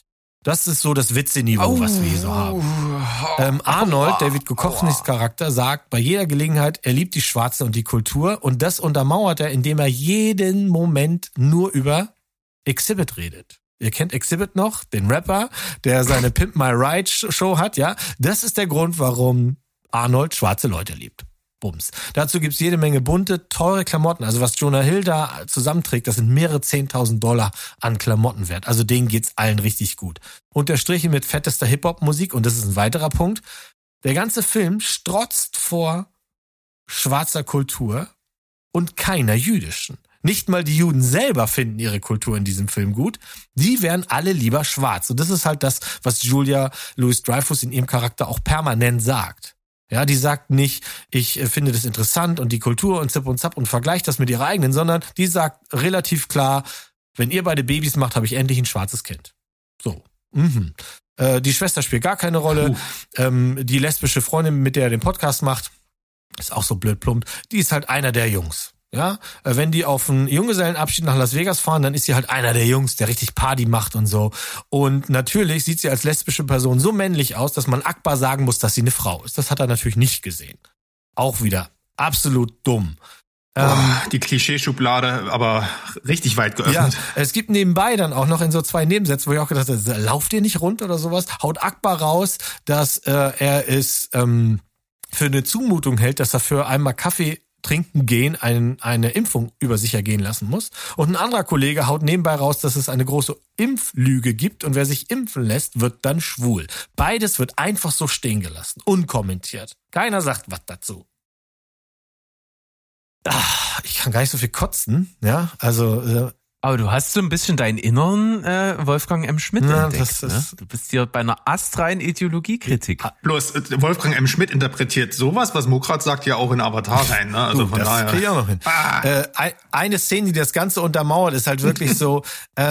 Das ist so das Witzeniveau, was wir hier so haben. Arnold, David Duchovnys Charakter, sagt bei jeder Gelegenheit, er liebt die Schwarze und die Kultur. Und das untermauert er, indem er jeden Moment nur über Exhibit redet. Ihr kennt Exhibit noch, den Rapper, der seine Pimp My Ride Show hat, ja. Das ist der Grund, warum Arnold schwarze Leute liebt. Bums. Dazu gibt's jede Menge bunte, teure Klamotten. Also was Jonah Hill da zusammenträgt, das sind mehrere 10.000 $ an Klamotten wert. Also denen geht's allen richtig gut. Unterstrichen mit fettester Hip-Hop-Musik. Und das ist ein weiterer Punkt. Der ganze Film strotzt vor schwarzer Kultur und keiner jüdischen. Nicht mal die Juden selber finden ihre Kultur in diesem Film gut. Die wären alle lieber schwarz. Und das ist halt das, was Julia Louis-Dreyfus in ihrem Charakter auch permanent sagt. Ja, die sagt nicht, ich finde das interessant und die Kultur und Zip und Zap und vergleicht das mit ihrer eigenen, sondern die sagt relativ klar, wenn ihr beide Babys macht, habe ich endlich ein schwarzes Kind. So. Die Schwester spielt gar keine Rolle. Die lesbische Freundin, mit der er den Podcast macht, ist auch so blöd plump, die ist halt einer der Jungs. Ja, wenn die auf einen Junggesellenabschied nach Las Vegas fahren, dann ist sie halt einer der Jungs, der richtig Party macht und so. Und natürlich sieht sie als lesbische Person so männlich aus, dass man Akbar sagen muss, dass sie eine Frau ist. Das hat er natürlich nicht gesehen. Auch wieder absolut dumm. Die Klischeeschublade, aber richtig weit geöffnet. Ja, es gibt nebenbei dann auch noch in so 2 Nebensätzen, wo ich auch gedacht habe, lauft ihr nicht rund oder sowas? Haut Akbar raus, dass er es für eine Zumutung hält, dass er für einmal Kaffee trinken gehen eine Impfung über sich ergehen lassen muss. Und ein anderer Kollege haut nebenbei raus, dass es eine große Impflüge gibt und wer sich impfen lässt, wird dann schwul. Beides wird einfach so stehen gelassen, unkommentiert. Keiner sagt was dazu. Ich kann gar nicht so viel kotzen, ja, also aber du hast so ein bisschen deinen inneren Wolfgang M. Schmidt entdeckt. Ne? Du bist hier bei einer astreinen Ideologiekritik. Bloß Wolfgang M. Schmidt interpretiert sowas, was Mokrat sagt, ja auch in Avatar rein. Ne? Also von das daher. krieg ich auch noch hin. Eine Szene, die das Ganze untermauert, ist halt wirklich so,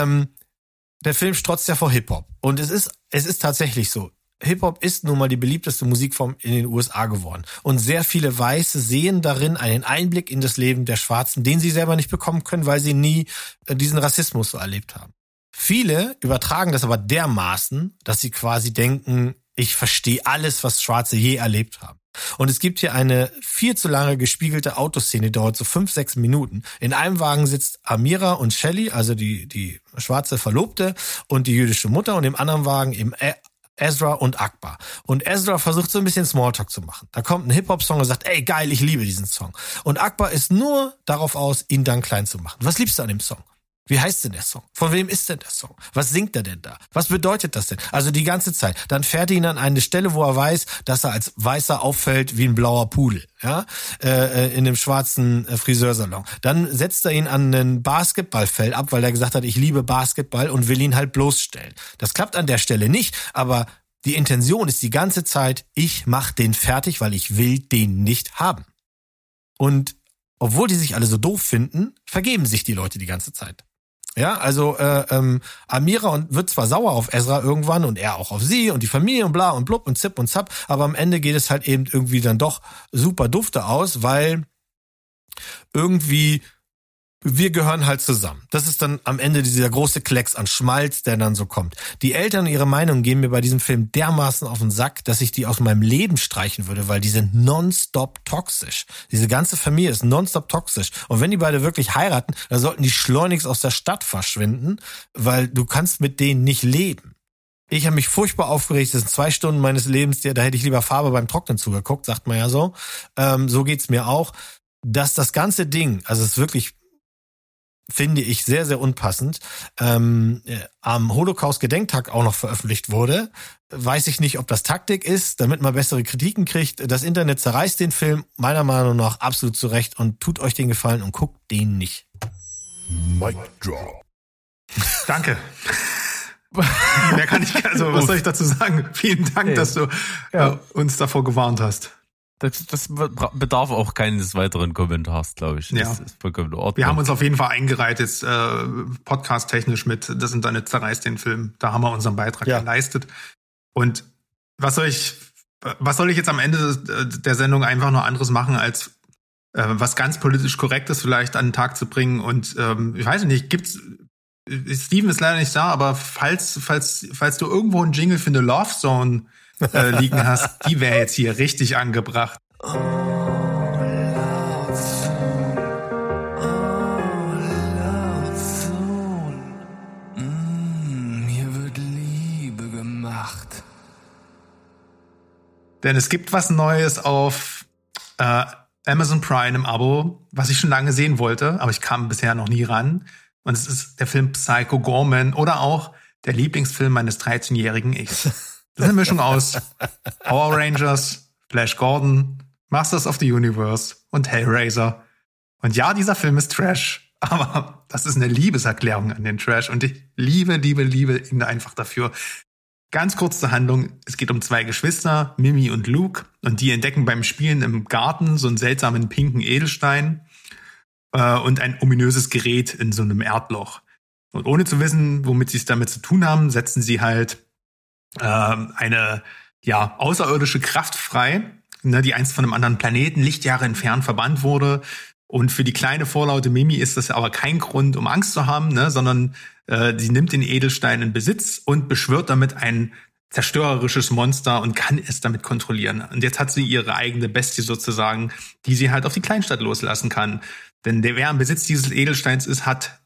der Film strotzt ja vor Hip-Hop. Und es ist tatsächlich so. Hip-Hop ist nun mal die beliebteste Musikform in den USA geworden. Und sehr viele Weiße sehen darin einen Einblick in das Leben der Schwarzen, den sie selber nicht bekommen können, weil sie nie diesen Rassismus so erlebt haben. Viele übertragen das aber dermaßen, dass sie quasi denken, ich verstehe alles, was Schwarze je erlebt haben. Und es gibt hier eine viel zu lange gespiegelte Autoszene, die dauert so 5-6 Minuten. In einem Wagen sitzt Amira und Shelly, also die schwarze Verlobte und die jüdische Mutter, und im anderen Wagen eben Ezra und Akbar. Und Ezra versucht so ein bisschen Smalltalk zu machen. Da kommt ein Hip-Hop-Song und sagt, ey, geil, ich liebe diesen Song. Und Akbar ist nur darauf aus, ihn dann klein zu machen. Was liebst du an dem Song? Wie heißt denn der Song? Von wem ist denn der Song? Was singt er denn da? Was bedeutet das denn? Also die ganze Zeit. Dann fährt er ihn an eine Stelle, wo er weiß, dass er als Weißer auffällt wie ein blauer Pudel, ja, in dem schwarzen Friseursalon. Dann setzt er ihn an ein Basketballfeld ab, weil er gesagt hat, ich liebe Basketball, und will ihn halt bloßstellen. Das klappt an der Stelle nicht, aber die Intention ist die ganze Zeit, ich mach den fertig, weil ich will den nicht haben. Und obwohl die sich alle so doof finden, vergeben sich die Leute die ganze Zeit. Ja, also Amira wird zwar sauer auf Ezra irgendwann und er auch auf sie und die Familie und bla und blub und zip und zap, aber am Ende geht es halt eben irgendwie dann doch super dufte aus, weil irgendwie wir gehören halt zusammen. Das ist dann am Ende dieser große Klecks an Schmalz, der dann so kommt. Die Eltern und ihre Meinung gehen mir bei diesem Film dermaßen auf den Sack, dass ich die aus meinem Leben streichen würde, weil die sind nonstop toxisch. Diese ganze Familie ist nonstop toxisch. Und wenn die beide wirklich heiraten, dann sollten die schleunigst aus der Stadt verschwinden, weil du kannst mit denen nicht leben. Ich habe mich furchtbar aufgeregt. Das sind 2 Stunden meines Lebens, da hätte ich lieber Farbe beim Trocknen zugeguckt, sagt man ja so. So geht's mir auch. Dass das ganze Ding, also es ist wirklich, finde ich, sehr, sehr unpassend, am Holocaust-Gedenktag auch noch veröffentlicht wurde. Weiß ich nicht, ob das Taktik ist, damit man bessere Kritiken kriegt. Das Internet zerreißt den Film meiner Meinung nach absolut zurecht und tut euch den Gefallen und guckt den nicht. Mic drop. Danke. Mehr kann ich, also was soll ich dazu sagen? Vielen Dank, dass du uns davor gewarnt hast. Das bedarf auch keines weiteren Kommentars, glaube ich. Das ist vollkommen in Ordnung. Wir haben uns auf jeden Fall eingereiht, jetzt podcast-technisch mit Das Internet zerreißt den Film. Da haben wir unseren Beitrag geleistet. Und was soll ich jetzt am Ende der Sendung einfach nur anderes machen, als was ganz politisch Korrektes vielleicht an den Tag zu bringen? Und ich weiß nicht, Steven ist leider nicht da, aber falls du irgendwo einen Jingle für eine Love Zone liegen hast, die wäre jetzt hier richtig angebracht. Hier wird Liebe gemacht. Denn es gibt was Neues auf Amazon Prime im Abo, was ich schon lange sehen wollte, aber ich kam bisher noch nie ran. Und es ist der Film Psycho Gorman oder auch der Lieblingsfilm meines 13-jährigen Ichs. Das ist eine Mischung aus Power Rangers, Flash Gordon, Masters of the Universe und Hellraiser. Und ja, dieser Film ist Trash, aber das ist eine Liebeserklärung an den Trash und ich liebe ihn einfach dafür. Ganz kurz zur Handlung. Es geht um 2 Geschwister, Mimi und Luke, und die entdecken beim Spielen im Garten so einen seltsamen pinken Edelstein und ein ominöses Gerät in so einem Erdloch. Und ohne zu wissen, womit sie es damit zu tun haben, setzen sie halt eine außerirdische Kraft frei, ne, die einst von einem anderen Planeten Lichtjahre entfernt verbannt wurde. Und für die kleine vorlaute Mimi ist das aber kein Grund, um Angst zu haben, ne, sondern sie nimmt den Edelstein in Besitz und beschwört damit ein zerstörerisches Monster und kann es damit kontrollieren. Und jetzt hat sie ihre eigene Bestie sozusagen, die sie halt auf die Kleinstadt loslassen kann. Denn wer im Besitz dieses Edelsteins ist, hat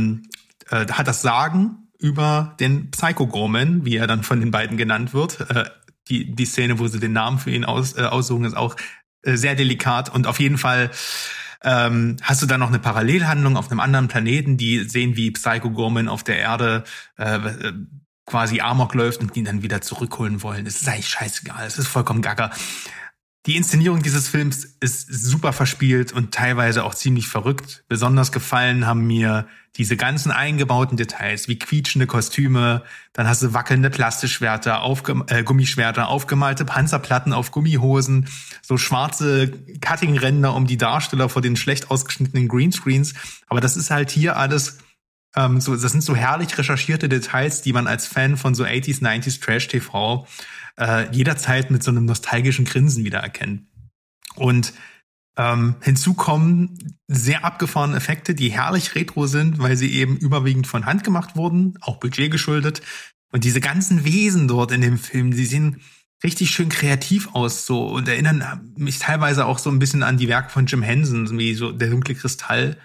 das Sagen über den Psycho Gorman, wie er dann von den beiden genannt wird. Die Szene, wo sie den Namen für ihn aussuchen, ist auch sehr delikat. Und auf jeden Fall hast du dann noch eine Parallelhandlung auf einem anderen Planeten, die sehen, wie Psycho Gorman auf der Erde quasi Amok läuft und ihn dann wieder zurückholen wollen. Es ist eigentlich scheißegal, es ist vollkommen gaga. Die Inszenierung dieses Films ist super verspielt und teilweise auch ziemlich verrückt. Besonders gefallen haben mir diese ganzen eingebauten Details, wie quietschende Kostüme, dann hast du wackelnde Plastikschwerter, Gummischwerter, aufgemalte Panzerplatten auf Gummihosen, so schwarze Cuttingränder um die Darsteller vor den schlecht ausgeschnittenen Greenscreens. Aber das ist halt hier alles das sind so herrlich recherchierte Details, die man als Fan von so 80s, 90s Trash-TV jederzeit mit so einem nostalgischen Grinsen wiedererkennt. Und hinzu kommen sehr abgefahrene Effekte, die herrlich retro sind, weil sie eben überwiegend von Hand gemacht wurden, auch Budget geschuldet. Und diese ganzen Wesen dort in dem Film, die sehen richtig schön kreativ aus so und erinnern mich teilweise auch so ein bisschen an die Werke von Jim Henson, wie so Der dunkle Kristall.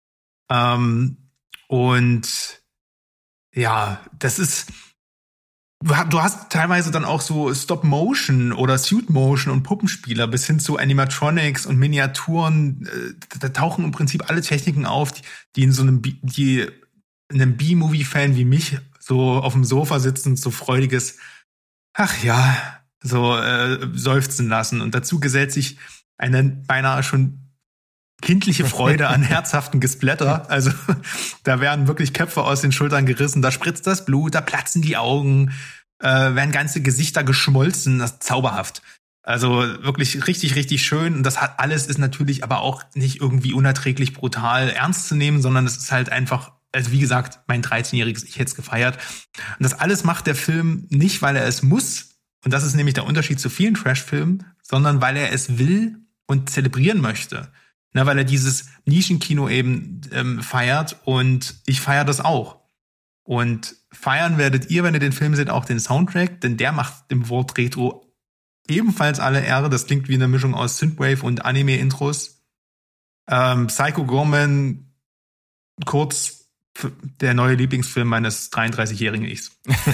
Und ja, das ist, du hast teilweise dann auch so Stop-Motion oder Suit-Motion und Puppenspieler bis hin zu Animatronics und Miniaturen. Da tauchen im Prinzip alle Techniken auf, die in so einem B-Movie-Fan wie mich so auf dem Sofa sitzen, so freudiges, ach ja, so seufzen lassen. Und dazu gesellt sich eine beinahe schon kindliche Freude an herzhaften Gesplatter. Also da werden wirklich Köpfe aus den Schultern gerissen, da spritzt das Blut, da platzen die Augen, werden ganze Gesichter geschmolzen, das ist zauberhaft. Also wirklich richtig, richtig schön. Und das hat alles ist natürlich aber auch nicht irgendwie unerträglich brutal ernst zu nehmen, sondern es ist halt einfach, also wie gesagt, mein 13-jähriges Ich hätte es gefeiert. Und das alles macht der Film nicht, weil er es muss. Und das ist nämlich der Unterschied zu vielen Trash-Filmen, sondern weil er es will und zelebrieren möchte. Na, weil er dieses Nischenkino eben feiert und ich feiere das auch. Und feiern werdet ihr, wenn ihr den Film seht, auch den Soundtrack, denn der macht dem Wort Retro ebenfalls alle Ehre. Das klingt wie eine Mischung aus Synthwave und Anime-Intros. Psycho Gorman, kurz der neue Lieblingsfilm meines 33-jährigen Ichs.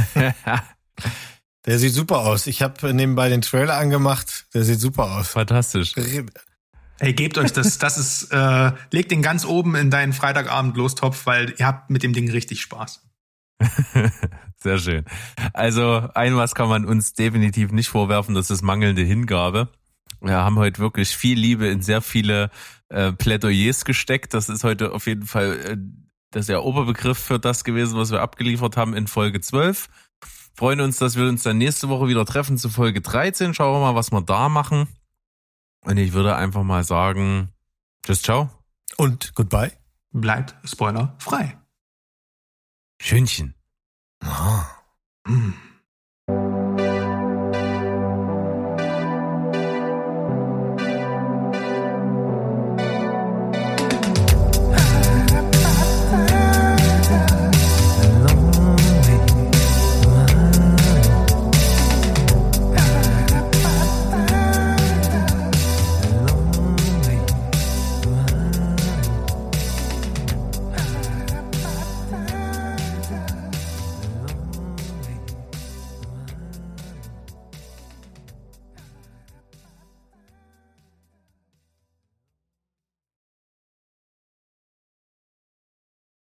Der sieht super aus. Ich habe nebenbei den Trailer angemacht. Der sieht super aus. Fantastisch. Hey, gebt euch das. Das ist, legt den ganz oben in deinen Freitagabend-Lostopf, weil ihr habt mit dem Ding richtig Spaß. Sehr schön. Also was kann man uns definitiv nicht vorwerfen, das ist mangelnde Hingabe. Wir haben heute wirklich viel Liebe in sehr viele Plädoyers gesteckt. Das ist heute auf jeden Fall der Oberbegriff für das gewesen, was wir abgeliefert haben in Folge 12. Freuen uns, dass wir uns dann nächste Woche wieder treffen zu Folge 13. Schauen wir mal, was wir da machen. Und ich würde einfach mal sagen, tschüss, ciao. Und goodbye. Bleibt spoilerfrei. Schönchen. Ah. Mm.